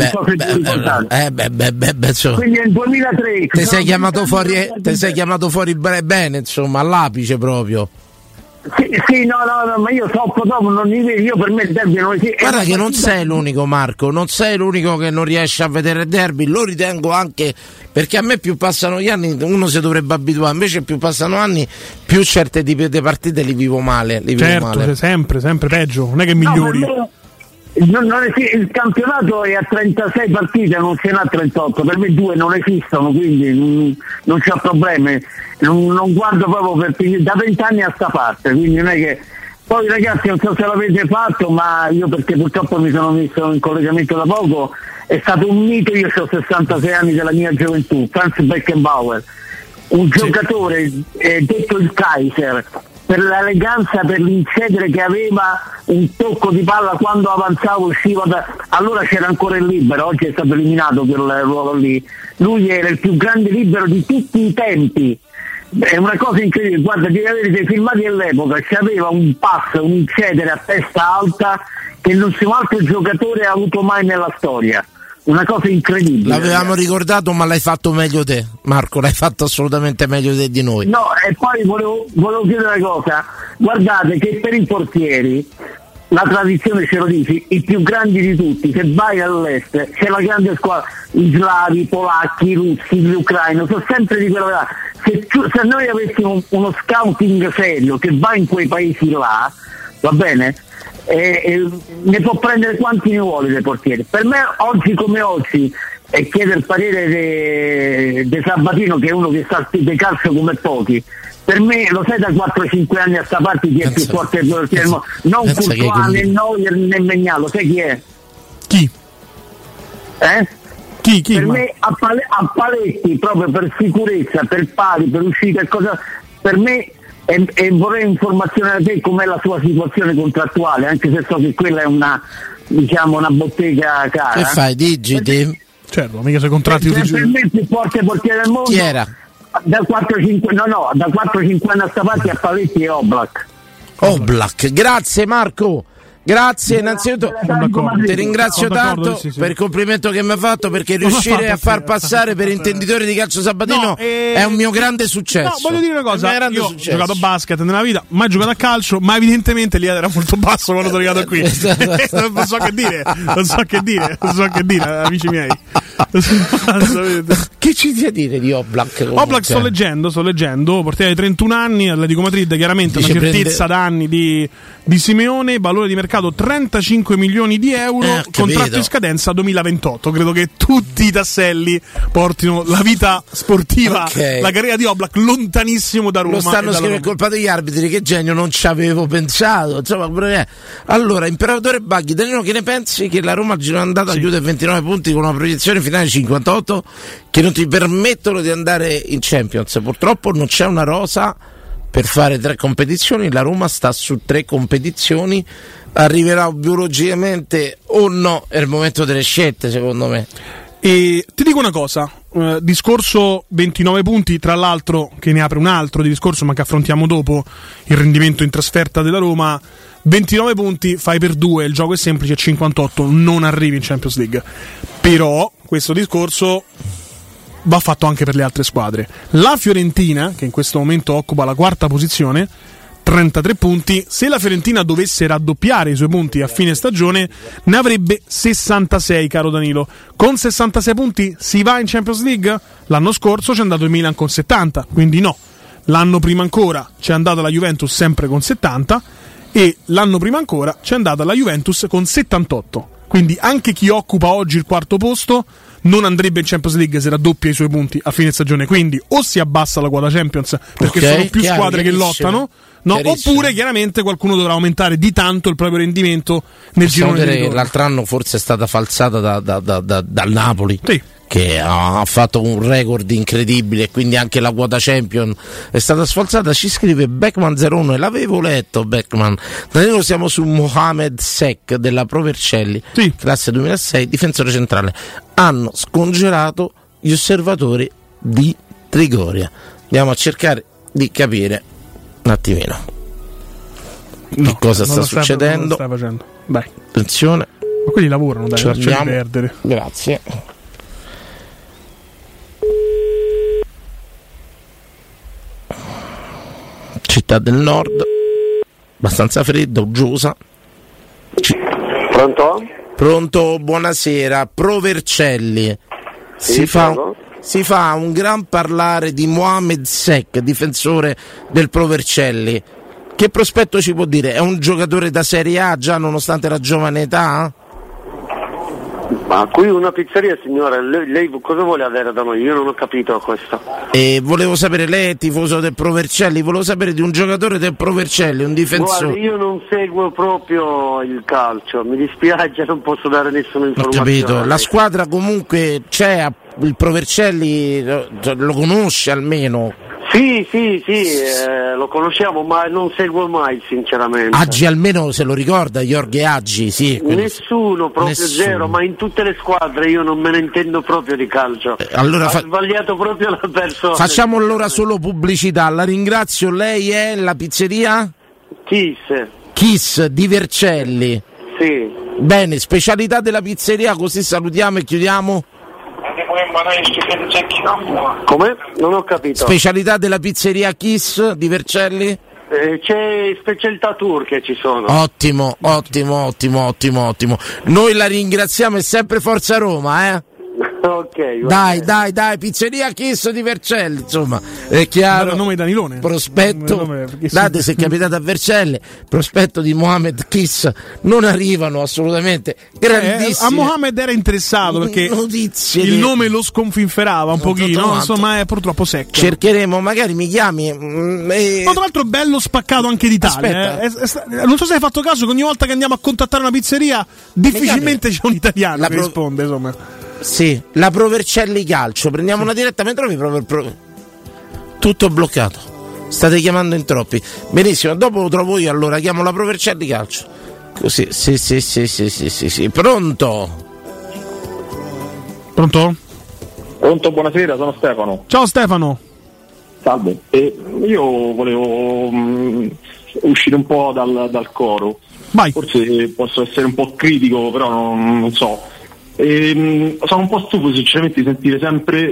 Quindi nel 2003 ti sei chiamato fuori bene, insomma, all'apice proprio. Sì, no, ma io soffro dopo, non li vedo, io per me il derby non esiste. Guarda che non sei l'unico, Marco, non sei l'unico che non riesce a vedere il derby, lo ritengo anche perché a me più passano gli anni uno si dovrebbe abituare, invece più passano anni più certe tipi di partite li vivo male. Certo, sempre peggio, non è che migliori. Il campionato è a 36 partite, non ce n'ha 38, per me 2 non esistono, quindi non c'ho problemi, non guardo proprio da 20 anni a sta parte, quindi non è che. Poi ragazzi, non so se l'avete fatto, ma io perché purtroppo mi sono messo in collegamento da poco, è stato un mito, io ho 66 anni della mia gioventù, Franz Beckenbauer, un giocatore detto il Kaiser, per l'eleganza, per l'incedere che aveva, un tocco di palla quando avanzava, usciva allora c'era ancora il libero, oggi è stato eliminato quel ruolo lì. Lui era il più grande libero di tutti i tempi, è una cosa incredibile. Guarda, devi avere dei filmati dell'epoca, c'aveva un passo, un incedere a testa alta che nessun altro giocatore ha avuto mai nella storia. Una cosa incredibile. L'avevamo ricordato, ma l'hai fatto meglio te, Marco, l'hai fatto assolutamente meglio te di noi. No, e poi volevo chiedere una cosa, guardate che per i portieri la tradizione ce lo dice, i più grandi di tutti, se vai all'est c'è la grande squadra, i slavi, i polacchi, i russi, gli ucraini, sono sempre di quella. Se noi avessimo uno scouting serio che va in quei paesi là, va bene? Ne può prendere quanti ne vuole dei portieri. Per me oggi come oggi, e chiede il parere di Sabatino, che è uno che sa di calcio come pochi, per me lo sai da 4-5 anni a sta parte chi è più forte del portiere, non Courtois né Neuer né Maignan, lo sai chi è? Chi? Chi? Per me a paletti, proprio per sicurezza, per pali, per uscite, per me. E vorrei informazione da te com'è la sua situazione contrattuale, anche se so che quella è una bottega cara. Che fai, digiti? Certo, mica se contratti tutti i giorni. Per me il più forte portiere del mondo. Chi era? Da 4-5 anni a sta parte a Paletti e Oblak. Grazie Marco. Grazie innanzitutto, ti ringrazio tanto per il complimento che mi ha fatto, perché riuscire a far passare per intenditore di calcio Sabatino è un mio grande successo. No, voglio dire una cosa, io ho giocato a basket nella vita, mai giocato a calcio, ma evidentemente lì era molto basso quando sono arrivato qui. Non so che dire, amici miei. Che ci dia dire di Oblak? Oblak sto leggendo, portiere di 31 anni, Atletico Madrid, chiaramente una certezza da anni di Simeone, valore di mercato 35 milioni di euro, contratto in scadenza 2028. Credo che tutti i tasselli portino la vita sportiva, la carriera di Oblak lontanissimo da Roma. Lo stanno scrivendo, è colpa degli arbitri, che genio, non ci avevo pensato. Insomma, allora, Imperatore Baghi, Danilo, che ne pensi che la Roma al giro andata chiude 29 punti con una proiezione finale 58 che non ti permettono di andare in Champions? Purtroppo non c'è una rosa per fare 3 competizioni, la Roma sta su 3 competizioni, arriverà biologicamente o no, è il momento delle scelte secondo me. E ti dico una cosa, discorso 29 punti, tra l'altro, che ne apre un altro di discorso ma che affrontiamo dopo, il rendimento in trasferta della Roma. 29 punti, fai per 2, il gioco è semplice, 58, non arrivi in Champions League. Però questo discorso va fatto anche per le altre squadre. La Fiorentina, che in questo momento occupa la 4ª posizione, 33 punti, se la Fiorentina dovesse raddoppiare i suoi punti a fine stagione ne avrebbe 66, caro Danilo. Con 66 punti si va in Champions League? L'anno scorso c'è andato il Milan con 70, quindi no. L'anno prima ancora c'è andata la Juventus sempre con 70 e l'anno prima ancora c'è andata la Juventus con 78. Quindi anche chi occupa oggi il 4º posto non andrebbe in Champions League se raddoppia i suoi punti a fine stagione. Quindi o si abbassa la quota Champions perché sono più squadre che lottano, no, oppure chiaramente qualcuno dovrà aumentare di tanto il proprio rendimento nel girone di ritorno. L'altro anno forse è stata falsata dal Napoli, che ha fatto un record incredibile e quindi anche la quota Champion è stata sfalsata. Ci scrive Beckman 01 e l'avevo letto Beckman. Danilo, siamo su Mohamed Sek della Pro Vercelli, classe 2006, difensore centrale. Hanno scongelato gli osservatori di Trigoria. Andiamo a cercare di capire un attimino che cosa sta succedendo. Sta facendo. Dai. Attenzione. Ma quelli lavorano, dai, non c'è perdere. Grazie. Città del Nord, abbastanza fredda, uggiosa. Pronto, buonasera. Pro Vercelli. Si fa un gran parlare di Mohamed Sek, difensore del Pro Vercelli. Che prospetto ci può dire? È un giocatore da Serie A già nonostante la giovane età? Ma qui una pizzeria, signore, lei cosa vuole avere da noi? Io non ho capito questo. E volevo sapere, lei è tifoso del Pro Vercelli, volevo sapere di un giocatore del Pro Vercelli, un difensore. Guarda, io non seguo proprio il calcio, mi dispiace, non posso dare nessuna informazione. Ho capito, la squadra comunque c'è, il Pro Vercelli lo conosce almeno? Sì, lo conosciamo, ma non seguo mai, sinceramente. Aggi almeno se lo ricorda, Jorge Aggi, sì. Nessuno, proprio zero, ma in tutte le squadre io non me ne intendo proprio di calcio. Allora ha sbagliato proprio la persona. Facciamo allora solo pubblicità, la ringrazio. Lei è la pizzeria? Kiss di Vercelli. Sì. Bene, specialità della pizzeria, così salutiamo e chiudiamo. Come? Non ho capito. Specialità della pizzeria Kiss di Vercelli? C'è specialità turche, ci sono. Ottimo. Noi la ringraziamo e sempre Forza Roma, Ok, dai, pizzeria Kiss di Vercelli, insomma, è chiaro. Il nome di Danilone. Prospetto, date se capitate a Vercelli, prospetto di Mohamed Kiss non arrivano assolutamente. Grandissimo. A Mohamed era interessato perché notizie il nome lo sconfinferava un pochino, insomma, è purtroppo secco. Cercheremo, magari mi chiami. Ma tra l'altro bello spaccato anche d'Italia. Non so se hai fatto caso che ogni volta che andiamo a contattare una pizzeria difficilmente c'è un italiano che risponde, insomma. Sì, la Pro Vercelli Calcio. Prendiamo una diretta, mi trovi proprio tutto bloccato. State chiamando in troppi. Benissimo, dopo lo trovo io, allora chiamo la Pro Vercelli Calcio. Così, sì. Pronto? Pronto, buonasera, sono Stefano. Ciao Stefano. Salve. Io volevo uscire un po' dal coro. Vai. Forse posso essere un po' critico, però non so. Sono un po' stufo sinceramente di sentire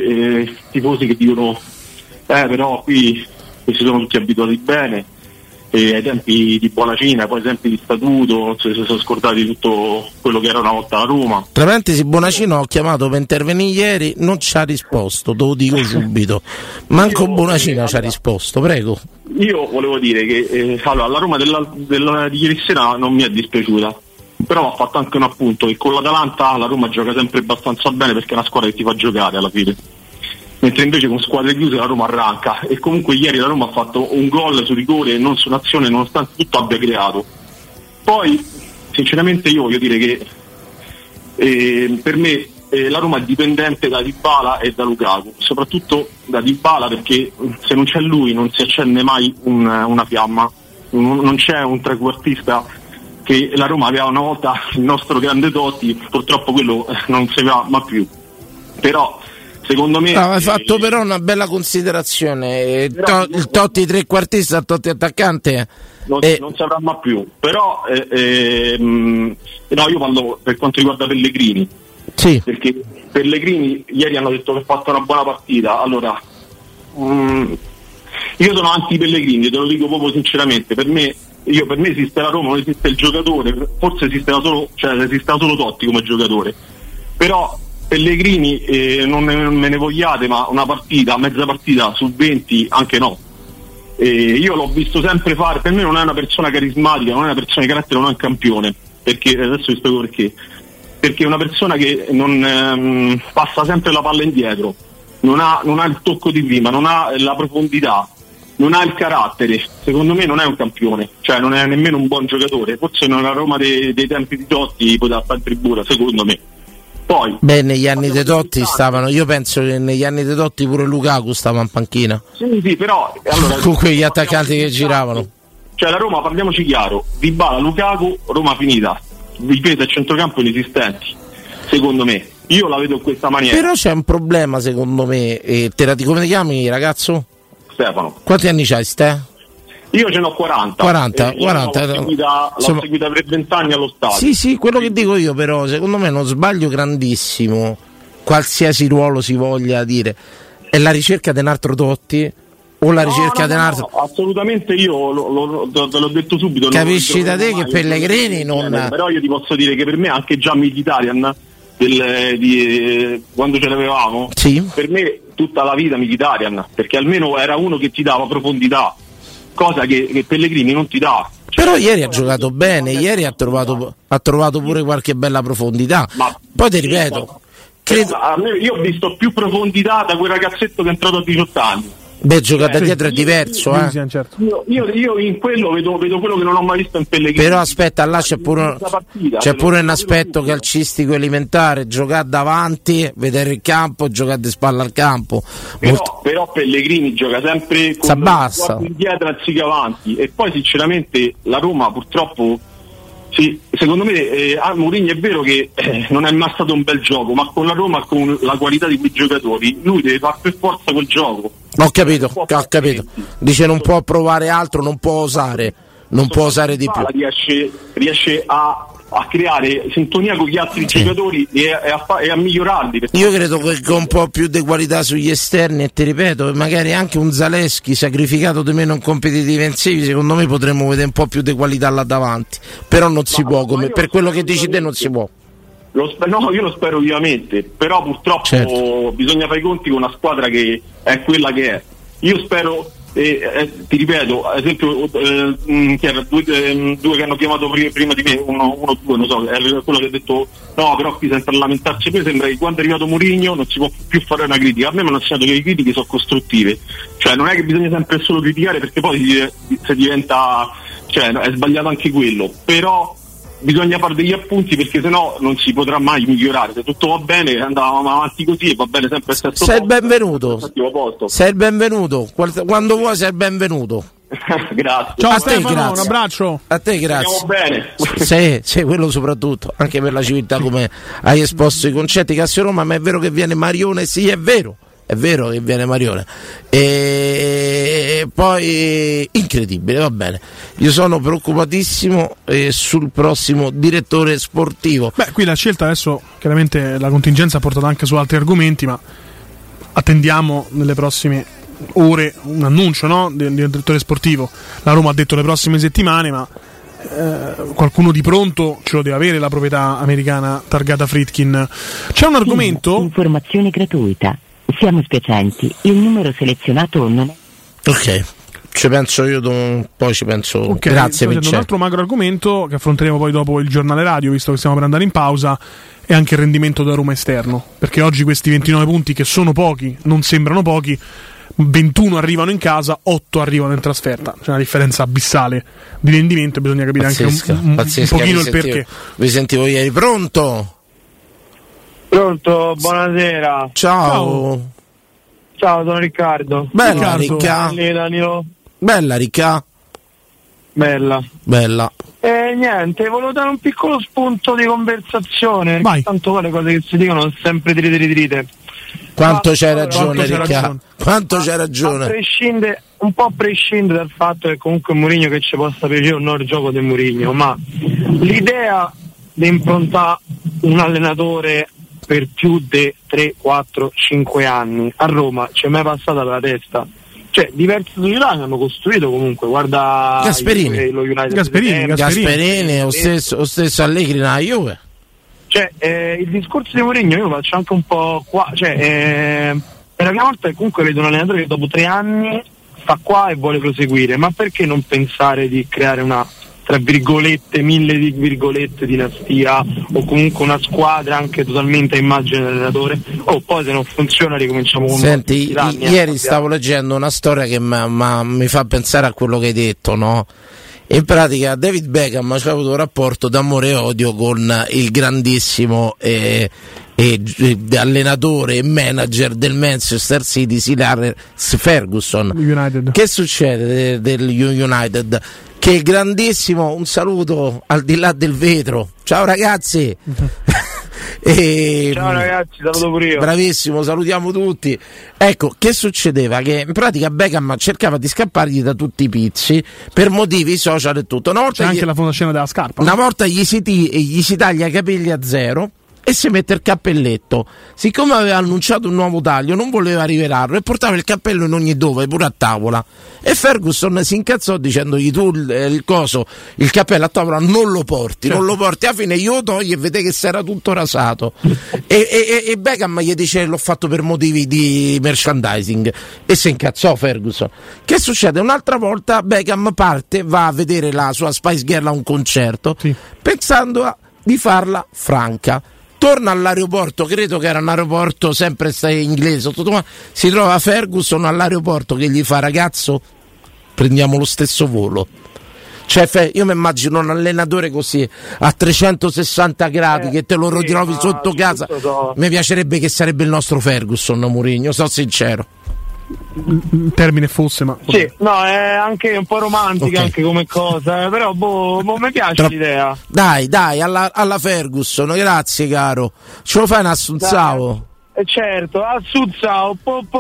sempre tifosi che dicono però qui questi sono tutti abituati bene, ai tempi di Buonacina, poi ai tempi di Statuto, non so se si sono scordati tutto quello che era una volta la Roma. Tra parentesi, Buonacina ho chiamato per intervenire ieri, non ci ha risposto, te lo dico subito. Manco Buonacina ci ha risposto, prego. Io volevo dire che allora, la Roma di ieri sera non mi è dispiaciuta, però ha fatto anche un appunto che con l'Atalanta la Roma gioca sempre abbastanza bene perché è una squadra che ti fa giocare alla fine, mentre invece con squadre chiuse la Roma arranca, e comunque ieri la Roma ha fatto un gol su rigore e non su un'azione, nonostante tutto abbia creato. Poi sinceramente io voglio dire che per me la Roma è dipendente da Dybala e da Lukaku, soprattutto da Dybala, perché se non c'è lui non si accende mai una fiamma, non c'è un trequartista che la Roma aveva una volta, il nostro grande Totti, purtroppo quello non si va mai più, però secondo me hai fatto però una bella considerazione, il Totti trequartista, il Totti attaccante non si avrà mai più, però no, io parlo per quanto riguarda Pellegrini, sì, perché Pellegrini ieri hanno detto che ha fatto una buona partita. Allora io sono anti Pellegrini, te lo dico proprio sinceramente, per me esiste la Roma, non esiste il giocatore, forse esisteva solo Totti come giocatore, però Pellegrini non me ne vogliate, ma una partita, mezza partita su 20 anche no. Io l'ho visto sempre fare, per me non è una persona carismatica, non è una persona di carattere, non è un campione, perché adesso vi spiego perché è una persona che non passa sempre la palla indietro, non ha il tocco di prima, non ha la profondità, non ha il carattere, secondo me non è un campione, cioè non è nemmeno un buon giocatore, forse nella Roma dei tempi di Totti poteva stare in tribuna, secondo me. Poi negli anni dei Totti stavano, io penso che negli anni dei Totti pure Lukaku stava in panchina. Sì, però allora, con quegli attaccanti che giravano. Cioè la Roma, parliamoci chiaro, Dybala, Lukaku, Roma finita, difesa e centrocampo inesistenti, secondo me. Io la vedo in questa maniera. Però c'è un problema secondo me, come ti chiami ragazzo? Stefano. Quanti anni c'hai, Ste? Io ce n'ho 40. 40. L'ho seguita per 20 anni allo stadio. Sì, quello che dico io, però, secondo me è uno sbaglio grandissimo, qualsiasi ruolo si voglia dire. È la ricerca di un altro Totti o la ricerca di un altro. No, assolutamente, io te l'ho detto subito. Capisci da te che Pellegrini non. Però io ti posso dire che per me anche già Mkhitaryan quando ce l'avevamo, sì, per me tutta la vita Mkhitaryan, perché almeno era uno che ti dava profondità, cosa che Pellegrini non ti dà. Però ieri ha giocato bene, ieri ha trovato pure qualche bella profondità. Ma poi ti ripeto, io ho visto più profondità da quel ragazzetto che è entrato a 18 anni. Beh, giocare da dietro è diverso, certo. Io in quello vedo quello che non ho mai visto in Pellegrini. Però aspetta, là c'è pure un aspetto calcistico elementare, giocare davanti, vedere il campo, giocare di spalla al campo. Però Pellegrini gioca sempre con indietro anziché avanti, e poi sinceramente la Roma purtroppo, sì, secondo me Mourinho è vero che non è mai stato un bel gioco, ma con la Roma, con la qualità di quei giocatori, lui deve fare per forza quel gioco. Ho capito. Dice non può provare altro, non può osare di più. Riesce a creare sintonia con gli altri giocatori e a migliorarli. Io credo che con un po' più di qualità sugli esterni, e ti ripeto, magari anche un Zalewski sacrificato di meno in compiti difensivi, secondo me potremmo vedere un po' più di qualità là davanti. Però non si può, per quello che dici te non si può. No, io lo spero vivamente, però purtroppo bisogna fare i conti con una squadra che è quella che è. Io spero, ti ripeto, ad esempio due che hanno chiamato prima di me, uno, due, non so, è quello che ha detto no, però qui sempre a lamentarci. Poi sembra che quando è arrivato Mourinho non si può più fare una critica. A me mi hanno insegnato che le critiche sono costruttive, cioè non è che bisogna sempre solo criticare, perché poi si diventa, cioè è sbagliato anche quello, però bisogna fare degli appunti, perché sennò non si potrà mai migliorare. Se tutto va bene andavamo avanti così e va bene sempre il sesto sei il benvenuto quando vuoi, sei il benvenuto. Grazie. Ciao Stefano, un abbraccio. A te grazie. Stiamo bene. Sì, quello soprattutto, anche per la civiltà, come hai esposto i concetti. Cassio Roma, ma è vero che viene Marione? Sì, è vero che viene Marione, e poi incredibile, va bene. Io sono preoccupatissimo sul prossimo direttore sportivo. Beh, qui la scelta adesso, chiaramente la contingenza ha portato anche su altri argomenti, ma attendiamo nelle prossime ore un annuncio, no? Del direttore sportivo. La Roma ha detto le prossime settimane, ma qualcuno di pronto ce lo deve avere, la proprietà americana targata Friedkin. C'è un argomento? Informazione gratuita. Siamo spiacenti, il numero selezionato non è. Ok, ci penso io, poi ci penso. Okay, grazie per un altro macro argomento che affronteremo poi dopo il giornale radio, visto che stiamo per andare in pausa, è anche il rendimento da Roma esterno, perché oggi questi 29 punti, che sono pochi, non sembrano pochi, 21 arrivano in casa, 8 arrivano in trasferta. C'è una differenza abissale di rendimento, bisogna capire pazzesca, anche un pochino il perché. Vi sentivo ieri. Pronto? Pronto, buonasera. Ciao. Ciao, sono Riccardo. Bella Ricca. Danilo. Bella Ricca. Bella. Niente, volevo dare un piccolo spunto di conversazione. Vai. Tanto poi le cose che si dicono sono sempre trite. Quanto c'hai ragione, Ricca. Quanto c'hai ragione. Un po' a prescindere dal fatto che comunque Mourinho, che ci possa piacere o no il gioco di Mourinho, ma l'idea di improntare un allenatore per più di 3, 4, 5 anni a Roma ci è mai passata per la testa? Cioè, diverse società hanno costruito comunque, guarda Gasperini, lo United Gasperini, lo stesso Allegri nella Juve. Cioè, il discorso di Mourinho io lo faccio anche un po' qua, cioè, è la prima volta che comunque vedo un allenatore che dopo 3 anni sta qua e vuole proseguire, ma perché non pensare di creare una, tra virgolette, 1000 di virgolette, dinastia, o comunque una squadra anche totalmente a immagine dell'allenatore? Poi se non funziona ricominciamo con Senti, ieri stavo leggendo una storia che mi fa pensare a quello che hai detto, no? In pratica David Beckham ha avuto un rapporto d'amore e odio con il grandissimo allenatore e manager del Manchester City, Sir Alex Ferguson. United. Che succede del United? Che il grandissimo, un saluto al di là del vetro, ciao ragazzi. Ciao ragazzi, saluto pure io. Bravissimo, salutiamo tutti. Ecco, che succedeva? Che in pratica Beckham cercava di scappargli da tutti i pizzi per motivi social e tutto. Una volta c'è anche la fondazione della scarpa. Una volta gli si taglia i capelli a zero e si mette il cappelletto. Siccome aveva annunciato un nuovo taglio, non voleva rivelarlo e portava il cappello in ogni dove, pure a tavola. E Ferguson si incazzò dicendogli: tu il cappello a tavola non lo porti, non lo porti. Alla fine io lo togli e vede che si era tutto rasato. e Beckham gli dice: l'ho fatto per motivi di merchandising. E si incazzò Ferguson. Che succede? Un'altra volta Beckham parte, va a vedere la sua Spice Girl a un concerto, pensando di farla franca. Torna all'aeroporto, credo che era un aeroporto sempre inglese, si trova Ferguson all'aeroporto che gli fa: ragazzo, prendiamo lo stesso volo. Cioè, io mi immagino un allenatore così a 360 gradi che te lo ritrovi sotto casa. Mi piacerebbe che sarebbe il nostro Ferguson, Mourinho, sono sincero. Il termine fosse, ma sì, no, è anche un po' romantica, anche come cosa, però mi piace l'idea. Dai, alla Ferguson, grazie caro. Ce lo fai un assunzao? Certo, assunzao,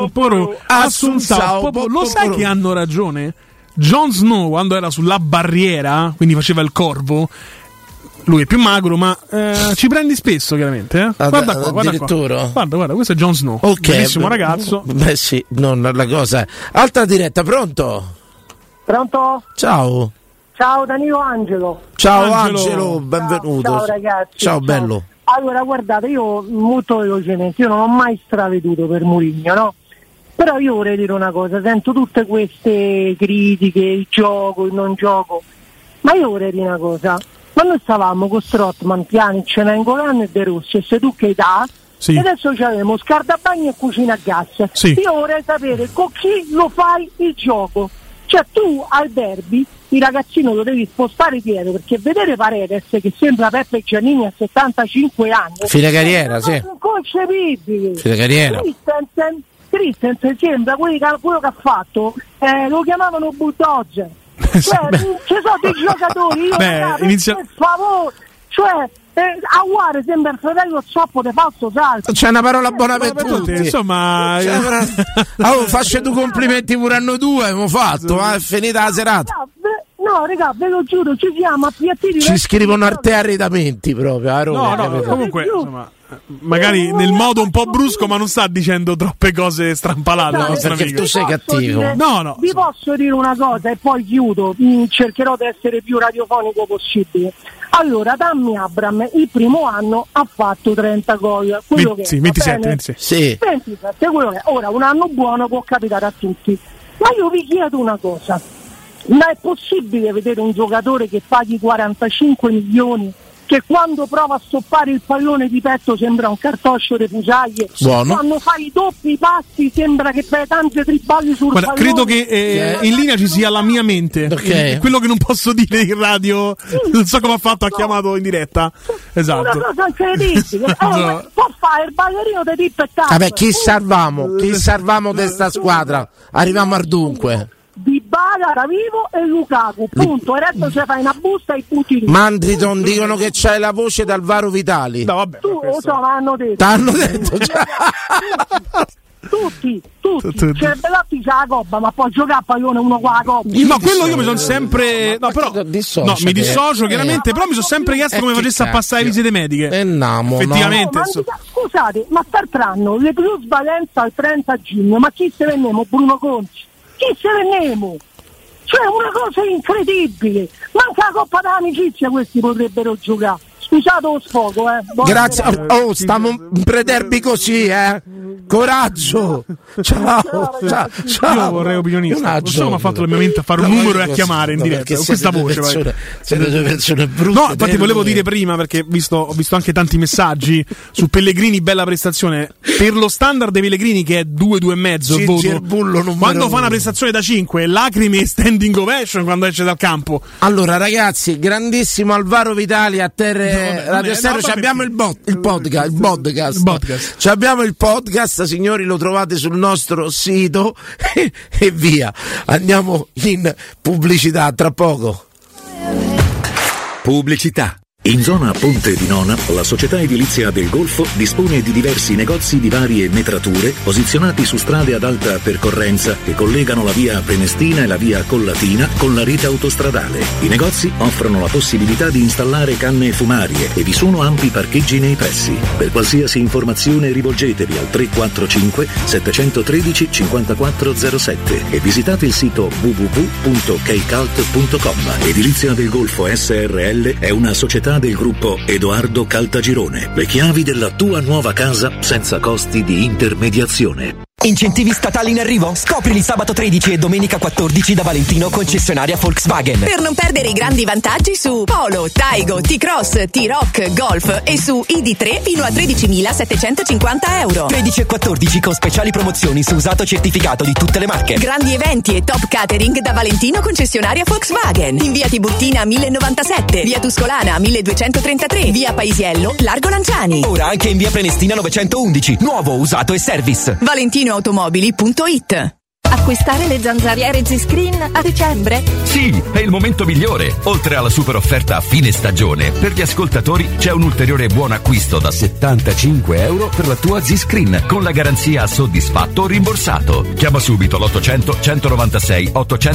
lo sai che hanno ragione? Jon Snow, quando era sulla barriera, quindi faceva il corvo, lui è più magro, ma ci prendi spesso, chiaramente. Guarda qua, guarda, questo è Jon Snow, bellissimo ragazzo. Beh sì, non la cosa è. Altra diretta, pronto? Pronto? Ciao Danilo, Angelo. Ciao Angelo, benvenuto. Ciao ragazzi. Ciao bello. Allora guardate, io molto velocemente, io non ho mai straveduto per Mourinho, no? Però io vorrei dire una cosa, sento tutte queste critiche, il gioco, il non gioco, ma io vorrei dire una cosa. Ma noi stavamo con Strootman, Pjanic, Nainggolan e De Rossi, e sei tu che età? Sì. E adesso abbiamo scaldabagni e cucina a gas. Sì. Io vorrei sapere con chi lo fai il gioco. Cioè tu al derby il ragazzino lo devi spostare dietro, perché vedere Paredes che sembra Peppe Giannini a 75 anni. Fine carriera, sì. Inconcepibile. Fine carriera. Christensen sembra quello che ha fatto, lo chiamavano bulldozer. Cioè, ci sono dei giocatori, per favore, cioè Aguare sembra il fratello Zoppo di Fausto Salto. C'è una parola buona per tutti, insomma. Faccio due complimenti pure a noi due, abbiamo fatto, è finita la serata. No, raga, ve lo giuro, ci siamo appiattiti. Ci scrivono arte arredamenti proprio a Roma. No, comunque, insomma, magari nel modo un po' brusco, ma non sta dicendo troppe cose strampalate. No, perché tu sei cattivo. No. Vi posso dire una cosa e poi chiudo. Cercherò di essere più radiofonico possibile. Allora, Tammy Abraham il primo anno ha fatto 30 gol. 27. Sì. 27, quello che è. Ora, un anno buono può capitare a tutti. Ma io vi chiedo una cosa. Ma è possibile vedere un giocatore che paghi 45 milioni che quando prova a stoppare il pallone di petto sembra un cartoccio di fusaglie, quando fa i doppi passi sembra che fai tante triballi sul pallone? Credo che in linea ci sia la mia mente, quello che non posso dire in radio, non so come ha fatto, ha chiamato in diretta. Esatto. Una cosa incredibile. Può fare il ballerino di Tip e Tap. Vabbè, chi salviamo di questa squadra? Arriviamo al dunque. Dybala, Ravivo e Lukaku, punto. Il resto ci fai una busta e butti lì. Mandriton dicono che c'hai la voce d'Alvaro Vitali. No, vabbè, tu lo so, l'hanno detto. T'hanno detto già. Tutti. Cioè Belotti c'ha la coppa, ma può giocare a pallone uno con la coppa. No, quello io mi sono sempre. No, però. Mi dissocio chiaramente, però mi sono sempre chiesto come facesse a passare le visite mediche. Effettivamente. Scusate, ma st'altro le plusvalenza al 30 giugno, ma chi se veniamo? Bruno Conci? Chi se veniamo? Cioè una cosa incredibile. Manca la Coppa dell'Amicizia, questi potrebbero giocare. Scusate lo sfogo, Grazie. Stiamo in pre-derby così, Coraggio. Ciao. Io vorrei opinionista. Non so come ha fatto la mia mente a fare un numero e a chiamare in diretta con questa voce. Siete due persone brutte. No, infatti volevo dire prima, perché ho visto anche tanti messaggi su Pellegrini, bella prestazione. Per lo standard dei Pellegrini, che è 2,5 il voto, quando fa una prestazione da 5, lacrime e standing ovation quando esce dal campo. Allora ragazzi, grandissimo Alvaro Vitali a Terre Radio Stereo. Abbiamo il podcast. Abbiamo il podcast, signori, lo trovate sul nostro sito e via. Andiamo in pubblicità tra poco. Pubblicità. In zona Ponte di Nona, la società edilizia del Golfo dispone di diversi negozi di varie metrature posizionati su strade ad alta percorrenza che collegano la via Prenestina e la via Collatina con la rete autostradale. I negozi offrono la possibilità di installare canne fumarie e vi sono ampi parcheggi nei pressi. Per qualsiasi informazione rivolgetevi al 345 713 5407 e visitate il sito www.keicalt.com. Edilizia del Golfo SRL è una società del gruppo Edoardo Caltagirone. Le chiavi della tua nuova casa senza costi di intermediazione. Incentivi statali in arrivo? Scoprili sabato 13 e domenica 14 da Valentino, concessionaria Volkswagen. Per non perdere i grandi vantaggi su Polo, Taigo, T-Cross, T-Rock, Golf e su ID3 fino a 13.750 euro. 13 e 14 con speciali promozioni su usato certificato di tutte le marche. Grandi eventi e top catering da Valentino, concessionaria Volkswagen. In via Tiburtina 1097, via Tuscolana 1233, via Paisiello, Largo Lanciani. Ora anche in via Prenestina 911, nuovo, usato e service. ValentinoAutomobili.it. Acquistare le zanzariere Z-Screen a dicembre? Sì, è il momento migliore. Oltre alla super offerta a fine stagione, per gli ascoltatori c'è un ulteriore buon acquisto da 75 euro per la tua Z-Screen, con la garanzia soddisfatto o rimborsato. Chiama subito l'800 196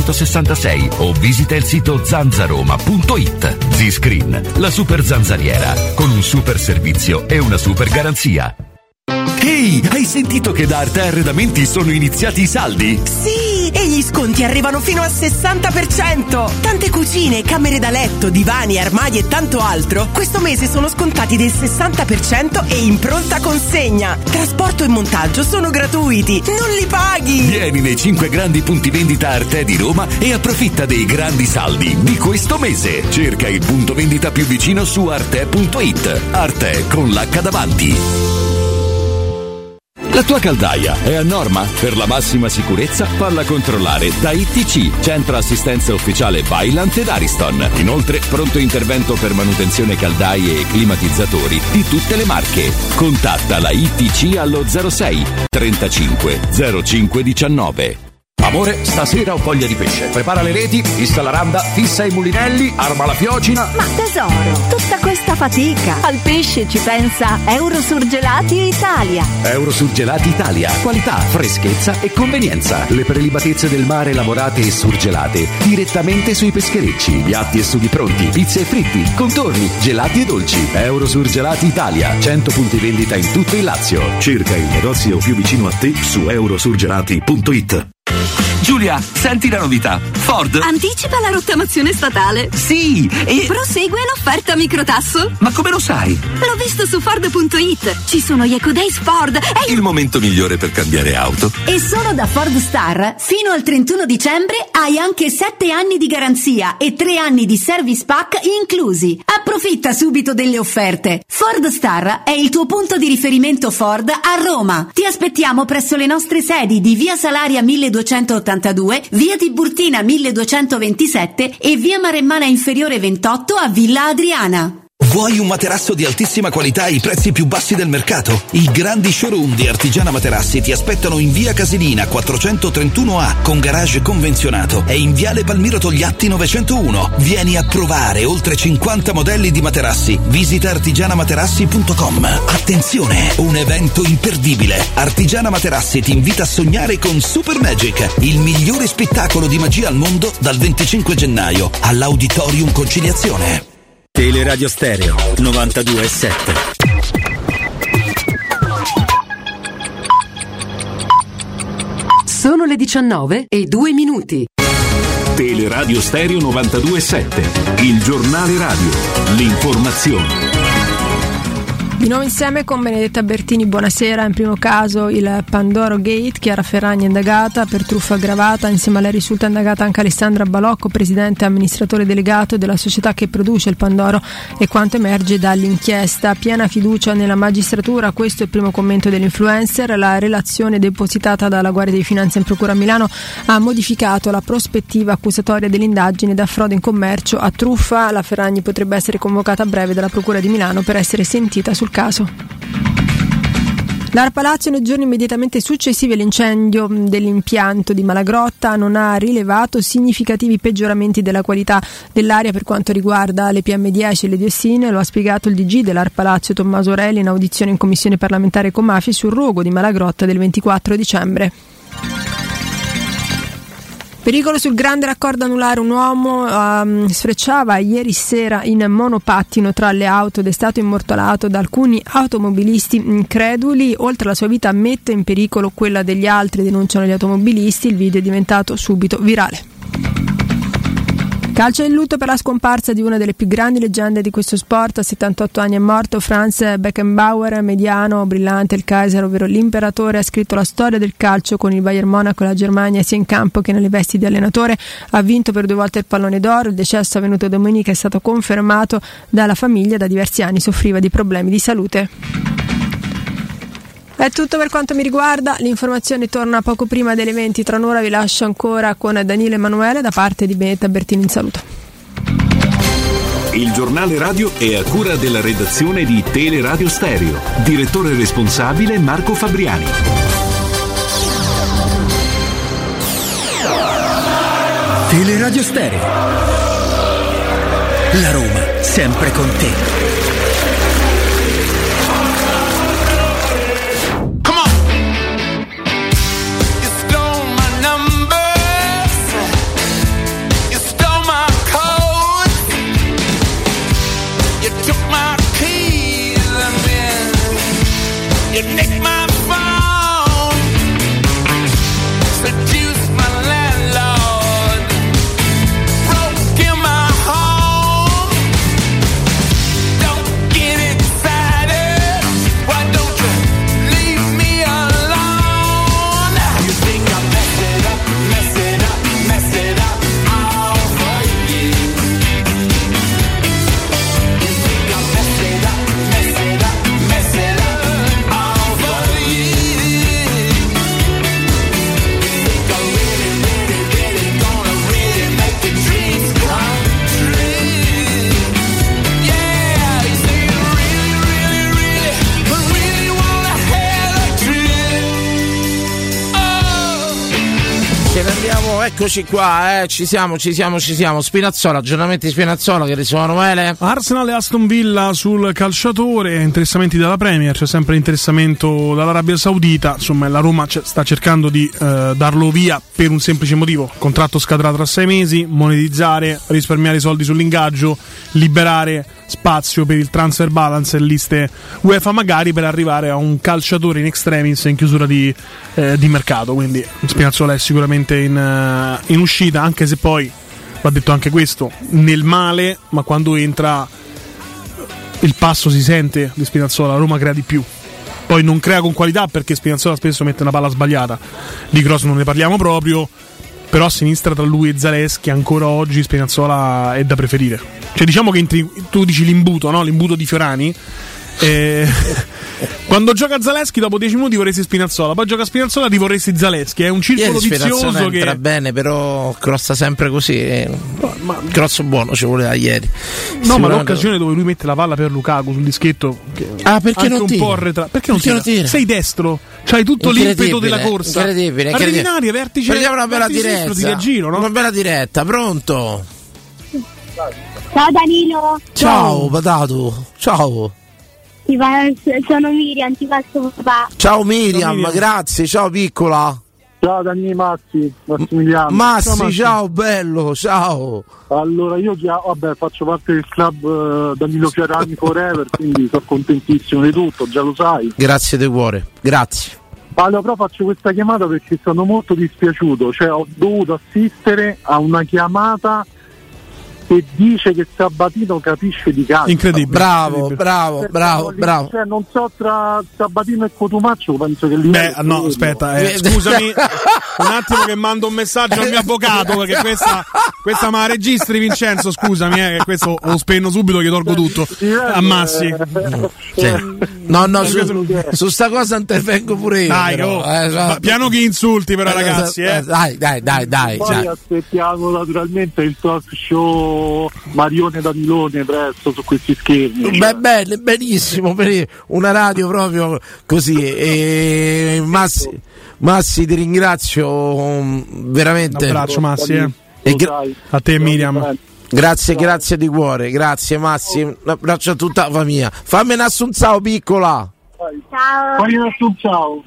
866 o visita il sito zanzaroma.it. Z-Screen, la super zanzariera, con un super servizio e una super garanzia. Ehi, hai sentito che da Arte Arredamenti sono iniziati i saldi? Sì, e gli sconti arrivano fino al 60%. Tante cucine, camere da letto, divani, armadi e tanto altro questo mese sono scontati del 60% e in pronta consegna. Trasporto e montaggio sono gratuiti, non li paghi. Vieni nei 5 grandi punti vendita Arte di Roma e approfitta dei grandi saldi di questo mese. Cerca il punto vendita più vicino su arte.it. Arte con l'H davanti. La tua caldaia è a norma? Per la massima sicurezza falla controllare da ITC, centro assistenza ufficiale Vaillant ed Ariston. Inoltre pronto intervento per manutenzione caldaie e climatizzatori di tutte le marche. Contatta la ITC allo 06 35 05 19. Amore, stasera ho voglia di pesce. Prepara le reti, fissa la randa, fissa i mulinelli, arma la fiocina. Ma tesoro, tutta questa fatica. Al pesce ci pensa Eurosurgelati Italia. Eurosurgelati Italia. Qualità, freschezza e convenienza. Le prelibatezze del mare lavorate e surgelate direttamente sui pescherecci. Piatti e sughi pronti, pizze e fritti, contorni, gelati e dolci. Eurosurgelati Italia. 100 punti vendita in tutto il Lazio. Cerca il negozio più vicino a te su eurosurgelati.it. Giulia, senti la novità. Ford anticipa la rottamazione statale. Sì, e prosegue l'offerta microtasso. Ma come lo sai? L'ho visto su Ford.it. Ci sono gli Eco Days Ford. Il momento migliore per cambiare auto. E solo da Ford Star fino al 31 dicembre hai anche 7 anni di garanzia e 3 anni di service pack inclusi. Approfitta subito delle offerte. Ford Star è il tuo punto di riferimento Ford a Roma. Ti aspettiamo presso le nostre sedi di Via Salaria 1282, Via Tiburtina 1227 e Via Maremmana Inferiore 28 a Villa Adriana. Vuoi un materasso di altissima qualità ai prezzi più bassi del mercato? I grandi showroom di Artigiana Materassi ti aspettano in via Casilina 431A con garage convenzionato e in viale Palmiro Togliatti 901. Vieni a provare oltre 50 modelli di materassi. Visita artigianamaterassi.com. Attenzione, un evento imperdibile. Artigiana Materassi ti invita a sognare con Super Magic, il migliore spettacolo di magia al mondo dal 25 gennaio all'Auditorium Conciliazione. Teleradio Stereo 92.7. Sono le 19:02. Teleradio Stereo 92.7, il giornale radio, l'informazione. Di nuovo insieme con Benedetta Bertini, buonasera. In primo caso il Pandoro Gate, Chiara Ferragni è indagata per truffa aggravata, insieme a lei risulta indagata anche Alessandra Balocco, presidente e amministratore delegato della società che produce il Pandoro, e quanto emerge dall'inchiesta. Piena fiducia nella magistratura, questo è il primo commento dell'influencer. La relazione depositata dalla Guardia di Finanza in Procura a Milano ha modificato la prospettiva accusatoria dell'indagine da frode in commercio a truffa. La Ferragni potrebbe essere convocata a breve dalla Procura di Milano per essere sentita sul caso. L'Arpa Lazio nei giorni immediatamente successivi all'incendio dell'impianto di Malagrotta non ha rilevato significativi peggioramenti della qualità dell'aria per quanto riguarda le PM10 e le diossine. Lo ha spiegato il DG dell'Arpa Lazio Tommaso Orelli in audizione in Commissione parlamentare Comafi sul rogo di Malagrotta del 24 dicembre. Pericolo sul grande raccordo anulare, un uomo sfrecciava ieri sera in monopattino tra le auto ed è stato immortalato da alcuni automobilisti increduli. Oltre alla sua vita mette in pericolo quella degli altri, denunciano gli automobilisti. Il video è diventato subito virale. Calcio in lutto per la scomparsa di una delle più grandi leggende di questo sport. A 78 anni è morto Franz Beckenbauer, mediano, brillante, il Kaiser, ovvero l'imperatore. Ha scritto la storia del calcio con il Bayern Monaco e la Germania sia in campo che nelle vesti di allenatore. Ha vinto per 2 volte il pallone d'oro. Il decesso avvenuto domenica è stato confermato dalla famiglia. Da diversi anni soffriva di problemi di salute. È tutto per quanto mi riguarda, l'informazione torna poco prima delle 20, tra un'ora vi lascio ancora con Daniele Emanuele da parte di Benedetta Bertini, in saluto. Il giornale radio è a cura della redazione di Teleradio Stereo, direttore responsabile Marco Fabriani. Teleradio Stereo, la Roma sempre con te. You nicked my phone, seduced my landlord, broke in my home. Don't eccoci qua, ci siamo. Spinazzola, aggiornamenti di Spinazzola che risolvono Emanuele. Arsenal e Aston Villa sul calciatore, interessamenti dalla Premier, c'è sempre interessamento dall'Arabia Saudita, insomma la Roma sta cercando di darlo via per un semplice motivo, il contratto scadrà tra 6 mesi, monetizzare, risparmiare i soldi sull'ingaggio, liberare spazio per il transfer balance e liste UEFA magari per arrivare a un calciatore in extremis in chiusura di mercato, quindi Spinazzola è sicuramente in uscita, anche se poi va detto anche questo, nel male, ma quando entra il passo si sente di Spinazzola, la Roma crea di più, poi non crea con qualità perché Spinazzola spesso mette una palla sbagliata, di Kroos non ne parliamo proprio, però a sinistra tra lui e Zaleschi ancora oggi Spinazzola è da preferire, cioè diciamo che tu dici l'imbuto, no? L'imbuto di Fiorani, quando gioca Zaleschi dopo 10 minuti vorresti Spinazzola, poi gioca Spinazzola ti vorresti Zaleschi, è un circolo vizioso che entra bene, però crossa sempre così, cross buono ci voleva ieri, no, ma l'occasione dove lui mette la palla per Lukaku sul dischetto perché non un tira? Po' perché non tira? Sei destro, c'hai tutto l'impeto della corsa, incredibile. Arrivi in aria, vertice, prendiamo una bella diretta, giro, no? Una bella diretta, pronto? Ciao Danilo. Ciao Patato, ciao. Sono Miriam, ti passo papà. Ciao Miriam, grazie, ciao piccola. Ciao Dani, Massimiliano. Ciao bello, ciao. Allora io faccio parte del club Danilo Fiorani Forever, quindi sono contentissimo di tutto, già lo sai. Grazie di cuore, grazie. Allora però faccio questa chiamata perché sono molto dispiaciuto, cioè ho dovuto assistere a una chiamata che dice che Sabatino capisce di calcio. Incredibile. Bravo. Cioè, non so, tra Sabatino e Cotumaccio penso che lì. No, aspetta, scusami un attimo che mando un messaggio al mio avvocato, perché questa me la registri, Vincenzo, scusami, che questo lo spenno subito, che tolgo tutto. Ammassi. No, su sta cosa intervengo pure io. Dai, però, piano che insulti però ragazzi, Dai. Poi aspettiamo naturalmente il talk show Marione Danilone presto su questi schermi. Bene, benissimo, una radio proprio così. Massi, ti ringrazio veramente. Un abbraccio Massi, a te Miriam. Grazie di cuore, grazie Massi, un abbraccio a tutta la famiglia. Fammi un assunzao piccola. Ciao. Fai un assunzao.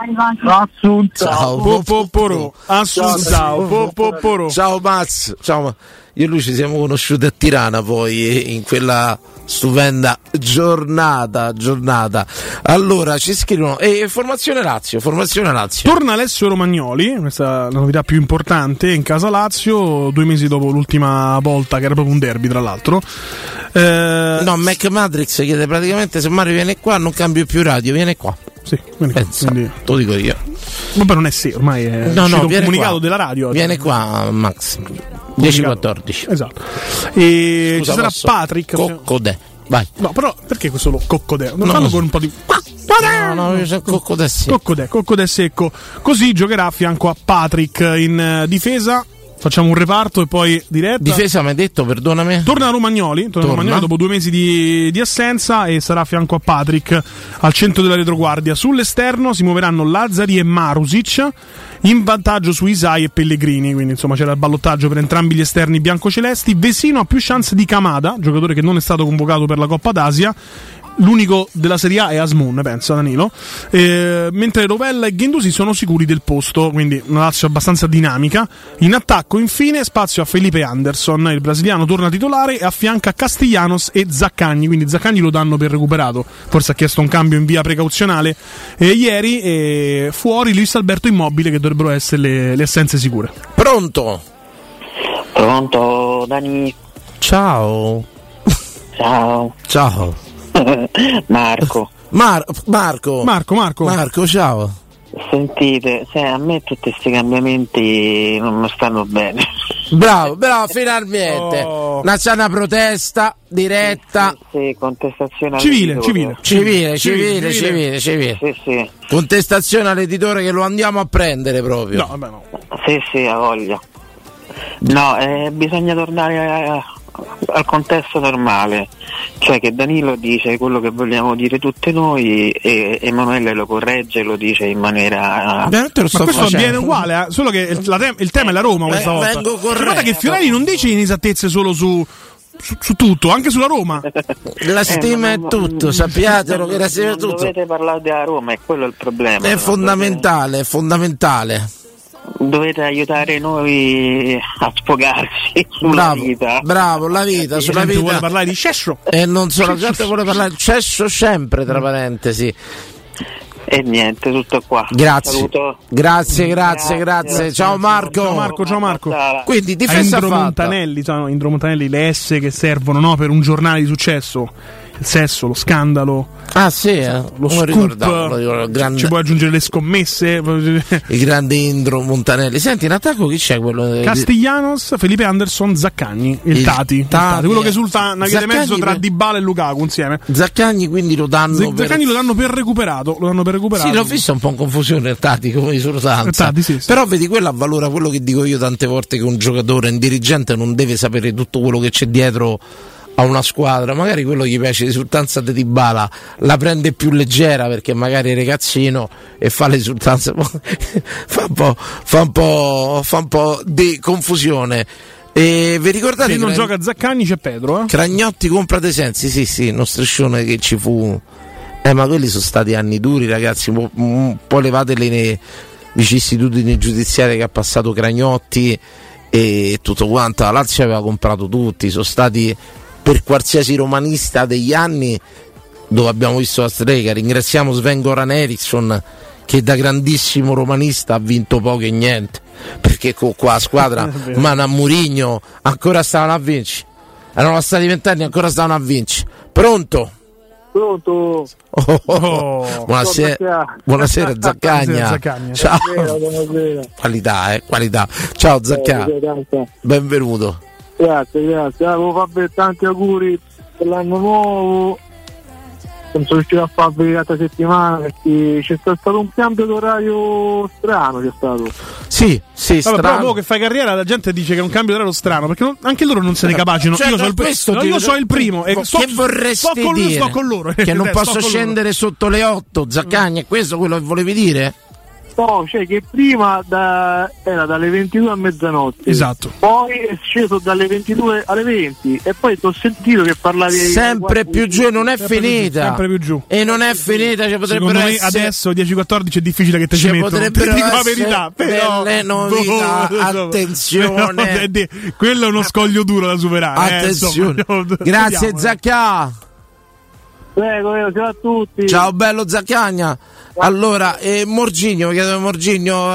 Ciao Maz, ciao. Io e lui ci siamo conosciuti a Tirana poi in quella stupenda giornata. Allora ci scrivono formazione Lazio. Torna Alessio Romagnoli, questa è la novità più importante in casa Lazio, 2 mesi dopo l'ultima volta che era proprio un derby tra l'altro. No, Mac Matrix chiede praticamente se Mario viene qua non cambio più radio, viene qua. Sì, quindi te lo dico io. Vabbè, non è sì, ormai è un comunicato qua della radio. Viene qua Max 10-14. Esatto. E scusa, ci sarà Patrick Coccodè. Vai. No, però perché questo lo Coccodè? Non fanno con un po' di No, c'è Coccodè secco. Così giocherà a fianco a Patrick in difesa. Facciamo un reparto e poi diretta. Difesa mi hai detto, perdonami. Torna Romagnoli dopo 2 mesi di assenza e sarà a fianco a Patrick al centro della retroguardia. Sull'esterno si muoveranno Lazzari e Marusic, in vantaggio su Isai e Pellegrini, quindi insomma c'era il ballottaggio per entrambi gli esterni biancocelesti. Vesino ha più chance di Kamada, giocatore che non è stato convocato per la Coppa d'Asia. L'unico della Serie A è Asmoon, pensa Danilo, mentre Rovella e Guendouzi sono sicuri del posto, quindi una Lazio abbastanza dinamica. In attacco infine spazio a Felipe Anderson, il brasiliano torna titolare e affianca Castellanos e Zaccagni, quindi Zaccagni lo danno per recuperato, forse ha chiesto un cambio in via precauzionale ieri, fuori Luis Alberto Immobile, che dovrebbero essere le assenze sicure. Pronto Dani. Ciao. Marco, ciao. Sentite, a me tutti questi cambiamenti non mi stanno bene. Bravo, finalmente. Una protesta diretta. Sì, contestazione civile. Sì. Contestazione all'editore che lo andiamo a prendere proprio. No, vabbè no. Sì, ha voglia. No, bisogna tornare al contesto normale, cioè che Danilo dice quello che vogliamo dire tutte noi e Emanuele lo corregge e lo dice in maniera ma questo avviene uguale, solo che il tema è la Roma questa volta. Guarda che Fiorelli non dice inesattezze solo su tutto, anche sulla Roma. La stima è tutto, sappiatelo che la stima è tutto. Dovete parlare della Roma, è quello il problema. È fondamentale, è fondamentale. Dovete aiutare noi a sfogarci sulla vita. Bravo, la vita, sulla vita. Vuole parlare di cesso. E non solo, la gente vuole parlare di cesso sempre, tra parentesi. E niente, tutto qua. Grazie. Saluto. Grazie. Ciao Marco. Ciao Marco. Quindi difesa fatta. Indro Montanelli, le S che servono, no, per un giornale di successo. Il sesso, lo scandalo. Ah sì, lo scoop. Grande... Ci puoi aggiungere le scommesse. Il grande Indro Montanelli. Senti, in attacco chi c'è quello? Castiglianos, Felipe Anderson, Zaccagni, il Tati. Quello che esulta una via di mezzo tra Dybala e Lukaku insieme. Zaccagni quindi lo danno Zaccagni lo danno per recuperato. Sì, l'ho visto un po' in confusione il Tati come risultanza. Sì. Però vedi, quello avvalora quello che dico io tante volte, che un giocatore, un dirigente non deve sapere tutto quello che c'è dietro a una squadra. Magari quello gli piace risultanza di Dybala la prende più leggera perché magari è ragazzino e fa l'esultanza fa un po' di confusione. E vi ricordate se non gioca Zaccagni c'è Pedro, Cragnotti compra De Sensi, sì, uno striscione che ci fu, ma quelli sono stati anni duri, ragazzi. Poi levate le vicissitudini giudiziarie che ha passato Cragnotti e tutto quanto. La Lazio aveva comprato tutti, sono stati, per qualsiasi romanista degli anni dove abbiamo visto la strega. Ringraziamo Sven-Goran Eriksson che da grandissimo romanista ha vinto poco e niente, perché con qua la squadra mano a Mourinho ancora stavano a vincere, erano passati 20 anni, ancora stavano a vincere. Pronto? Buonasera Zaccagna. Ciao. Buonasera. Qualità. Ciao Zaccagna, benvenuto. Grazie. Avevo fatto tanti auguri per l'anno nuovo. Non sono riuscito a farvi l'altra settimana perché c'è stato un cambio d'orario strano. C'è stato. Sì, strano. Però dopo che fai carriera la gente dice che è un cambio d'orario strano, perché anche loro non se ne capaciano. Cioè, io so il primo e che vorresti dire? Sto con loro. Che non posso scendere sotto le 8, Zaccagna, è questo quello che volevi dire? No, cioè che prima era dalle 22 a mezzanotte. Esatto. Poi è sceso dalle 22 alle 20 e poi ti ho sentito che parlavi sempre più giù e non è finita. Sempre più giù. E non è finita, cioè potrebbero secondo me essere... adesso 10-14 è difficile che te ci mettono. Potrebbero dico essere la verità, però delle novità, attenzione. Quello è uno scoglio duro da superare. Attenzione. Grazie Zaccagna. Prego, ciao a tutti. Ciao bello Zaccagna. Allora, Morginio, mi chiedo Morginio,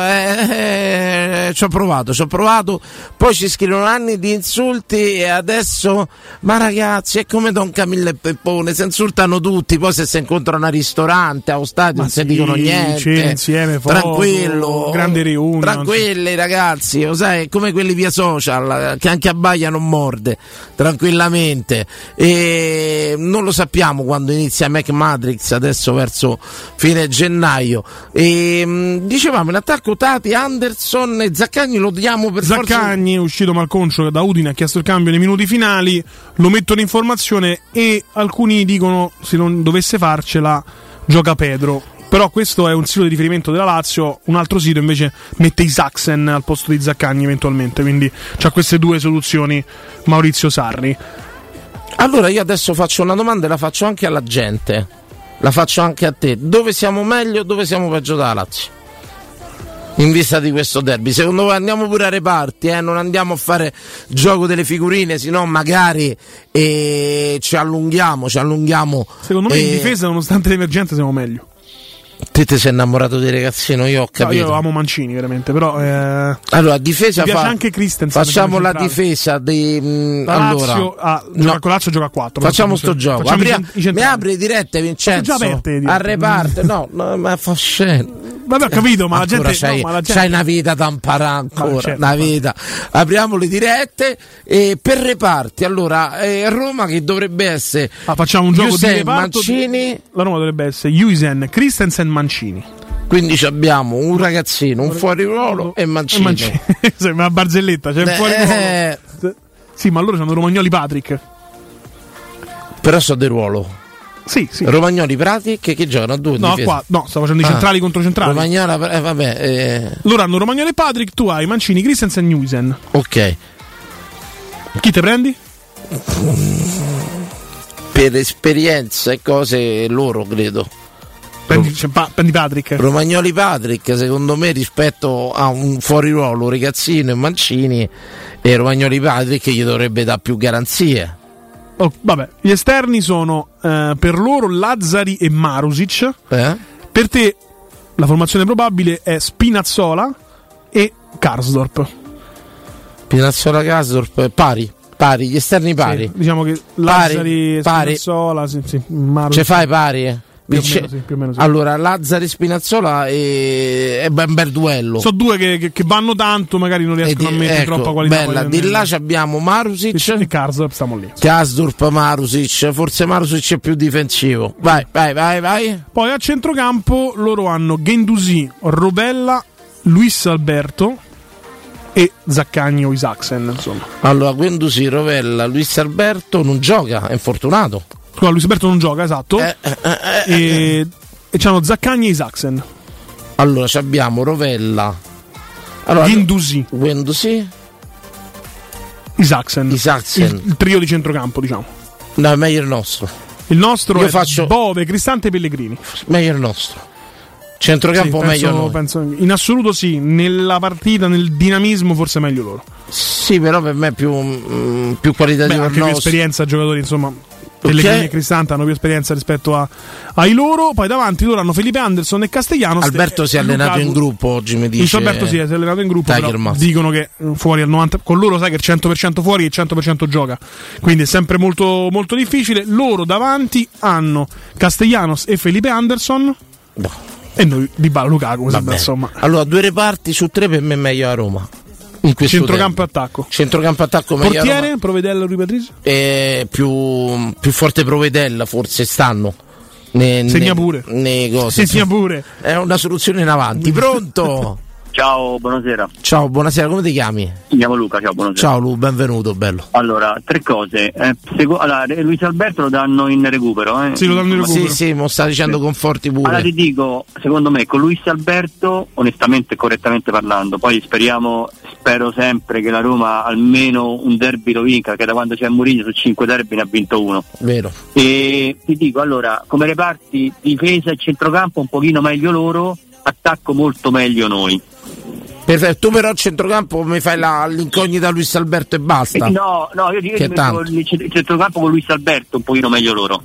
ci ho provato, poi ci scrivono anni di insulti e adesso, ma ragazzi, è come Don Camillo e Peppone, si insultano tutti, poi se si incontrano al ristorante, allo stadio, non si dicono niente, insieme, tranquillo, grande riunione, tranquilli ragazzi, lo sai, è come quelli via social, che anche Abbaia non morde, tranquillamente, e non lo sappiamo quando inizia Mac Matrix, adesso verso fine gennaio. E dicevamo in attacco Tati, Anderson e Zaccagni lo diamo per Zaccagni forza. È uscito malconcio da Udine, ha chiesto il cambio nei minuti finali, lo mettono in formazione e alcuni dicono se non dovesse farcela gioca Pedro. Però questo è un sito di riferimento della Lazio, un altro sito invece mette Isaacsen al posto di Zaccagni eventualmente, quindi c'ha queste due soluzioni Maurizio Sarri. Allora io adesso faccio una domanda e la faccio anche alla gente. La faccio anche a te. Dove siamo meglio o dove siamo peggio della Lazio? In vista di questo derby, secondo voi andiamo pure a reparti, non andiamo a fare gioco delle figurine, sennò magari ci allunghiamo. Secondo me in difesa, nonostante l'emergenza, siamo meglio. Te sei innamorato di ragazzino, io ho capito. No, io amo Mancini veramente, però allora difesa mi piace anche Christensen. Facciamo la difesa di Lazio, con Lazio gioca a 4. Facciamo sto gioco. Mi apri dirette Vincenzo a reparto. No, ma fa scena. Vabbè, ho capito, ma la gente c'hai una vita da imparare ancora, certo, una vita. Apriamo le dirette per reparti. Allora, Roma che dovrebbe essere facciamo un gioco Jusen, di reparto. Mancini. La Roma dovrebbe essere Jusen, Christensen, Mancini. Quindi abbiamo un ragazzino, un fuori ruolo e Mancini. Sembra una barzelletta, c'è un fuori ruolo. Sì, ma loro hanno Romagnoli Patrick. Però so del ruolo. Sì. Romagnoli Patrick che giocano a due. No, qua sto facendo i centrali contro centrali. Romagnola, Loro hanno Romagnoli Patrick, tu hai Mancini, Christensen e Nuisen. Ok. Chi te prendi? Per esperienza e cose loro, credo. Prendi Patrick. Romagnoli Patrick, secondo me, rispetto a un fuoriruolo Regazzino e Mancini, e Romagnoli Patrick gli dovrebbe dare più garanzie. Oh, vabbè, gli esterni sono per loro Lazzari e Marusic. Per te la formazione probabile è Spinazzola e Karsdorp. Spinazzola, Karsdorp, pari, gli esterni pari. Sì, diciamo che Lazzari e Spinazzola, sì, Marusic. Ce fai pari? Più o meno sì. Allora, Lazzari Spinazzola è un bel duello. Sono due che vanno tanto, magari non riescono a mettere troppa qualità. Bella. Di là abbiamo Marusic e Karsdorp, stiamo lì. Karsdorp, Marusic, forse Marusic è più difensivo. Vai. Poi a centrocampo loro hanno Guendouzi, Rovella, Luis Alberto e Zaccagni o Isaacsen, insomma. Allora, Guendouzi, Rovella, Luis Alberto non gioca, è infortunato. Luis Alberto non gioca, esatto. E c'hanno Zaccagni e Isaacsen. Allora abbiamo Rovella, Guendouzi, Isaacsen. Il trio di centrocampo, diciamo. No, è meglio il nostro. Il nostro è Bove, Cristante e Pellegrini. Meglio il nostro. Centrocampo meglio noi. Penso, in assoluto sì, nella partita, nel dinamismo forse meglio loro. Sì, però per me è più qualitativo. Anche più esperienza giocatori, insomma. Pellegrini e Cristante hanno più esperienza rispetto ai loro. Poi davanti loro hanno Felipe Anderson e Castellanos. Alberto si è allenato in gruppo oggi, mi dice. Alberto si è allenato in gruppo, però dicono che fuori al 90%, con loro sai che il 100% fuori e il 100% gioca, quindi è sempre molto, molto difficile. Loro davanti hanno Castellanos e Felipe Anderson e noi Dybala, Lukaku, insomma. Allora 2 reparti su 3 per me è meglio a Roma. Centrocampo e attacco. Centrocampo attacco meglio. Portiere, Provedella o Rui Patricio? Più forte Provedella, forse stanno. Segna pure. Segna pure. È una soluzione in avanti. Pronto? Ciao, buonasera. Ciao, buonasera, come ti chiami? Mi chiamo Luca, ciao, buonasera. Ciao Lu, benvenuto, bello. Allora, 3 cose. Allora, Luis Alberto lo danno in recupero, Sì, lo danno in recupero. Sì, mo sta dicendo conforti pure. Allora ti dico, secondo me con Luis Alberto, onestamente e correttamente parlando, poi spero sempre che la Roma almeno un derby lo vinca, che da quando c'è Mourinho su 5 derby ne ha vinto 1. Vero. E ti dico, allora, come reparti difesa e centrocampo un pochino meglio loro, attacco molto meglio noi. Perfetto, tu però al centrocampo mi fai l'incognita Luis Alberto e basta. No, io dico che metto il centrocampo con Luis Alberto un pochino meglio loro.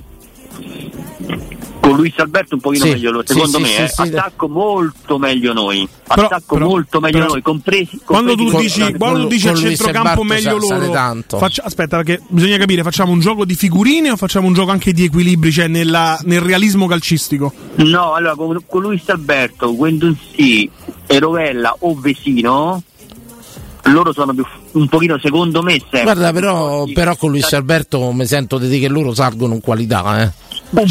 Con Luis Alberto un pochino meglio loro, secondo me. Attacco molto meglio noi. Molto meglio noi, compresi. Quando tu dici al centrocampo meglio loro, aspetta, perché bisogna capire, facciamo un gioco di figurine o facciamo un gioco anche di equilibri, cioè nel realismo calcistico? No, allora con Luis Alberto, Guendouzi e Rovella o Vesino, loro sono un pochino, secondo me, sempre. Guarda, però con Luis Alberto mi sento di dire che loro salgono in qualità, Un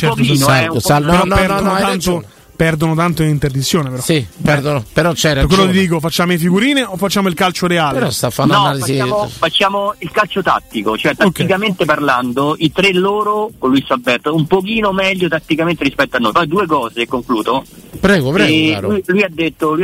pochino, perdono tanto in interdizione, però. Sì, perdono, però c'è ragione. Per quello ti dico, facciamo le figurine o facciamo il calcio reale? Però sta facendo un'analisi. Facciamo il calcio tattico, cioè tatticamente parlando, i 3 loro con Luis Alberto un pochino meglio tatticamente rispetto a noi. Poi 2 cose e concludo. Prego, caro. Lui ha detto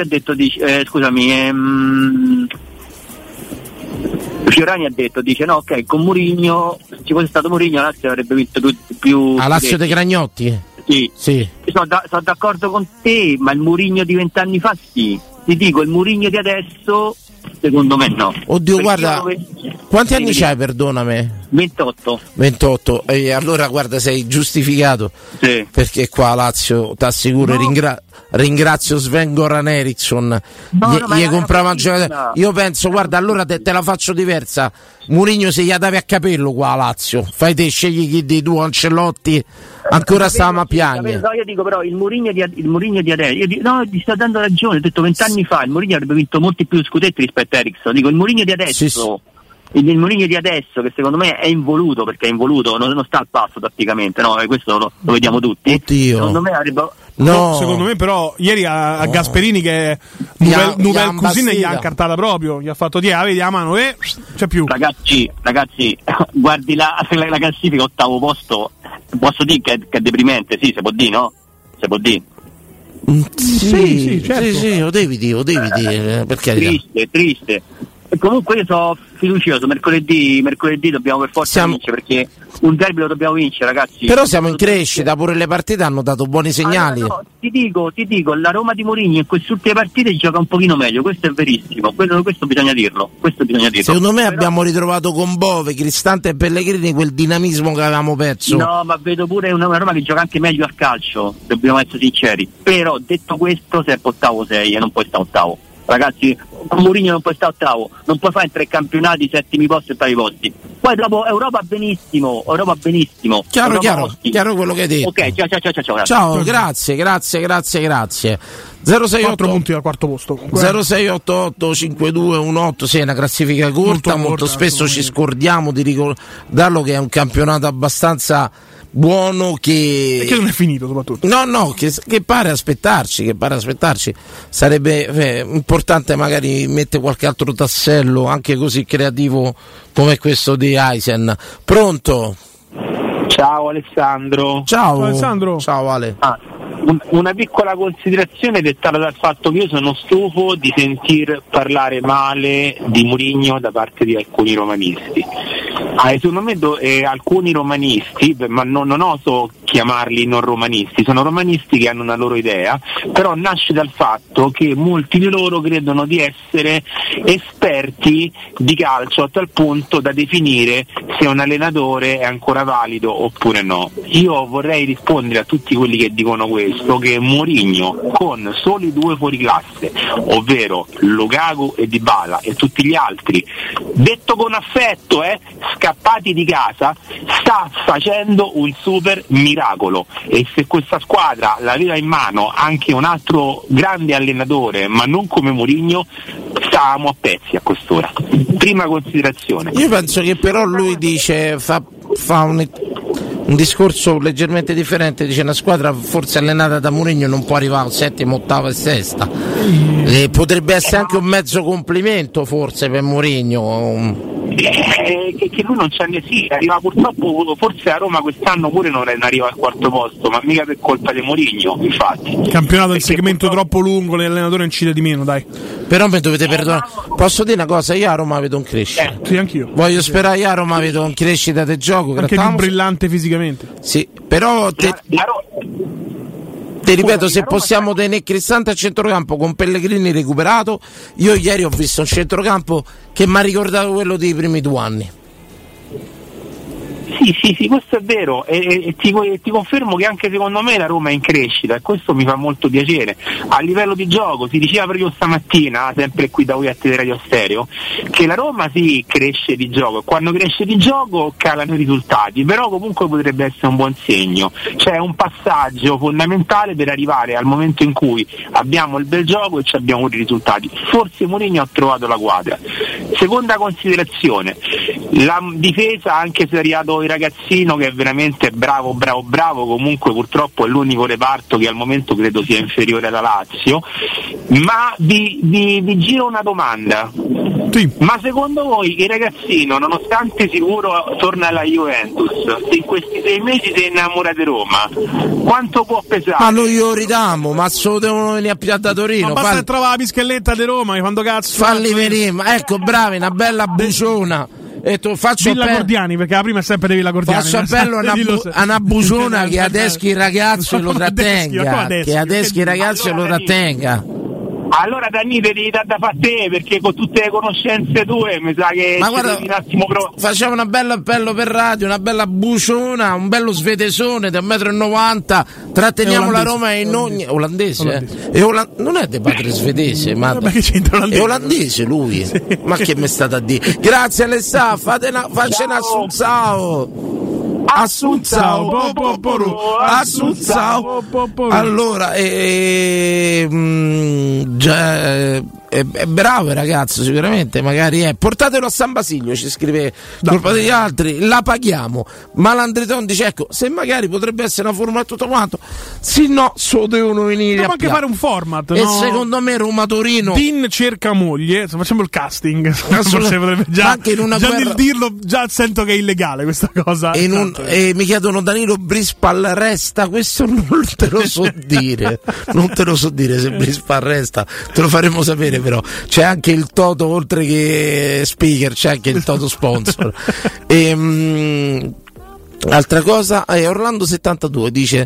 Fiorani ha detto, dice no, ok, con Mourinho, se ci fosse stato Mourinho, Lazio avrebbe vinto più a Lazio dei Cragnotti? Sì. Sono d'accordo con te, ma il Mourinho di 20 anni fa sì. Ti dico, il Mourinho di adesso secondo me no. Oddio, perché guarda, quanti anni c'hai, perdonami? 28. E allora guarda, sei giustificato. Sì. Perché qua a Lazio t'assicuro, ringrazio Sven-Goran Eriksson, gli comprava un giocatore. Io penso, guarda, allora te la faccio diversa. Mourinho se gli davi a capello qua a Lazio, fai te, scegli chi dei due, Ancelotti ancora stavamo a piangere. No, io dico però il Mourinho di adesso, ti sto dando ragione, ho detto 20 anni fa il Mourinho avrebbe vinto molti più scudetti rispetto a Eriksson. Dico il Mourinho di adesso, il Mourinho di adesso, che secondo me è involuto, perché è involuto, non sta al passo tatticamente, no? Questo lo vediamo tutti. Oddio. Secondo me avrebbe No, secondo me però ieri a Gasperini che è Nouvelle Cuisine gli ha incartata proprio, gli ha fatto vedi la mano c'è più. Ragazzi, guardi la classifica, 8° posto, posso dire che è deprimente, sì, si può dire, no? Si può dire. Sì, certo. Sì, lo devi dire, perché triste. E comunque io sono fiducioso, mercoledì dobbiamo per forza vincere, perché un derby lo dobbiamo vincere, ragazzi. Però siamo in crescita, pure le partite hanno dato buoni segnali. No, ti dico, la Roma di Mourinho in queste ultime partite gioca un pochino meglio, questo è verissimo, questo bisogna dirlo. Secondo me abbiamo ritrovato con Bove, Cristante e Pellegrini quel dinamismo che avevamo perso. No, ma vedo pure una Roma che gioca anche meglio al calcio, dobbiamo essere sinceri. Però detto questo, se è ottavo 6 e non puoi stare ottavo. Ragazzi, con Mourinho non puoi stare ottavo, non puoi fare in 3 campionati 7imi posti e 8 posti. Poi dopo Europa benissimo. Chiaro quello che hai detto. Ok, ciao, grazie. 4 punti al 4° posto. 0688 5218, sì, è una classifica corta, molto spesso ci scordiamo di ricordarlo che è un campionato abbastanza buono che non è finito soprattutto. No, che pare aspettarci. Sarebbe importante magari mettere qualche altro tassello anche così creativo come questo di Eisen. Pronto? Ciao Alessandro. Ciao Ale. Una piccola considerazione dettata dal fatto che io sono stufo di sentir parlare male di Mourinho da parte di alcuni romanisti. Secondo me alcuni romanisti, ma non oso chiamarli non romanisti, sono romanisti che hanno una loro idea, però nasce dal fatto che molti di loro credono di essere esperti di calcio a tal punto da definire se un allenatore è ancora valido oppure no. Io vorrei rispondere a tutti quelli che dicono questo, che Mourinho con soli 2 fuoriclasse, ovvero Lukaku e Dybala e tutti gli altri, detto con affetto, scappati di casa, sta facendo un super miracolo, e se questa squadra l'aveva in mano anche un altro grande allenatore, ma non come Mourinho, stavamo a pezzi a quest'ora. Prima considerazione. Io penso che però lui dice fa un discorso leggermente differente, dice una squadra forse allenata da Mourinho non può arrivare al 7º, 8º e 6º. Potrebbe essere anche un mezzo complimento forse per Mourinho. Che lui non c'è arriva purtroppo, forse a Roma quest'anno pure non arriva al 4º posto, ma mica per colpa di Mourinho, infatti. Il campionato è un segmento troppo lungo, l'allenatore incide di meno, dai. Però mi dovete perdonare. Posso dire una cosa, io a Roma vedo un crescita. Sì, anch'io. Voglio sperare, io a Roma vedo un crescita del gioco. Anche più brillante fisicamente. Sì, però ti ripeto, se possiamo tenere Cristante a centrocampo con Pellegrini recuperato, io ieri ho visto un centrocampo che mi ha ricordato quello dei primi 2 anni. Sì, questo è vero, e ti confermo che anche secondo me la Roma è in crescita, e questo mi fa molto piacere. A livello di gioco, si diceva proprio stamattina, sempre qui da voi a Radio Stereo, che la Roma cresce di gioco, e quando cresce di gioco calano i risultati, però comunque potrebbe essere un buon segno, cioè un passaggio fondamentale per arrivare al momento in cui abbiamo il bel gioco e abbiamo i risultati. Forse Mourinho ha trovato la quadra. Seconda considerazione, la difesa, anche se è arrivato il ragazzino che è veramente bravo, comunque purtroppo è l'unico reparto che al momento credo sia inferiore alla Lazio, ma vi giro una domanda. Sì. Ma secondo voi il ragazzino, nonostante sicuro torna alla Juventus, in questi 6 mesi si è innamorato di Roma, quanto può pesare? Ma noi lo ridiamo, ma se lo devono venire a pigliare da Torino. Ma basta trovare la pischelletta di Roma, quando cazzo falli venire, ecco, bravi, una bella buciona. E tu faccio Villa Gordiani, perché la prima è sempre di Villa Gordiani. Faccio appello a una buciona che adeschi il ragazzo e lo trattenga. Che adeschi il ragazzo e lo trattenga. Allora Danilo devi dare da fare te, perché con tutte le conoscenze tue mi sa che un attimo facciamo una bella appello per radio, una bella buciona, un bello svedesone da 1,90 m, tratteniamo la Roma in ogni olandese. Non è di padre svedese, ma è olandese lui. Sì. Ma che mi state a dire? Grazie Alessà, faccia una Assunzao. Allora è bravo il ragazzo, sicuramente, magari portatelo a San Basilio, ci scrive colpa degli altri, la paghiamo. Ma l'Andreton dice, ecco, se magari potrebbe essere una formula tutto quanto, sì, no, so devono venire. Dobbiamo anche fare un format, e no? Secondo me Roma Torino, Din cerca moglie, facciamo il casting. Forse potrebbe già, anche in una già guerra... nel dirlo già sento che è illegale questa cosa. E mi chiedono, Danilo Brispal resta, questo non te lo so dire, non te lo so dire se Brispal resta, te lo faremo sapere, però c'è anche il Toto, oltre che speaker c'è anche il Toto sponsor. Altra cosa, Orlando 72 dice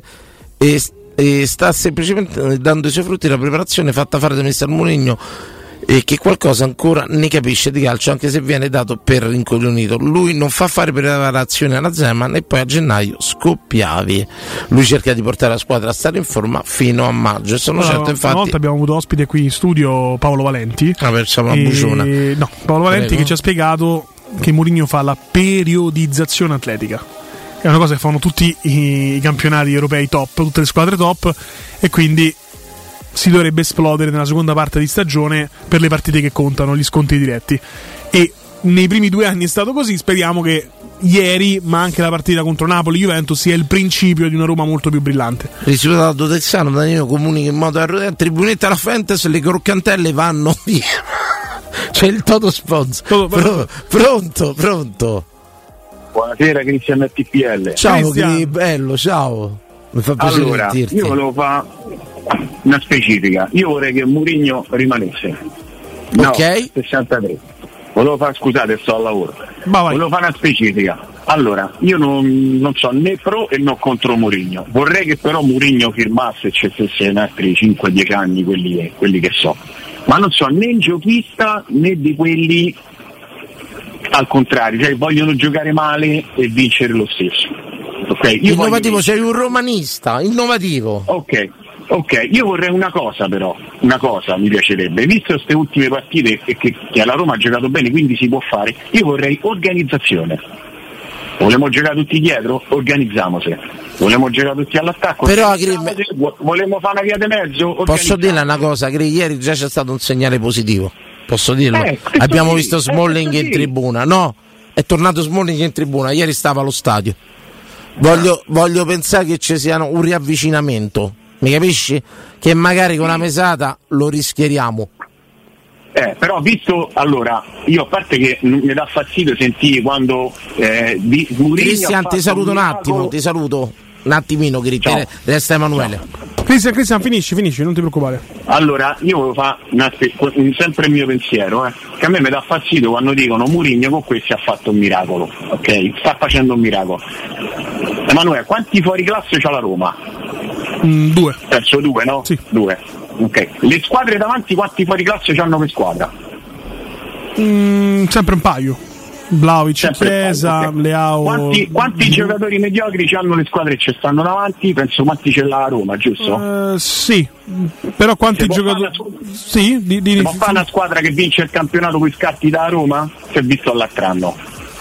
sta semplicemente dando i suoi frutti la preparazione fatta fare da Mister Mourinho, e che qualcosa ancora ne capisce di calcio, anche se viene dato per rincoglionito. Lui non fa fare preparazione alla Zeman e poi a gennaio scoppiavi. Lui cerca di portare la squadra a stare in forma fino a maggio. Sono certo, infatti. Una volta abbiamo avuto ospite qui in studio Paolo Valenti. Una buciona. No, Paolo Valenti che ci ha spiegato che Mourinho fa la periodizzazione atletica. È una cosa che fanno tutti i campionati europei top, tutte le squadre top, e quindi si dovrebbe esplodere nella seconda parte di stagione per le partite che contano, gli scontri diretti. E nei primi 2 anni è stato così. Speriamo che ieri, ma anche la partita contro Napoli-Juventus, sia il principio di una Roma molto più brillante. Risultato Texano, Danilo comunica in modo arrogante: tribunetta alla Fuentes, le croccantelle vanno via. C'è il Toto sponsor. Pronto. Buonasera Cristian TPL. Ciao, che bello, ciao. Mi fa piacere sentirti. Io volevo fare una specifica. Io vorrei che Mourinho rimanesse. No, ok. 63. Volevo fare, scusate, sto al lavoro. Volevo fare una specifica. Allora, io non so né pro e no contro Mourinho. Vorrei che però Mourinho firmasse e ci stesse in altri 5-10 anni quelli che so. Ma non so né il giochista né di quelli al contrario, cioè vogliono giocare male e vincere lo stesso. Okay? Io innovativo, sei un romanista, innovativo. Ok, io vorrei una cosa mi piacerebbe, visto queste ultime partite che la Roma ha giocato bene, quindi si può fare, io vorrei organizzazione. Vogliamo giocare tutti dietro? Organizziamoci. Vogliamo giocare tutti all'attacco? Però vogliamo fare una via di mezzo? Posso dirle una cosa, che ieri già c'è stato un segnale positivo. Posso dirlo? Abbiamo visto Smalling in tribuna. No, è tornato Smalling in tribuna. Ieri stava allo stadio. Voglio pensare che ci sia un riavvicinamento. Mi capisci? Che magari con una mesata lo rischieremo. Però visto, allora, io a parte che mi dà fastidio sentire quando Mourinho Cristian, ti saluto un attimo, un attimino, resta Emanuele. Cristian, finisci, non ti preoccupare. Allora, io volevo fare sempre il mio pensiero, che a me mi dà fastidio quando dicono Mourinho con questo ha fatto un miracolo, ok? Sta facendo un miracolo. Emanuele, quanti fuori classe c'ha la Roma? 2. Penso 2, no? Sì. 2. Ok. Le squadre davanti quanti fuori classe c'hanno per squadra? Sempre un paio. Vlahovic, Chiesa, okay. Leao. Quanti giocatori mediocri hanno le squadre che ci stanno davanti? Penso quanti c'è la Roma, giusto? Sì, però quanti giocatori. Sì, può fare una squadra che vince il campionato con i scatti da Roma? Si è visto l'altro anno.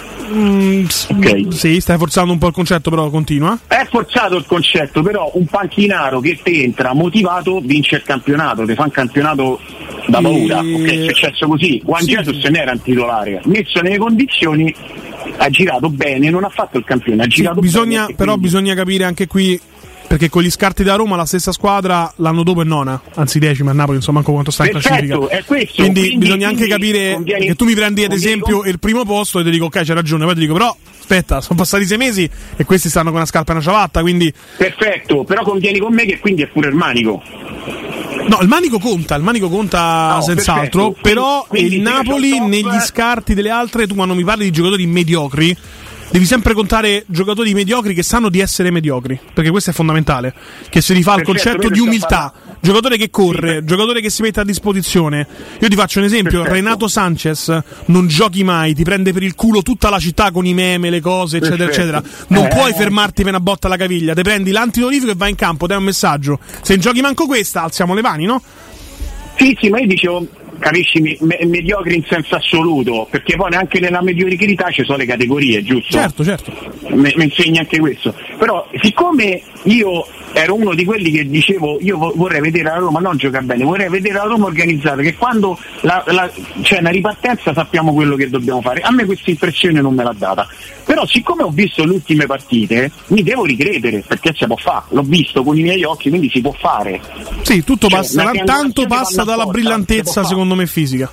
Okay. Sì, stai forzando un po' il concetto, però continua. È forzato il concetto, però un panchinaro che ti entra motivato vince il campionato, ti fa un campionato da paura. Ok, è successo così. Juan Jesus se n'era un titolare, messo nelle condizioni, ha girato bene, non ha fatto il campione, ha girato bene. Però bisogna capire anche qui, perché con gli scarti da Roma la stessa squadra l'anno dopo è nona, anzi 10ª a Napoli, insomma anche quanto sta in classifica. È questo, quindi bisogna anche capire che tu mi prendi ad esempio il primo posto e ti dico ok, c'hai ragione, poi ti dico però aspetta, sono passati 6 mesi e questi stanno con una scarpa e una ciabatta, quindi perfetto, però convieni con me che quindi è pure il manico. No, il manico conta no, senz'altro, perfetto. Però quindi il Napoli negli scarti delle altre, tu quando mi parli di giocatori mediocri devi sempre contare giocatori mediocri che sanno di essere mediocri, perché questo è fondamentale, che si rifà al concetto di umiltà, giocatore che corre, giocatore che si mette a disposizione. Io ti faccio un esempio, Renato Sanchez non giochi mai, ti prende per il culo tutta la città con i meme, le cose eccetera eccetera, non puoi fermarti per una botta alla caviglia, ti prendi l'antidolorifico e vai in campo, dai un messaggio, se giochi manco questa alziamo le mani, no? Sì, ma io dicevo, capisci, mediocri in senso assoluto, perché poi neanche nella mediocrità ci sono le categorie, giusto? Certo. Mi insegna anche questo. però siccome io ero uno di quelli che dicevo io vorrei vedere la Roma non gioca bene, vorrei vedere la Roma organizzata, che quando c'è una ripartenza sappiamo quello che dobbiamo fare. A me questa impressione non me l'ha data, però siccome ho visto le ultime partite mi devo ricredere, perché si può fare, l'ho visto con i miei occhi, quindi si può fare. Sì, tutto passa, tanto passa dalla brillantezza secondo me fisica.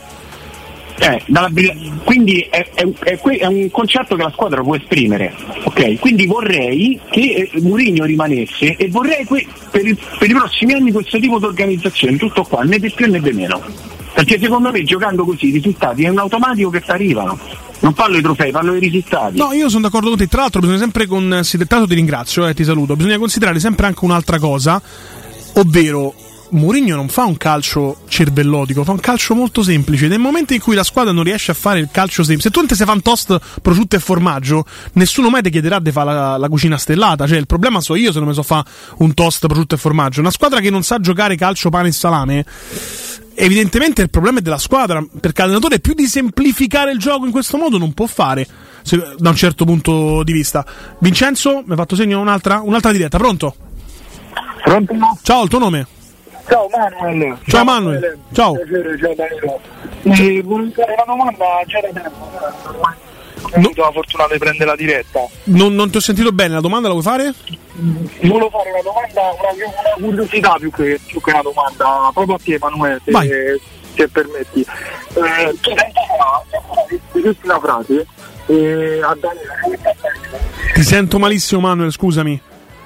Quindi è un concetto che la squadra può esprimere, ok? Quindi vorrei che Mourinho rimanesse e vorrei per i prossimi anni questo tipo di organizzazione, tutto qua, né di più né di meno, perché secondo me giocando così i risultati è un automatico che ti arrivano. Non parlo di trofei, parlo di risultati. No, io sono d'accordo con te. Tra l'altro bisogna sempre tanto ti ringrazio e ti saluto, bisogna considerare sempre anche un'altra cosa, ovvero Mourinho non fa un calcio cervellotico, fa un calcio molto semplice. Nel momento in cui la squadra non riesce a fare il calcio semplice, se tu non ti sei fa un toast, prosciutto e formaggio, nessuno mai ti chiederà di fare la cucina stellata. Cioè il problema so io se non mi so fa un toast, prosciutto e formaggio. Una squadra che non sa giocare calcio, pane e salame, evidentemente il problema è della squadra, perché l'allenatore più di semplificare il gioco in questo modo non può fare, da un certo punto di vista. Vincenzo, mi ha fatto segno un'altra diretta. Pronto? Ciao, il tuo nome? Ciao Manuel. Ciao Manuel. Ciao. Piacere, ciao Danilo. Volevo fare una domanda, c'era tempo. Ho avuto la fortuna di prendere la diretta. Non ti ho sentito bene, la domanda la vuoi fare? Volevo fare una domanda, una curiosità più che una domanda, proprio a te Emanuele, se permetti. Tu tempo fa dicesti una frase a Danilo. Ti sento malissimo Manuel, scusami.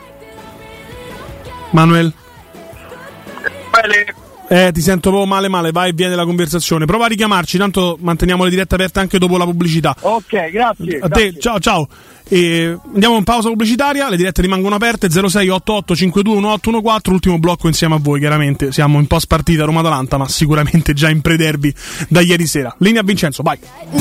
Manuel? Ti sento proprio male, vai e vieni della conversazione. Prova a richiamarci, tanto manteniamo le dirette aperte anche dopo la pubblicità. Ok, grazie. A te, ciao. Andiamo in pausa pubblicitaria, le dirette rimangono aperte, 0688 52 1814, ultimo blocco insieme a voi, chiaramente. Siamo in post partita Roma-Atalanta, ma sicuramente già in pre-derby da ieri sera. Linea a Vincenzo, vai.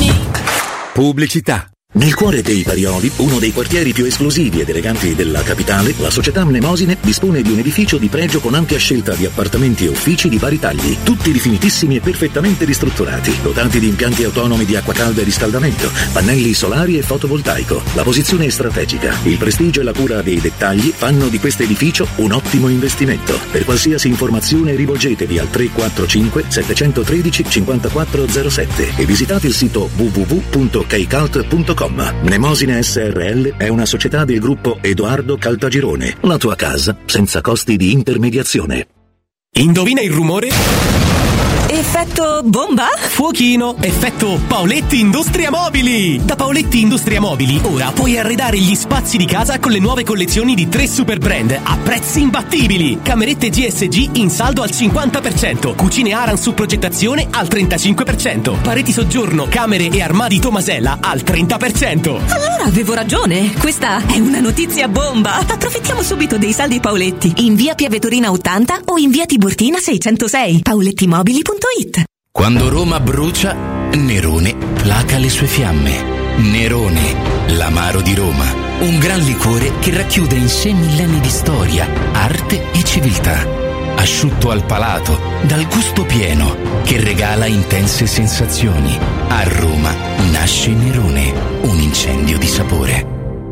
Pubblicità. Nel cuore dei Parioli, uno dei quartieri più esclusivi ed eleganti della capitale, la società Mnemosine dispone di un edificio di pregio con ampia scelta di appartamenti e uffici di vari tagli, tutti rifinitissimi e perfettamente ristrutturati, dotati di impianti autonomi di acqua calda e riscaldamento, pannelli solari e fotovoltaico. La posizione è strategica, il prestigio e la cura dei dettagli fanno di questo edificio un ottimo investimento. Per qualsiasi informazione rivolgetevi al 345 713 5407 e visitate il sito www.kcult.com. Mnemosine SRL è una società del gruppo Edoardo Caltagirone. La tua casa senza costi di intermediazione. Indovina il rumore? Effetto bomba? Fuochino. Effetto Paoletti Industria Mobili. Da Paoletti Industria Mobili ora puoi arredare gli spazi di casa con le nuove collezioni di 3 super brand a prezzi imbattibili. Camerette GSG in saldo al 50%, cucine Aran su progettazione al 35%, pareti soggiorno, camere e armadi Tomasella al 30%. Allora avevo ragione, questa è una notizia bomba. Approfittiamo subito dei saldi Paoletti in via Piave Torina 80 o in via Tiburtina 606. paolettimobili.it. Quando Roma brucia, Nerone placa le sue fiamme. Nerone, l'amaro di Roma, un gran liquore che racchiude in sé millenni di storia, arte e civiltà. Asciutto al palato, dal gusto pieno, che regala intense sensazioni. A Roma nasce Nerone, un incendio di sapore.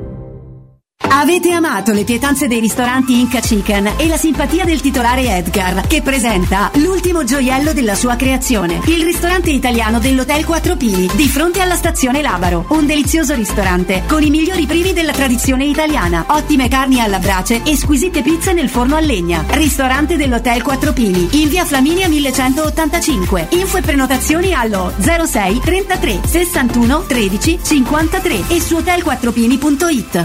Avete amato le pietanze dei ristoranti Inca Chicken e la simpatia del titolare Edgar, che presenta l'ultimo gioiello della sua creazione, il ristorante italiano dell'Hotel Quattro Pini, di fronte alla stazione Labaro. Un delizioso ristorante con i migliori primi della tradizione italiana, ottime carni alla brace e squisite pizze nel forno a legna. Ristorante dell'Hotel Quattro Pini, in via Flaminia 1185. Info e prenotazioni allo 06 33 61 13 53 e su hotelquattropini.it.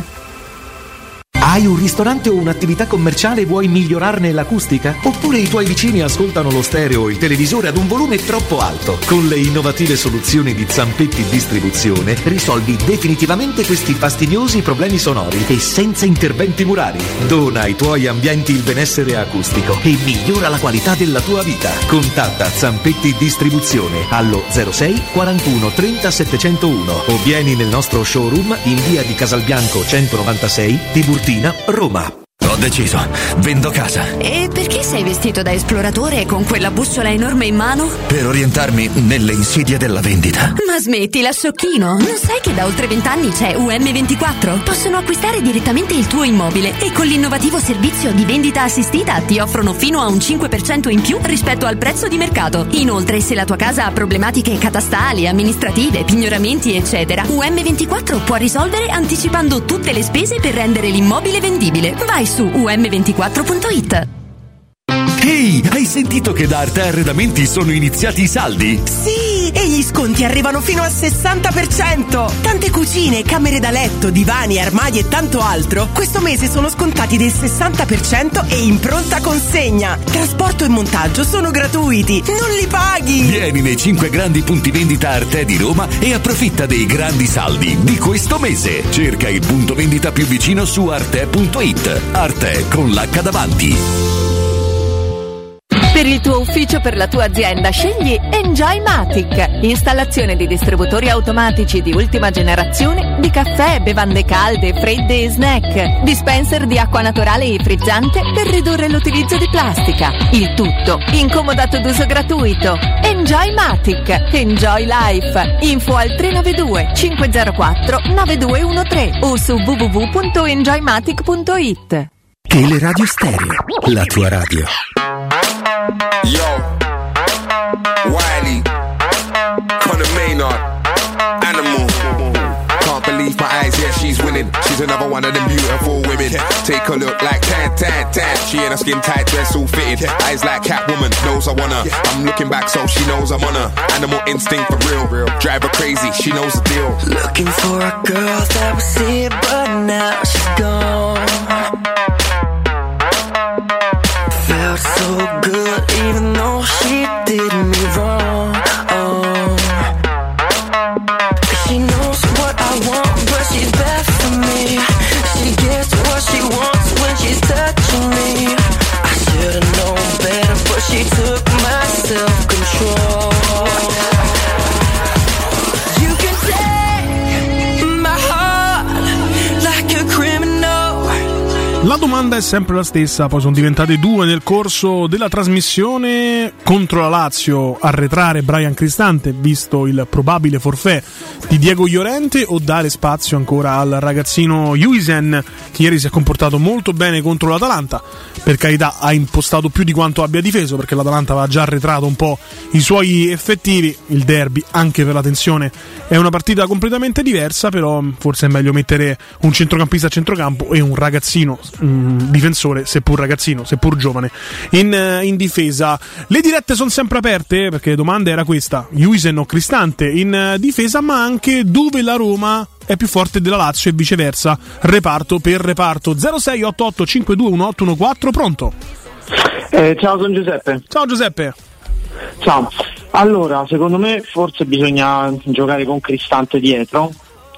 Hai un ristorante o un'attività commerciale e vuoi migliorarne l'acustica? Oppure i tuoi vicini ascoltano lo stereo o il televisore ad un volume troppo alto? Con le innovative soluzioni di Zampetti Distribuzione risolvi definitivamente questi fastidiosi problemi sonori e senza interventi murari. Dona ai tuoi ambienti il benessere acustico e migliora la qualità della tua vita. Contatta Zampetti Distribuzione allo 06 41 30 701 o vieni nel nostro showroom in via di Casalbianco 196, Tiburtina, Roma. Ho deciso, vendo casa. E perché sei vestito da esploratore con quella bussola enorme in mano? Per orientarmi nelle insidie della vendita. Ma smettila, sciocchino! Non sai che da oltre 20 anni c'è UM24? Possono acquistare direttamente il tuo immobile e con l'innovativo servizio di vendita assistita ti offrono fino a un 5% in più rispetto al prezzo di mercato. Inoltre, se la tua casa ha problematiche catastali, amministrative, pignoramenti, eccetera, UM24 può risolvere anticipando tutte le spese per rendere l'immobile vendibile. Vai su um24.it. Ehi, hai sentito che da Arte Arredamenti sono iniziati i saldi? Sì, e gli sconti arrivano fino al 60%. Tante cucine, camere da letto, divani, armadi e tanto altro questo mese sono scontati del 60% e in pronta consegna. Trasporto e montaggio sono gratuiti, non li paghi. Vieni nei 5 grandi punti vendita Arte di Roma e approfitta dei grandi saldi di questo mese. Cerca il punto vendita più vicino su arte.it. Arte con l'H davanti. Per il tuo ufficio, per la tua azienda, scegli Enjoymatic. Installazione di distributori automatici di ultima generazione di caffè, bevande calde, fredde e snack. Dispenser di acqua naturale e frizzante per ridurre l'utilizzo di plastica. Il tutto in comodato d'uso gratuito. Enjoymatic. Enjoy Life. Info al 392 504 9213 o su www.enjoymatic.it. Teleradio Stereo, la tua radio. Yo, Wiley, Conor Maynard, Animal. Can't believe my eyes, yeah, she's winning. She's another one of them beautiful women. Take a look like tan. She in a skin tight dress all fitted. Eyes like Catwoman, knows I wanna. I'm looking back so she knows I'm on her. Animal instinct for real. Drive her crazy, she knows the deal. Looking for a girl that was here, but now she's gone. Felt so good even though she did me wrong. She knows what I want, but she's bad for me. She gets what she wants when she's touching me. I should've known better, but she took my self-control. You can take my heart like a criminal. La domanda è sempre la stessa, poi sono diventate due nel corso della trasmissione. Contro la Lazio arretrare Bryan Cristante visto il probabile forfait di Diego Llorente o dare spazio ancora al ragazzino Huijsen che ieri si è comportato molto bene contro l'Atalanta. Per carità ha impostato più di quanto abbia difeso perché l'Atalanta aveva già arretrato un po' i suoi effettivi. Il derby anche per la tensione è una partita completamente diversa, però forse è meglio mettere un centrocampista a centrocampo e un ragazzino difensore, seppur ragazzino, seppur giovane, in difesa. Le dirette sono sempre aperte perché la domanda era questa: Huijsen o Cristante in difesa, ma anche dove la Roma è più forte della Lazio e viceversa, reparto per reparto. 0688 521814. Pronto? Ciao, sono Giuseppe. Ciao Giuseppe. Ciao. Allora, secondo me forse bisogna giocare con Cristante dietro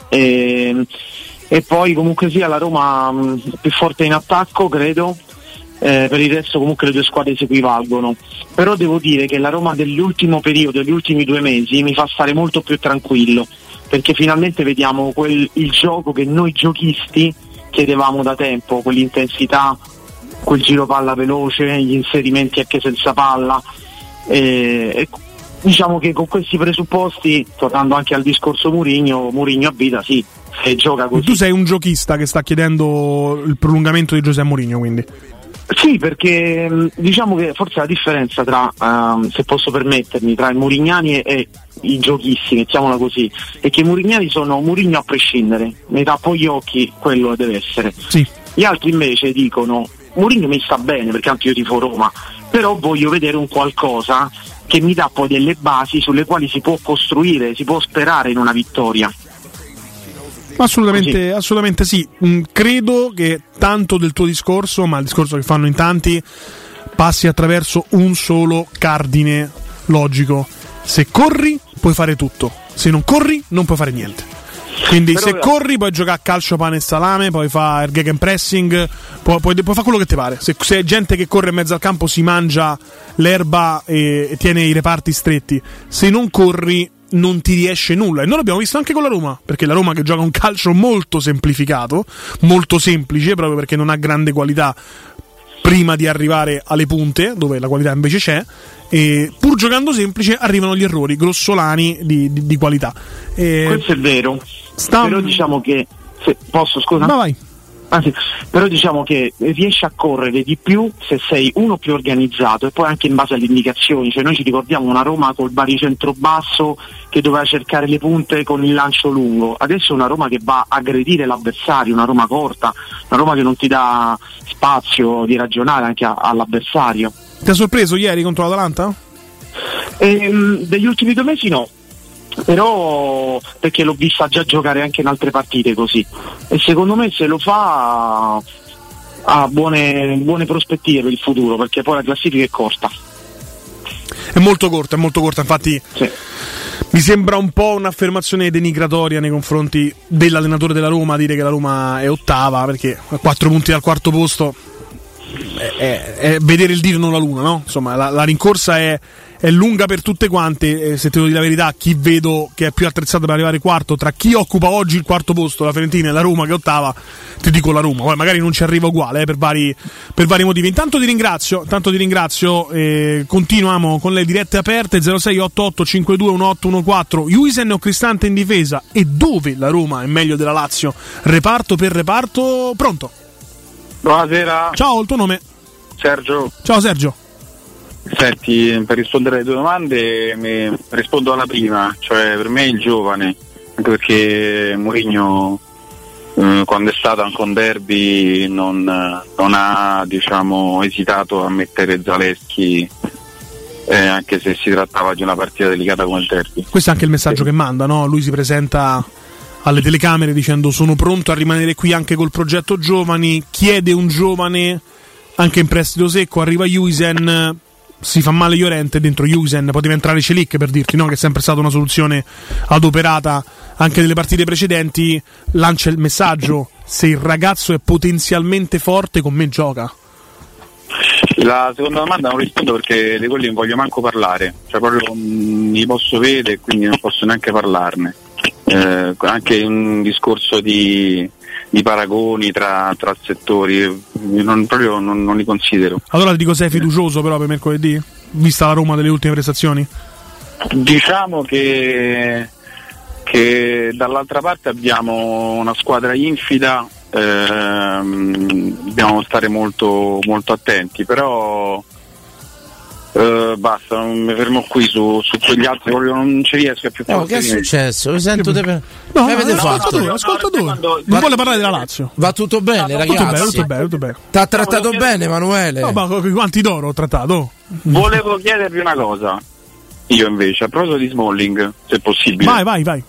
e poi comunque sia la Roma più forte in attacco, credo. Per il resto comunque le due squadre si equivalgono, però devo dire che la Roma dell'ultimo periodo, degli ultimi 2 mesi, mi fa stare molto più tranquillo, perché finalmente vediamo il gioco che noi giochisti chiedevamo da tempo, quell'intensità, quel giro palla veloce, gli inserimenti anche senza palla, e diciamo che con questi presupposti, tornando anche al discorso Mourinho a vita sì, se gioca così. Tu sei un giochista che sta chiedendo il prolungamento di José Mourinho, quindi? Sì, perché diciamo che forse la differenza tra, se posso permettermi, tra i Mourignani e i giochisti, mettiamola così, è che i Mourignani sono Mourinho a prescindere, mi tappo gli occhi, quello deve essere. Sì. Gli altri invece dicono Mourinho mi sta bene perché anche io tifo Roma, però voglio vedere un qualcosa che mi dà poi delle basi sulle quali si può costruire, si può sperare in una vittoria. Assolutamente sì. Credo che tanto del tuo discorso, ma il discorso che fanno in tanti, passi attraverso un solo cardine logico: se corri puoi fare tutto, se non corri non puoi fare niente. Quindi però se corri puoi giocare a calcio, pane e salame, puoi fare il gegenpressing, puoi fare quello che ti pare. Se è gente che corre in mezzo al campo si mangia l'erba e tiene i reparti stretti. Se non corri non ti riesce nulla, e noi l'abbiamo visto anche con la Roma, perché la Roma che gioca un calcio molto semplificato, molto semplice, proprio perché non ha grande qualità prima di arrivare alle punte, dove la qualità invece c'è, e pur giocando semplice arrivano gli errori grossolani di qualità. Questo è vero, però diciamo che, se posso, scusa? Ma vai. Sì. Però diciamo che riesci a correre di più se sei uno più organizzato, e poi anche in base alle indicazioni, cioè noi ci ricordiamo una Roma col baricentro basso che doveva cercare le punte con il lancio lungo, adesso è una Roma che va a aggredire l'avversario, una Roma corta, una Roma che non ti dà spazio di ragionare anche all'avversario. Ti ha sorpreso ieri contro l'Atalanta? Degli ultimi 2 mesi no, però perché l'ho vista già giocare anche in altre partite così, e secondo me se lo fa ha buone prospettive per il futuro, perché poi la classifica è corta. È molto corta, infatti sì. Mi sembra un po' un'affermazione denigratoria nei confronti dell'allenatore della Roma dire che la Roma è ottava, perché a 4 punti dal quarto posto è vedere il dito non la luna, no? Insomma, la rincorsa è lunga per tutte quante. Se te lo dico la verità, chi vedo che è più attrezzato per arrivare quarto, tra chi occupa oggi il quarto posto, la Fiorentina e la Roma che ottava, ti dico la Roma. Poi magari non ci arriva uguale per vari motivi. Intanto ti ringrazio, continuiamo con le dirette aperte 0688 52 1814. Juisen o Cristante in difesa, e dove la Roma è meglio della Lazio reparto per reparto. Pronto? Buonasera. Ciao, il tuo nome? Sergio. Ciao Sergio. Senti, per rispondere alle tue domande rispondo alla prima, cioè per me il giovane, anche perché Mourinho quando è stato anche un derby non ha, diciamo, esitato a mettere Zalewski, anche se si trattava di una partita delicata come il derby. Questo è anche il messaggio che manda, no? Lui si presenta alle telecamere dicendo: sono pronto a rimanere qui anche col progetto giovani, chiede un giovane anche in prestito secco, arriva Juisen, si fa male Llorente, dentro Juisen poteva entrare Celic, per dirti, no? Che è sempre stata una soluzione adoperata anche nelle partite precedenti. Lancia il messaggio: se il ragazzo è potenzialmente forte, con me gioca. La seconda domanda non rispondo perché di quelli non voglio manco parlare, cioè proprio li posso vedere e quindi non posso neanche parlarne. Anche un discorso di paragoni tra settori non li considero. Allora ti dico, sei fiducioso però per mercoledì, vista la Roma delle ultime prestazioni? Diciamo che dall'altra parte abbiamo una squadra infida, dobbiamo stare molto, molto attenti, però basta, non mi fermo qui su quegli altri, proprio non ci riesco a più. Che è successo? Vi sento ascolta tu. Non vuole parlare della Lazio. Va tutto bene, ragazzi? Tutto bene. Ti ha trattato bene, Emanuele? No, ma quanti d'oro ho trattato? Volevo chiedervi una cosa, io invece, a proposito di Smalling, se possibile. Vai.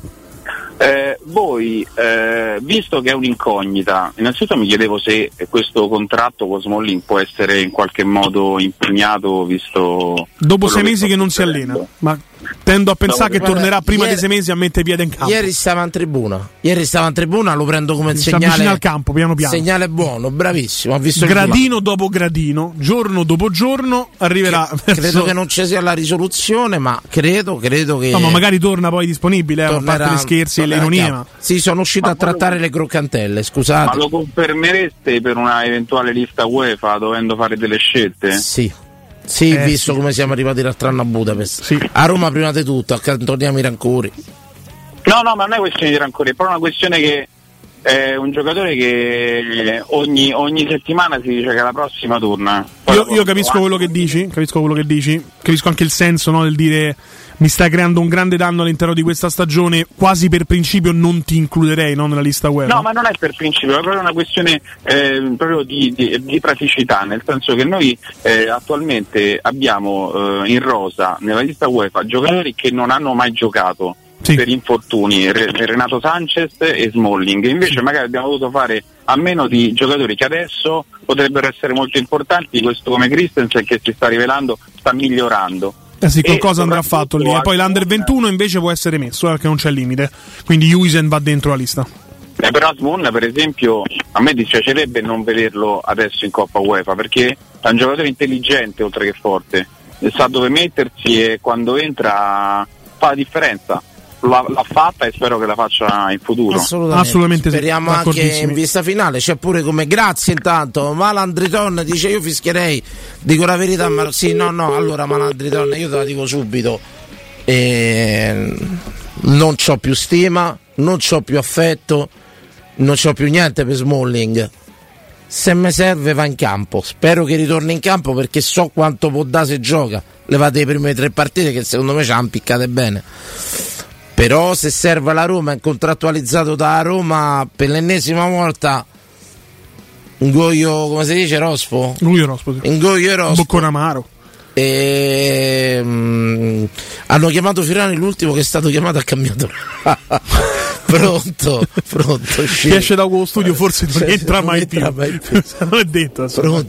Voi, visto che è un'incognita, innanzitutto mi chiedevo se questo contratto con Smalling può essere in qualche modo impugnato, visto dopo 6 mesi che non si allena, ma tendo a pensare che tornerà prima dei 6 mesi a mettere piede in campo. Ieri stava in tribuna, lo prendo come segnale al campo, piano. Segnale buono, bravissimo. Ho visto gradino dopo gradino, giorno dopo giorno arriverà. Credo che non ci sia la risoluzione, ma credo che no, ma magari torna poi disponibile, a parte gli scherzi e l'ironia. Sì, sono uscito a trattare le croccantelle, scusate. Ma lo confermereste per una eventuale lista UEFA dovendo fare delle scelte? Sì, visto come siamo arrivati l'altro anno a Budapest. Sì. A Roma prima di tutto, accantoniamo i rancori. No, ma non è questione di rancori, è proprio una questione che è un giocatore che ogni settimana si dice che la prossima torna. Io capisco quello che dici, capisco anche il senso, no, del dire: mi stai creando un grande danno all'interno di questa stagione, quasi per principio non ti includerei, no, nella lista web. No, ma non è per principio, è proprio una questione proprio di praticità, nel senso che noi attualmente abbiamo in rosa nella lista UEFA giocatori che non hanno mai giocato per infortuni, Renato Sanchez e Smalling, invece magari abbiamo dovuto fare a meno di giocatori che adesso potrebbero essere molto importanti, questo come Christensen che si sta rivelando, sta migliorando. Sì, qualcosa andrà fatto lì. E poi l'Under 21 invece può essere messo, perché non c'è limite. Quindi Juisen va dentro la lista. Però Asmun, per esempio, a me dispiacerebbe non vederlo adesso in Coppa UEFA, perché è un giocatore intelligente oltre che forte, sa dove mettersi e quando entra fa la differenza. l'ha fatta e spero che la faccia in futuro. Assolutamente speriamo anche in vista finale. C'è pure come grazie intanto Malandriton dice io fischierei, dico la verità, ma sì, no, allora Malandriton io te la dico subito, non c'ho più stima, non c'ho più affetto, non c'ho più niente per Smalling. Se mi serve va in campo, spero che ritorni in campo perché so quanto può dare se gioca. Levate le prime 3 partite che secondo me ci hanno piccate bene, però se serve alla Roma, è contrattualizzato da Roma per l'ennesima volta. Ingoio, come si dice, Rospo? Ingoio Rospo. Boccone amaro. Hanno chiamato Firani, l'ultimo che è stato chiamato ha cambiato. pronto chi esce da quello studio forse non entra mai più. Non è detto.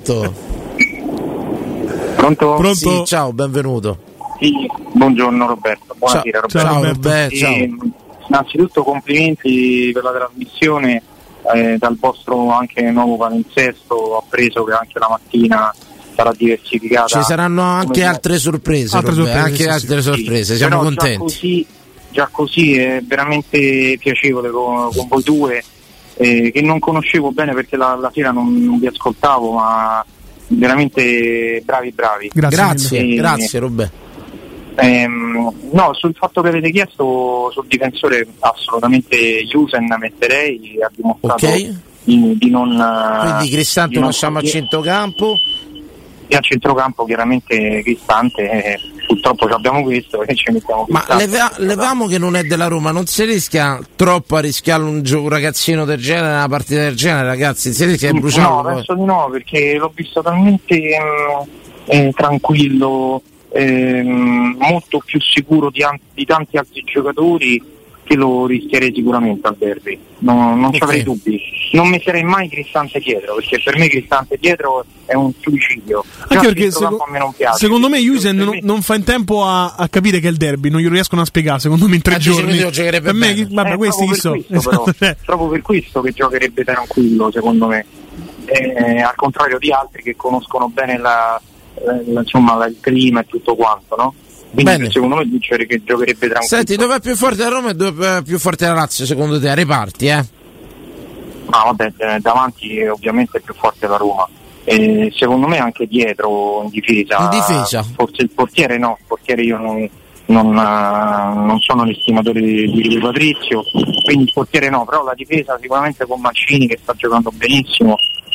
Pronto? Sì, ciao, benvenuto. Sì, buongiorno Roberto. Buonasera Roberto. Ciao Roberto. Innanzitutto complimenti per la trasmissione, dal vostro anche nuovo palinsesto ho appreso che anche la mattina sarà diversificata. Ci saranno anche altre sorprese, altre sorprese. Siamo contenti. Già così è veramente piacevole con voi due, che non conoscevo bene perché la sera non vi ascoltavo, ma veramente bravi. Grazie Roberto. No, sul fatto che avete chiesto sul difensore, assolutamente Jusen metterei, ha dimostrato di non. Quindi Cristante lasciamo a centrocampo. E a centrocampo chiaramente Cristante, purtroppo abbiamo questo e ci mettiamo Cristante. Ma leviamo che non è della Roma, non si rischia troppo a rischiare un ragazzino del genere, una partita del genere, ragazzi? Si rischia di bruciarlo? No, penso di no, perché l'ho visto talmente tranquillo, molto più sicuro di tanti altri giocatori, che lo rischierei sicuramente al derby. Non ci avrei dubbi. Non metterei mai Cristante dietro, perché per me Cristante dietro è un suicidio. Anche perché a me non piace. Secondo me Jusen non fa in tempo a capire che è il derby, non glielo riescono a spiegare secondo me in 3 giorni. Per me, vabbè, questi chi so. Proprio per questo che giocherebbe tranquillo, secondo me. Al contrario di altri che conoscono bene il clima e tutto quanto, no? Quindi bene. Secondo me che giocherebbe tranquillo. Senti, dove è più forte la Roma e dove è più forte la Lazio secondo te? A reparti, vabbè, davanti ovviamente è più forte la Roma, secondo me anche dietro in difesa. Forse il portiere no, il portiere io non sono l'estimatore di Patrizio, quindi il portiere no, però la difesa sicuramente con Mancini che sta giocando benissimo,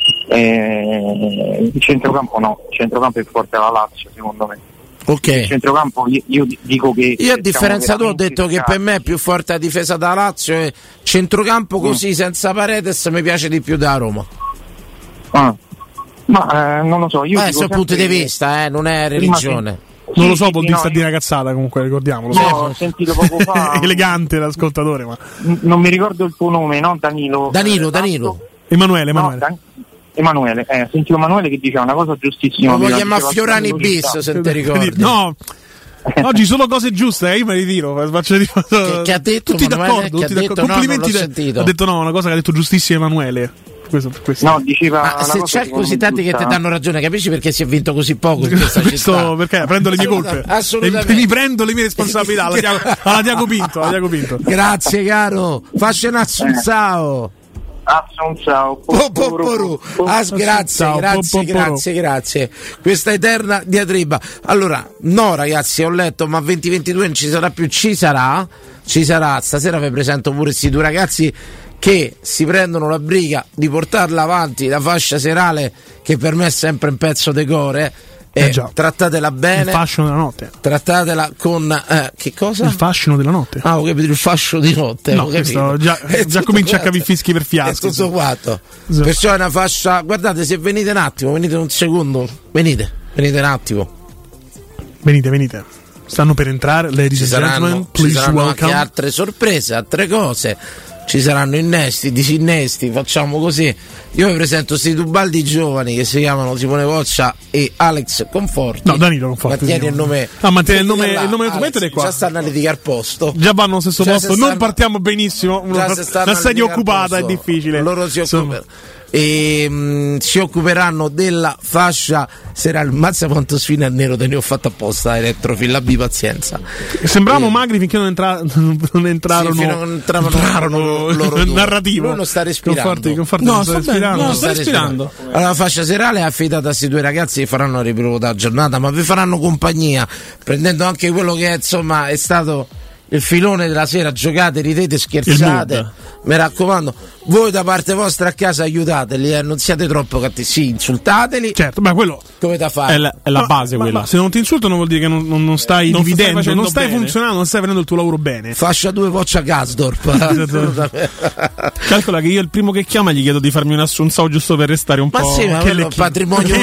il centrocampo no, il centrocampo è forte la Lazio secondo me. Ok. Il centrocampo io dico che io a differenza tu ho detto che per me è più forte la difesa da Lazio e centrocampo così senza Paredes mi piace di più da Roma. Ma non lo so, io dico sono punti di vista, non è religione. Non lo so, vuol dire sta di ragazzata comunque, ricordiamolo. Ho sentito poco fa. Elegante l'ascoltatore, ma non mi ricordo il tuo nome, no? Danilo. Emanuele. Emanuele, sentivo Emanuele che diceva una cosa giustissima. Lo chiama Fiorani bis, se ti ricordi. No, oggi sono cose giuste, io mi ritiro. Che ha detto? Tutti d'accordo, complimenti. No, ha detto una cosa che ha detto giustissimo Emanuele. Questo. No, diceva se c'è così tanti che ti danno ragione, capisci perché si è vinto così poco in questa città? Perché prendo le mie colpe. Assolutamente. Mi prendo le mie responsabilità alla Diago Pinto. Grazie caro. Fascina Assunzao. Grazie. Questa eterna diatriba. Allora, no ragazzi, ho letto, ma 2022 non ci sarà più. Ci sarà. Stasera vi presento pure questi 2 ragazzi che si prendono la briga di portarla avanti la fascia serale, che per me è sempre un pezzo de core. Trattatela bene. Il fascino della notte. Trattatela con che cosa? Il fascino della notte. Ho capito, il fascio di notte. No, già comincia a capire fischi per fiaschi. È tutto quattro. Perciò è una fascia. Guardate, se venite un attimo, venite un secondo. Venite un attimo. Venite. Stanno per entrare, ladies and gentlemen. Please welcome. Anche altre sorprese, altre cose. Ci saranno innesti, disinnesti, facciamo così. Io vi presento questi Tubaldi giovani che si chiamano Simone Voccia e Alex Conforti. No, Danilo Conforti. Mantieni il nome. Mantieni il nome del tuo qua. Già stanno a litigare al posto. Già vanno allo stesso posto. Non partiamo benissimo. Una sedia occupata è difficile. Loro si occupano. e si occuperanno della fascia serale. Mazza quanto sfine al nero te ne ho fatto apposta, Elettrofil, abbi pazienza. Sembravamo magri finché non entrarono loro narrativo. Lui non sta respirando. Conforti, no, sta respirando. Allora, la fascia serale è affidata a questi due ragazzi che faranno la riprova giornata, ma vi faranno compagnia prendendo anche quello che insomma è stato il filone della sera. Giocate, ridete, scherzate, mi raccomando. Voi da parte vostra a casa aiutateli, non siate troppo cattivi, sì, insultateli. Certo, ma quello come da fare? È la base quella. Ma se non ti insultano vuol dire che non stai dividendo, non stai funzionando, non stai facendo il tuo lavoro bene. Fascia 2 Voccia Gasdorp. Calcola che io il primo che chiama gli chiedo di farmi un assunzao giusto per restare un po'. Sì, ma patrimonio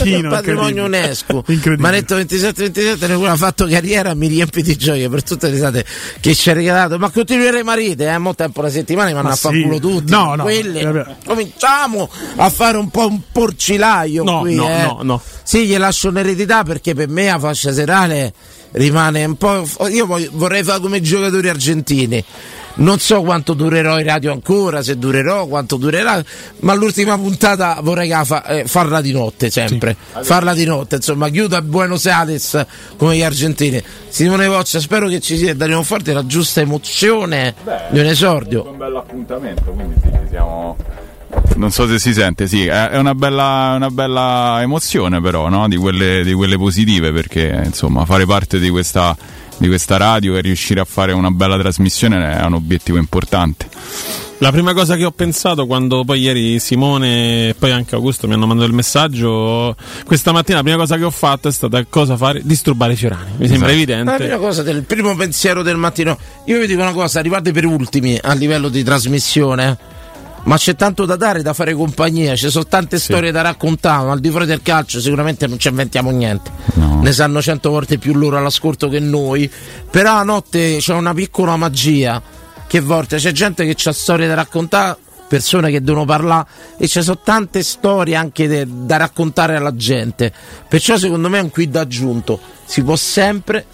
UNESCO. Manetto 27 ha fatto carriera, mi riempie di gioia per tutte le risate che ci ha regalato. Ma continueremo a ridere, mo tempo una settimana mi vanno a far culo tutti. No. Cominciamo a fare un po' un porcilaio qui. No. Sì, gli lascio un'eredità perché per me la fascia serale rimane un po'. Io vorrei fare come i giocatori argentini. Non so quanto durerò in radio ancora, se durerò, quanto durerà, ma l'ultima puntata vorrei farla di notte sempre. Sì. Farla di notte, insomma, chiudo a Buenos Aires come gli argentini. Simone Voccia, spero che ci sia Danilo Forte la giusta emozione di un esordio. È un bel appuntamento, quindi sì, siamo. Non so se si sente, sì, è una bella emozione però, no? Di quelle positive, perché insomma fare parte di questa radio e riuscire a fare una bella trasmissione è un obiettivo importante. La prima cosa che ho pensato quando poi ieri Simone e poi anche Augusto mi hanno mandato il messaggio, questa mattina la prima cosa che ho fatto è stata cosa fare? Disturbare Ciurani. Mi sembra evidente. La prima cosa del primo pensiero del mattino. Io vi dico una cosa, arrivate per ultimi a livello di trasmissione, ma c'è tanto da dare, da fare compagnia, ci sono tante storie da raccontare, al di fuori del calcio sicuramente non ci inventiamo niente, ne sanno 100 volte più loro all'ascolto che noi, però a notte c'è una piccola magia, che a volte c'è gente che ha storie da raccontare, persone che devono parlare, e ci sono tante storie anche da raccontare alla gente, perciò secondo me è un quid aggiunto, si può sempre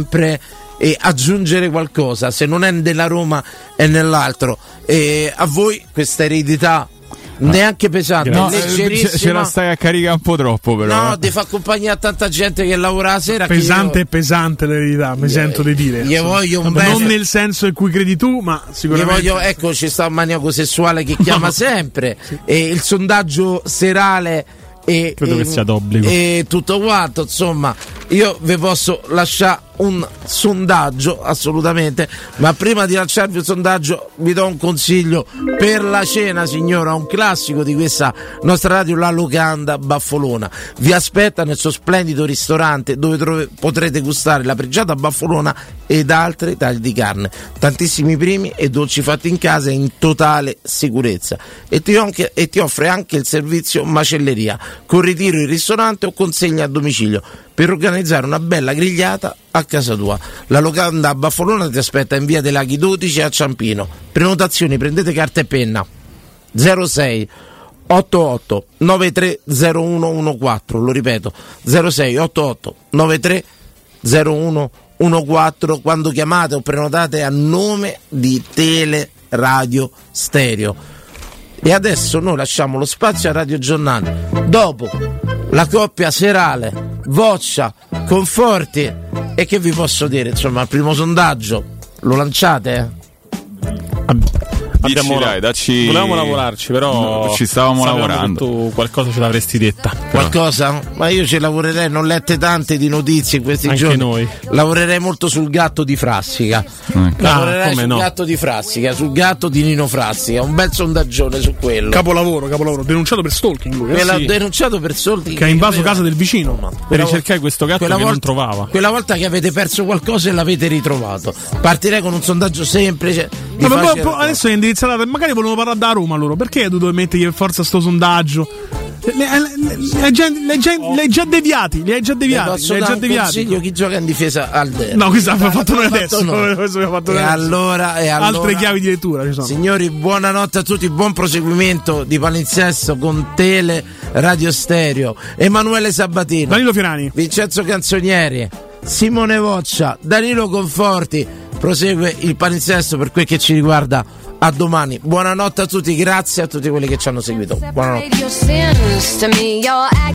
e aggiungere qualcosa, se non è della Roma è nell'altro, e a voi questa eredità neanche pesante, leggerissima, ce la stai a caricare un po' troppo però. No, ti fa compagnia a tanta gente che lavora la sera. Pesante l'eredità, mi sento di dire. Io voglio non nel senso in cui credi tu, ma sicuramente. Ecco, ci sta un maniaco sessuale che chiama sempre, e il sondaggio serale. Credo che sia d'obbligo. E tutto quanto, insomma, io vi posso lasciare un sondaggio assolutamente, ma prima di lasciarvi un sondaggio vi do un consiglio per la cena, signora, un classico di questa nostra radio, la Locanda Baffolona vi aspetta nel suo splendido ristorante dove potrete gustare la pregiata baffolona ed altri tagli di carne, tantissimi primi e dolci fatti in casa in totale sicurezza, e ti offre anche il servizio macelleria con ritiro in ristorante o consegna a domicilio per organizzare una bella grigliata a casa tua. La Locanda Baffolona ti aspetta in via dei Laghi 12 a Ciampino. Prenotazioni, prendete carta e penna. 06 88 93 0114, lo ripeto, 06 88 93 0114 quando chiamate o prenotate a nome di Teleradio Stereo. E adesso noi lasciamo lo spazio a Radio Giornale. Dopo la coppia serale Voccia Conforti, e che vi posso dire, insomma, il primo sondaggio lo lanciate? Volevamo lavorarci, però ci stavamo lavorando. Tu qualcosa ce l'avresti detta. Qualcosa? Ma io ci lavorerei, non lette tante di notizie in questi anche giorni. Noi. Lavorerei molto sul gatto di Frassica. Lavorerei sul gatto di Frassica, sul gatto di Nino Frassica. Un bel sondaggione su quello. Capolavoro. Denunciato per stalking lui. Sì. Denunciato per stalking. Che ha invaso casa del vicino per ricercare questo gatto che non trovava. Quella volta che avete perso qualcosa e l'avete ritrovato. Partirei con un sondaggio semplice. Adesso è indirizzata, magari volevano parlare da Roma loro, perché hai dovuto mettergli per forza sto sondaggio? Li hai già deviati. Consiglio chi gioca in difesa al Derby. No, questo abbiamo fatto noi adesso. E allora altre chiavi di lettura ci sono. Signori, buonanotte a tutti, buon proseguimento di palinsesto con Tele Radio Stereo. Emanuele Sabatino, Danilo Fiorani, Vincenzo Canzonieri, Simone Voccia, Danilo Conforti. Prosegue il palinsesto per quel che ci riguarda A domani, buonanotte a tutti, grazie a tutti quelli che ci hanno seguito. Buonanotte.